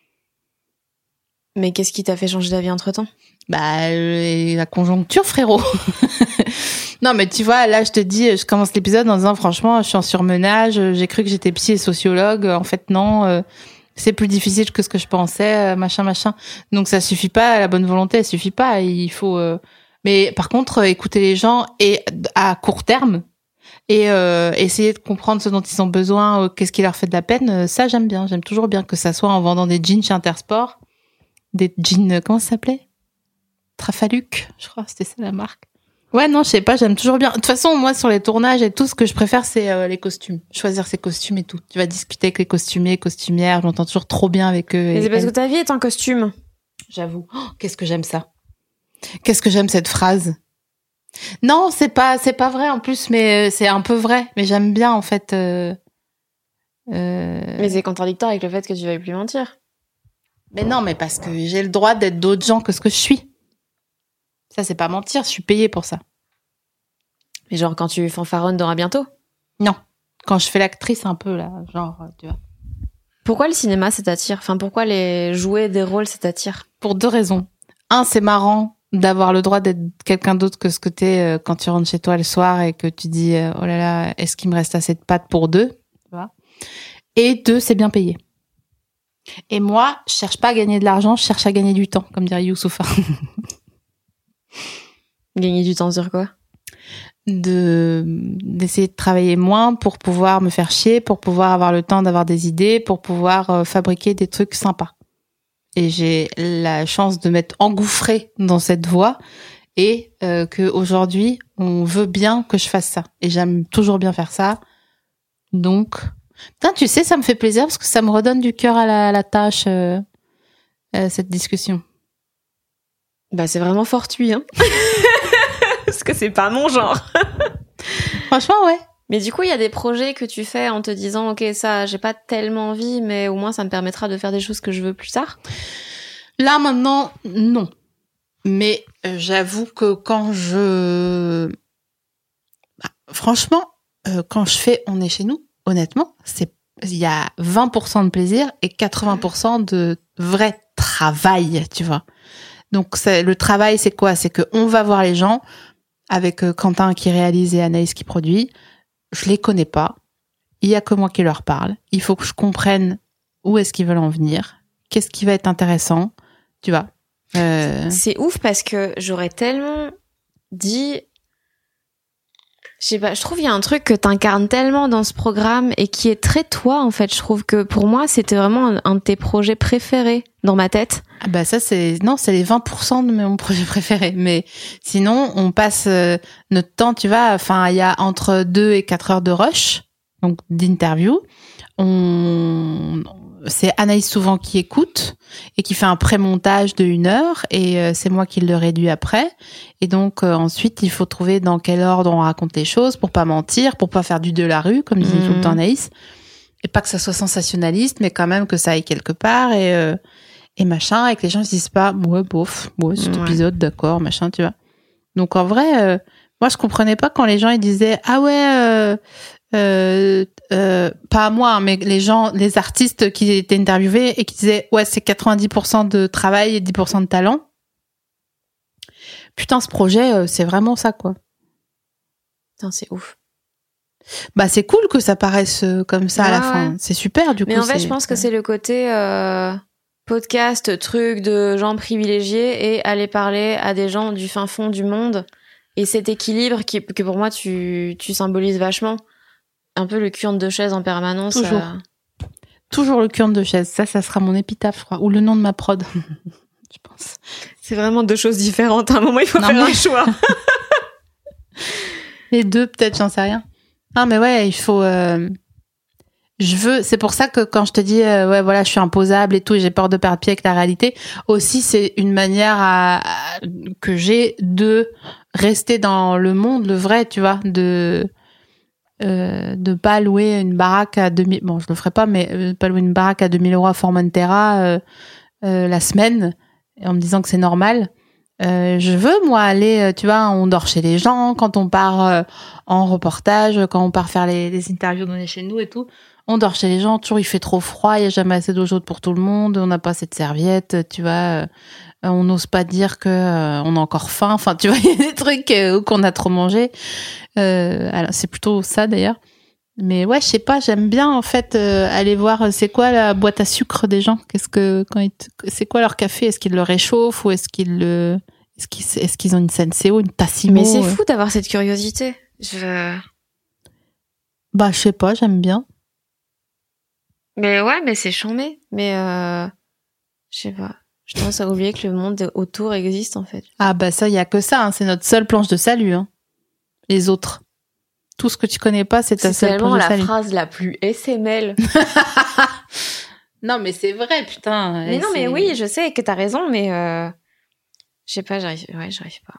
Mais qu'est-ce qui t'a fait changer d'avis entre-temps? Bah, euh, la conjoncture, frérot. Non, mais tu vois, là, je te dis, je commence l'épisode en disant, franchement, je suis en surmenage, j'ai cru que j'étais psy et sociologue. En fait, non, euh, c'est plus difficile que ce que je pensais, machin, machin. Donc, ça suffit pas, la bonne volonté, elle suffit pas. Il faut... Euh... Mais par contre, écouter les gens et à court terme et euh, essayer de comprendre ce dont ils ont besoin, qu'est-ce qui leur fait de la peine, ça, j'aime bien. J'aime toujours bien que ça soit en vendant des jeans chez Intersport. Des jeans, comment ça s'appelait? Trafaluc, je crois, c'était ça la marque. Ouais, non, je sais pas, j'aime toujours bien. De toute façon, moi, sur les tournages et tout, ce que je préfère, c'est euh, les costumes. Choisir ses costumes et tout. Tu vas discuter avec les costumiers, costumières, je m'entends toujours trop bien avec eux. Mais c'est parce que ta vie est en costume. J'avoue. Oh, qu'est-ce que j'aime ça. Qu'est-ce que j'aime cette phrase. Non, c'est pas, c'est pas vrai en plus, mais c'est un peu vrai. Mais j'aime bien, en fait. Euh... Euh... Mais c'est contradictoire avec le fait que tu veuilles plus mentir. Mais non, mais parce que j'ai le droit d'être d'autres gens que ce que je suis. Ça, c'est pas mentir, je suis payée pour ça. Mais genre quand tu fanfaronnes dans À bientôt? Non. Quand je fais l'actrice un peu, là, genre, tu vois. Pourquoi le cinéma, ça t'attire? Enfin, pourquoi les jouer des rôles, ça t'attire? Pour deux raisons. Un, c'est marrant d'avoir le droit d'être quelqu'un d'autre que ce que t'es euh, quand tu rentres chez toi le soir et que tu dis, euh, oh là là, est-ce qu'il me reste assez de pâtes pour deux? Tu vois. Et deux, c'est bien payé. Et moi, je cherche pas à gagner de l'argent, je cherche à gagner du temps, comme dirait Youssoufa. Gagner du temps sur quoi? De d'essayer de travailler moins pour pouvoir me faire chier, pour pouvoir avoir le temps d'avoir des idées, pour pouvoir euh, fabriquer des trucs sympas. Et j'ai la chance de m'être engouffrée dans cette voie et euh, que aujourd'hui on veut bien que je fasse ça. Et j'aime toujours bien faire ça. Donc, putain, tu sais, ça me fait plaisir parce que ça me redonne du cœur à la, à la tâche euh, euh, cette discussion. Bah, c'est vraiment fortuit, hein. Parce que c'est pas mon genre. Franchement, ouais. Mais du coup, il y a des projets que tu fais en te disant, ok, ça, j'ai pas tellement envie, mais au moins ça me permettra de faire des choses que je veux plus tard. Là, maintenant, non. Mais euh, j'avoue que quand je... Bah, franchement, euh, quand je fais On est chez nous, honnêtement, c'est il y a vingt pour cent de plaisir et quatre-vingts pour cent de vrai travail, tu vois. Donc, c'est, le travail, c'est quoi? C'est qu'on va voir les gens avec euh, Quentin qui réalise et Anaïs qui produit. Je les connais pas. Il y a que moi qui leur parle. Il faut que je comprenne où est-ce qu'ils veulent en venir. Qu'est-ce qui va être intéressant, tu vois. Euh... C'est ouf parce que j'aurais tellement dit... Je sais pas, je trouve il y a un truc que t'incarnes tellement dans ce programme et qui est très toi, en fait. Je trouve que pour moi, c'était vraiment un, un de tes projets préférés dans ma tête. Ah bah ça, c'est... Non, c'est les vingt pour cent de mon projet préféré. Mais sinon, on passe euh, notre temps, tu vois, enfin, il y a entre deux et quatre heures de rush, donc d'interview. On... C'est Anaïs souvent qui écoute et qui fait un pré-montage de une heure et euh, c'est moi qui le réduis après. Et donc euh, ensuite, il faut trouver dans quel ordre on raconte les choses pour pas mentir, pour pas faire du de la rue, comme disait mmh. tout le temps Anaïs. Et pas que ça soit sensationnaliste, mais quand même que ça aille quelque part et, euh, et machin, et que les gens se disent pas, ouais, bof, ouais, cet ouais. épisode, d'accord, machin, tu vois. Donc en vrai, euh, moi je comprenais pas quand les gens ils disaient, ah ouais, euh, Euh, euh, pas à moi, mais les gens, les artistes qui étaient interviewés et qui disaient ouais, c'est quatre-vingt-dix pour cent de travail et dix pour cent de talent. Putain, ce projet, c'est vraiment ça, quoi. Putain, c'est ouf. Bah, c'est cool que ça paraisse comme ça ah, à la ouais. fin. C'est super, du mais coup. Mais en fait, je pense que c'est le côté euh, podcast, truc de gens privilégiés et aller parler à des gens du fin fond du monde. Et cet équilibre qui, que pour moi, tu, tu symbolises vachement. Un peu le cul de chaise en permanence. Toujours. Euh... Toujours le cul de chaise. Ça, ça sera mon épitaphe, je crois. Ou le nom de ma prod. Je pense. C'est vraiment deux choses différentes. À un moment, il faut non, faire mais... un choix. Les deux, peut-être, j'en sais rien. Non, mais ouais, il faut... Euh... Je veux, c'est pour ça que quand je te dis euh, ouais voilà je suis imposable et tout et j'ai peur de perdre pied avec la réalité, aussi c'est une manière à, à que j'ai de rester dans le monde, le vrai, tu vois, de euh, de pas louer une baraque à deux mille, bon je le ferai pas, mais euh, pas louer une baraque à deux mille euros à Formentera euh, euh, la semaine en me disant que c'est normal. Euh, je veux moi aller, tu vois, on dort chez les gens quand on part euh, en reportage, quand on part faire les, les interviews données chez nous et tout. On dort chez les gens, toujours il fait trop froid, il y a jamais assez d'eau chaude pour tout le monde, on n'a pas assez de serviettes, tu vois, euh, on n'ose pas dire que euh, on a encore faim, enfin tu vois, il y a des trucs euh, qu'on a trop mangé. Euh, alors c'est plutôt ça d'ailleurs. Mais ouais, je sais pas, j'aime bien en fait euh, aller voir euh, c'est quoi la boîte à sucre des gens, qu'est-ce que quand ils te... c'est quoi leur café, est-ce qu'ils le réchauffent ou est-ce qu'ils le est-ce qu'ils est-ce qu'ils ont une Senseo, une Tassimo? Mais c'est fou d'avoir cette curiosité. Je Bah je sais pas, j'aime bien. Mais ouais, mais c'est chambé. Mais euh, je sais pas. Je tendance à oublier que le monde autour existe en fait. Ah bah ça, il y a que ça. Hein. C'est notre seule planche de salut. Hein. Les autres, tout ce que tu connais pas, c'est ta c'est seule planche de salut. C'est salut. tellement la phrase la plus S M L. Non mais c'est vrai, putain. Mais non, c'est... mais oui, je sais que t'as raison, mais euh, je sais pas, j'arrive. Ouais, j'arrive pas.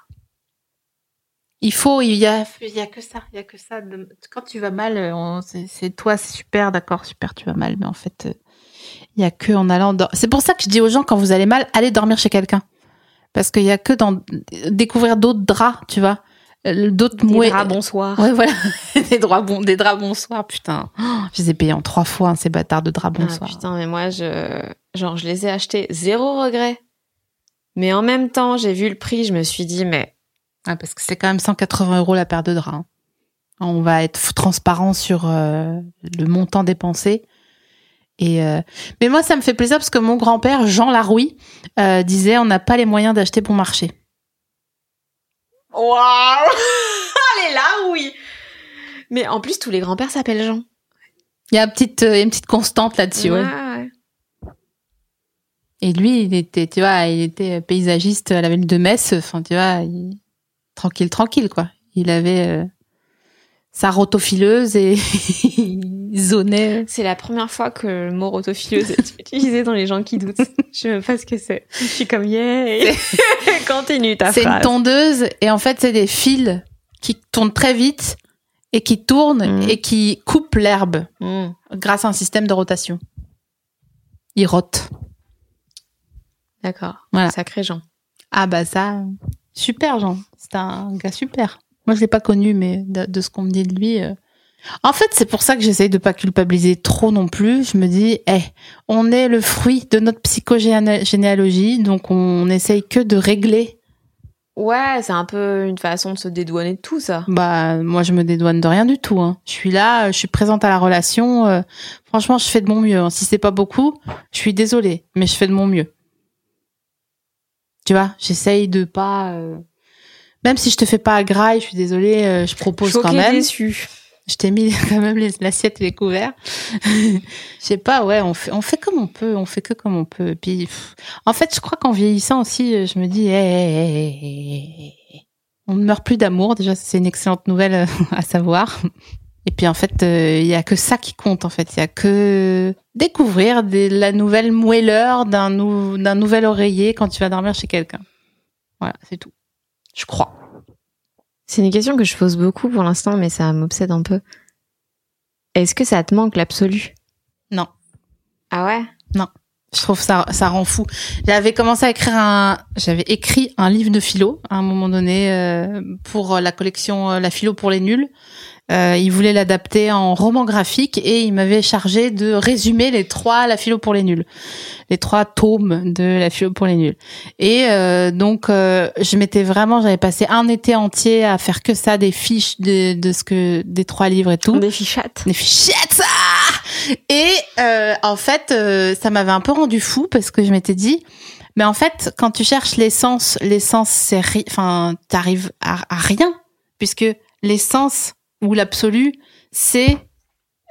Il faut, il y a, il y a que ça, il y a que ça. De... Quand tu vas mal, on... c'est, c'est toi, c'est super, d'accord, super, tu vas mal, mais en fait, il y a que en allant. Dor... C'est pour ça que je dis aux gens quand vous allez mal, allez dormir chez quelqu'un, parce qu'il y a que dans découvrir d'autres draps, tu vois, d'autres mouets. Des draps bonsoir. Ouais, voilà, des draps bon, des draps bonsoir, putain. Oh, je les ai payés en trois fois hein, ces bâtards de draps bonsoir. Ah, putain, mais moi, je, genre, je les ai achetés zéro regret, mais en même temps, j'ai vu le prix, je me suis dit, mais ah, parce que c'est quand même cent quatre-vingts euros la paire de draps. Hein. On va être transparent sur euh, le montant dépensé. Et euh... mais moi, ça me fait plaisir parce que mon grand-père, Jean Larouille, euh, disait on n'a pas les moyens d'acheter bon marché. Waouh. Elle est là, oui. Mais en plus, tous les grands-pères s'appellent Jean. Il y a une petite, euh, une petite constante là-dessus, ouais. ouais. ouais. Et lui, il était, tu vois, il était paysagiste à la ville de Metz. Enfin, tu vois, il... tranquille, tranquille, quoi. Il avait euh, sa rotofileuse et il zonait. C'est la première fois que le mot rotofileuse est utilisé dans les gens qui doutent. Je sais même pas ce que c'est. Je suis comme, yeah. Continue ta c'est phrase. C'est une tondeuse et en fait, c'est des fils qui tournent très vite et qui tournent mmh. et qui coupent l'herbe mmh. grâce à un système de rotation. Il rote. D'accord. Voilà. Sacré Jean. Ah bah ça, super Jean. C'est un gars super. Moi, je l'ai pas connu, mais de, de ce qu'on me dit de lui... Euh... En fait, c'est pour ça que j'essaye de pas culpabiliser trop non plus. Je me dis, eh, hey, on est le fruit de notre psychogénéalogie, donc on essaye que de régler. Ouais, c'est un peu une façon de se dédouaner de tout, ça. Bah, moi, je me dédouane de rien du tout. Hein. Je suis là, je suis présente à la relation. Euh, franchement, je fais de mon mieux. Hein. Si c'est pas beaucoup, je suis désolée, mais je fais de mon mieux. Tu vois, j'essaye de pas... Euh... Même si je te fais pas à graille, je suis désolée, euh, je propose Choquée, quand même. Déçue. Je t'ai mis quand même les, l'assiette et les couverts. Je sais pas, ouais, on fait, on fait comme on peut, on fait que comme on peut. Et puis, pff, en fait, je crois qu'en vieillissant aussi, je me dis, hey, hey, hey, hey, hey. On ne meurt plus d'amour. Déjà, c'est une excellente nouvelle à savoir. Et puis, en fait, il euh, y a que ça qui compte, en fait. Il y a que découvrir des, la nouvelle moelleur d'un, nou, d'un nouvel oreiller quand tu vas dormir chez quelqu'un. Voilà, c'est tout. Je crois. C'est une question que je pose beaucoup pour l'instant, mais ça m'obsède un peu. Est-ce que ça te manque l'absolu ? Non. Ah ouais ? Non. Je trouve ça, ça rend fou. J'avais commencé à écrire un, j'avais écrit un livre de philo à un moment donné euh, pour la collection euh, La philo pour les nuls. Euh, il voulait l'adapter en roman graphique et il m'avait chargé de résumer les trois La philo pour les nuls, les trois tomes de La philo pour les nuls. Et euh, donc euh, je m'étais vraiment, j'avais passé un été entier à faire que ça, des fiches de, de ce que des trois livres et tout. Des fichettes. Des fichettes, ça. Et euh, en fait, euh, ça m'avait un peu rendu fou parce que je m'étais dit, mais en fait, quand tu cherches l'essence, l'essence c'est, ri- enfin, t'arrives à, à rien puisque l'essence ou l'absolu, c'est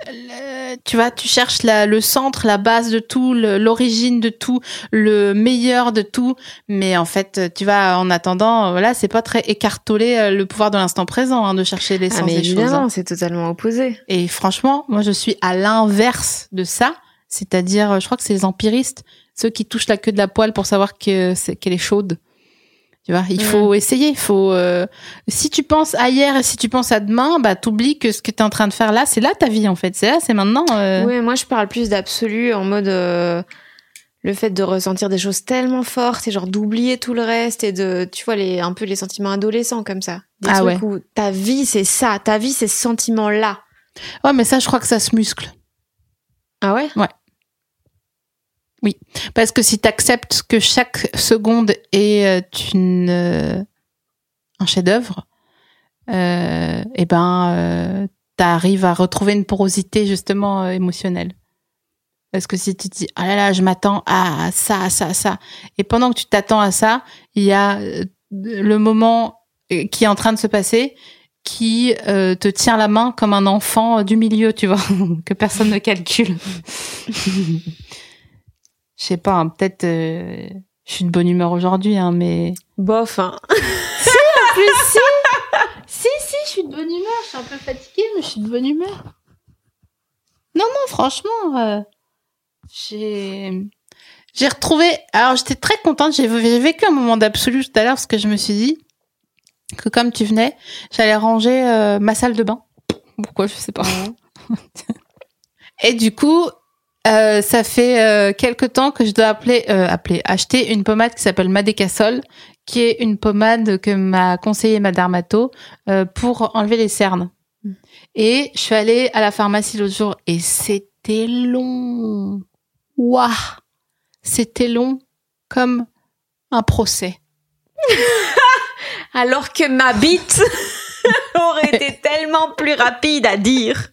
le, tu vois, tu cherches la, le centre, la base de tout, le, l'origine de tout, le meilleur de tout. Mais en fait, tu vois, en attendant, voilà, c'est pas très écartolé le pouvoir de l'instant présent, hein, de chercher l'essence ah, mais des choses. Évidemment, c'est totalement opposé. Et franchement, moi, je suis à l'inverse de ça. C'est-à-dire, je crois que c'est les empiristes, ceux qui touchent la queue de la poêle pour savoir que c'est, qu'elle est chaude. Tu vois, il faut mmh. essayer, il faut euh, si tu penses à hier et si tu penses à demain, bah t'oublies que ce que t'es en train de faire là, c'est là ta vie en fait, c'est là, c'est maintenant. Euh... Oui, moi je parle plus d'absolu en mode euh, le fait de ressentir des choses tellement fortes et genre d'oublier tout le reste et de tu vois les un peu les sentiments adolescents comme ça. Des ah trucs ouais. où ta vie c'est ça, ta vie c'est ce sentiment là. Ouais, mais ça je crois que ça se muscle. Ah ouais? Ouais. Oui, parce que si t'acceptes que chaque seconde est une euh, un chef-d'œuvre, euh, et ben euh, t'arrives à retrouver une porosité justement euh, émotionnelle. Parce que si tu te dis ah là là, je m'attends à ça, à ça, à ça, et pendant que tu t'attends à ça, il y a le moment qui est en train de se passer qui euh, te tient la main comme un enfant du milieu, tu vois, que personne ne calcule. Je sais pas, hein, peut-être euh, je suis de bonne humeur aujourd'hui, hein, mais... Bof, hein. Si, en plus, si Si, si, je suis de bonne humeur. Je suis un peu fatiguée, mais je suis de bonne humeur. Non, non, franchement, euh, j'ai... J'ai retrouvé... Alors, j'étais très contente. J'ai vécu un moment d'absolu tout à l'heure parce que je me suis dit que comme tu venais, j'allais ranger euh, ma salle de bain. Pourquoi, je sais pas. Et du coup... Euh, ça fait euh, quelque temps que je dois appeler, euh, appeler, acheter une pommade qui s'appelle Madécasol, qui est une pommade que m'a conseillé ma dermato euh, pour enlever les cernes. Mm. Et je suis allée à la pharmacie l'autre jour et c'était long. Waouh, c'était long comme un procès. Alors que ma bite aurait été tellement plus rapide à dire.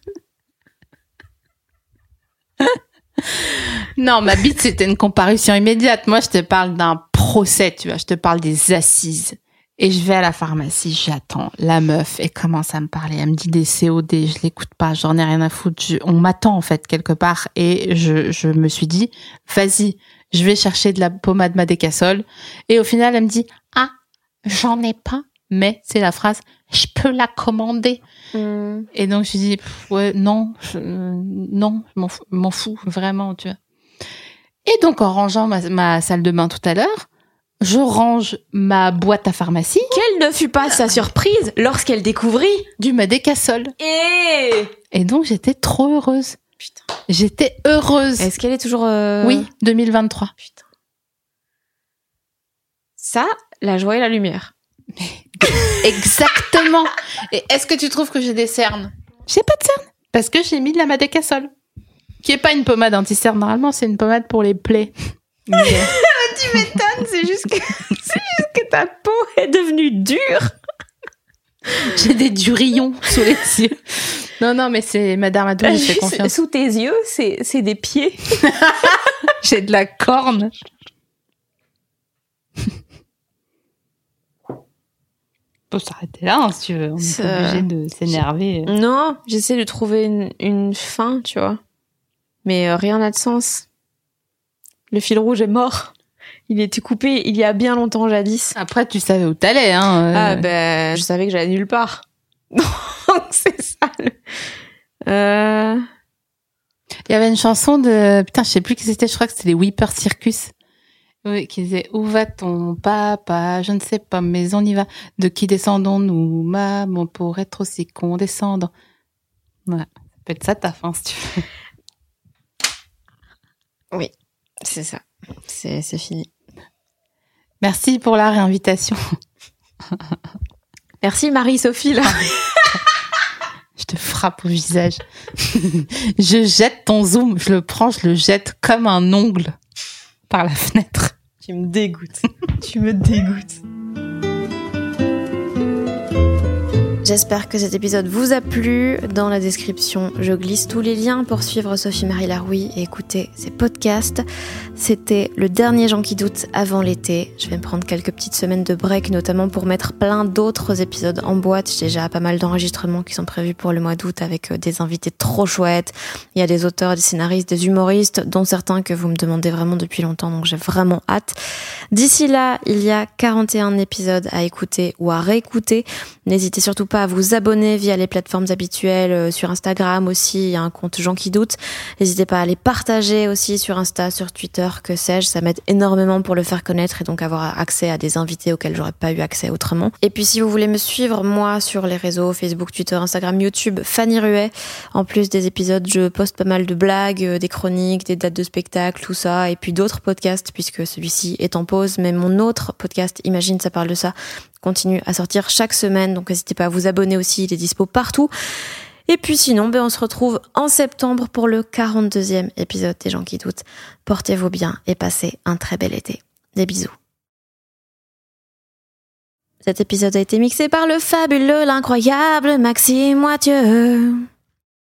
Non, ma bite, c'était une comparution immédiate. Moi, je te parle d'un procès, tu vois. Je te parle des assises. Et je vais à la pharmacie, j'attends. La meuf, elle commence à me parler. Elle me dit des C O D, je l'écoute pas, j'en ai rien à foutre. Je, on m'attend, en fait, quelque part. Et je, je me suis dit, vas-y, je vais chercher de la pommade Madécasol. Et au final, elle me dit, ah, j'en ai pas. Mais c'est la phrase, je peux la commander. Mmh. Et donc, je dis, ouais, non, je, euh, non, je m'en fous, m'en fous, vraiment, tu vois. Et donc, en rangeant ma, ma salle de bain tout à l'heure, je range ma boîte à pharmacie. Quelle ne fut pas sa surprise lorsqu'elle découvrit du Madécasol. Et Et donc, j'étais trop heureuse. Putain. J'étais heureuse. Est-ce qu'elle est toujours... Euh... Oui, deux mille vingt-trois. Putain. Ça, la joie et la lumière. Exactement. Et est-ce que tu trouves que j'ai des cernes? J'ai pas de cernes. Parce que j'ai mis de la Madécasol. Qui est pas une pommade anti-cerne. Normalement, c'est une pommade pour les plaies. Mais... tu m'étonnes, c'est juste que, c'est juste que ta peau est devenue dure. J'ai des durillons sous les yeux. Non, non, mais c'est ma dermatologue, je fais confiance. Sous tes yeux, c'est, c'est des pieds. J'ai de la corne. On peut s'arrêter là, hein, si tu veux. On est pas obligé de s'énerver. Non, j'essaie de trouver une, une fin, tu vois. Mais euh, rien n'a de sens. Le fil rouge est mort. Il était coupé il y a bien longtemps, jadis. Après, tu savais où t'allais, hein. Euh... Ah, ben, je savais que j'allais nulle part. Donc, c'est ça. Le... Euh... Il y avait une chanson de... Putain, je sais plus qui c'était, je crois que c'était les Weeper Circus. Oui, qui disait « Où va ton papa? Je ne sais pas, mais on y va. De qui descendons-nous, maman, pour être aussi condescendant ?» Voilà. Ça peut être ça ta fin, si tu veux. Oui, c'est ça. C'est, c'est fini. Merci pour la réinvitation. Merci Marie-Sophie, là. Je te frappe au visage. Je jette ton zoom, je le prends, je le jette comme un ongle par la fenêtre. Tu me dégoûtes. Tu me dégoûtes. J'espère que cet épisode vous a plu. Dans la description, je glisse tous les liens pour suivre Sophie-Marie Larouille et écouter ses podcasts. C'était le dernier Gens qui doutent avant l'été. Je vais me prendre quelques petites semaines de break, notamment pour mettre plein d'autres épisodes en boîte. J'ai déjà pas mal d'enregistrements qui sont prévus pour le mois d'août avec des invités trop chouettes. Il y a des auteurs, des scénaristes, des humoristes, dont certains que vous me demandez vraiment depuis longtemps, donc j'ai vraiment hâte. D'ici là, il y a quarante et un épisodes à écouter ou à réécouter. N'hésitez surtout pas à vous abonner via les plateformes habituelles, sur Instagram aussi, il y a un compte Gens qui doutent. N'hésitez pas à les partager aussi sur Insta, sur Twitter, que sais-je, ça m'aide énormément pour le faire connaître et donc avoir accès à des invités auxquels j'aurais pas eu accès autrement. Et puis si vous voulez me suivre, moi, sur les réseaux, Facebook, Twitter, Instagram, YouTube, Fanny Ruet. En plus des épisodes, je poste pas mal de blagues, des chroniques, des dates de spectacle, tout ça, et puis d'autres podcasts, puisque celui-ci est en pause, mais mon autre podcast, Imagine, ça parle de ça, continue à sortir chaque semaine, donc n'hésitez pas à vous abonner aussi, il est dispo partout. Et puis sinon, ben on se retrouve en septembre pour le quarante-deuxième épisode des Gens qui doutent. Portez-vous bien et passez un très bel été. Des bisous. Cet épisode a été mixé par le fabuleux, l'incroyable Maxime Moitieu.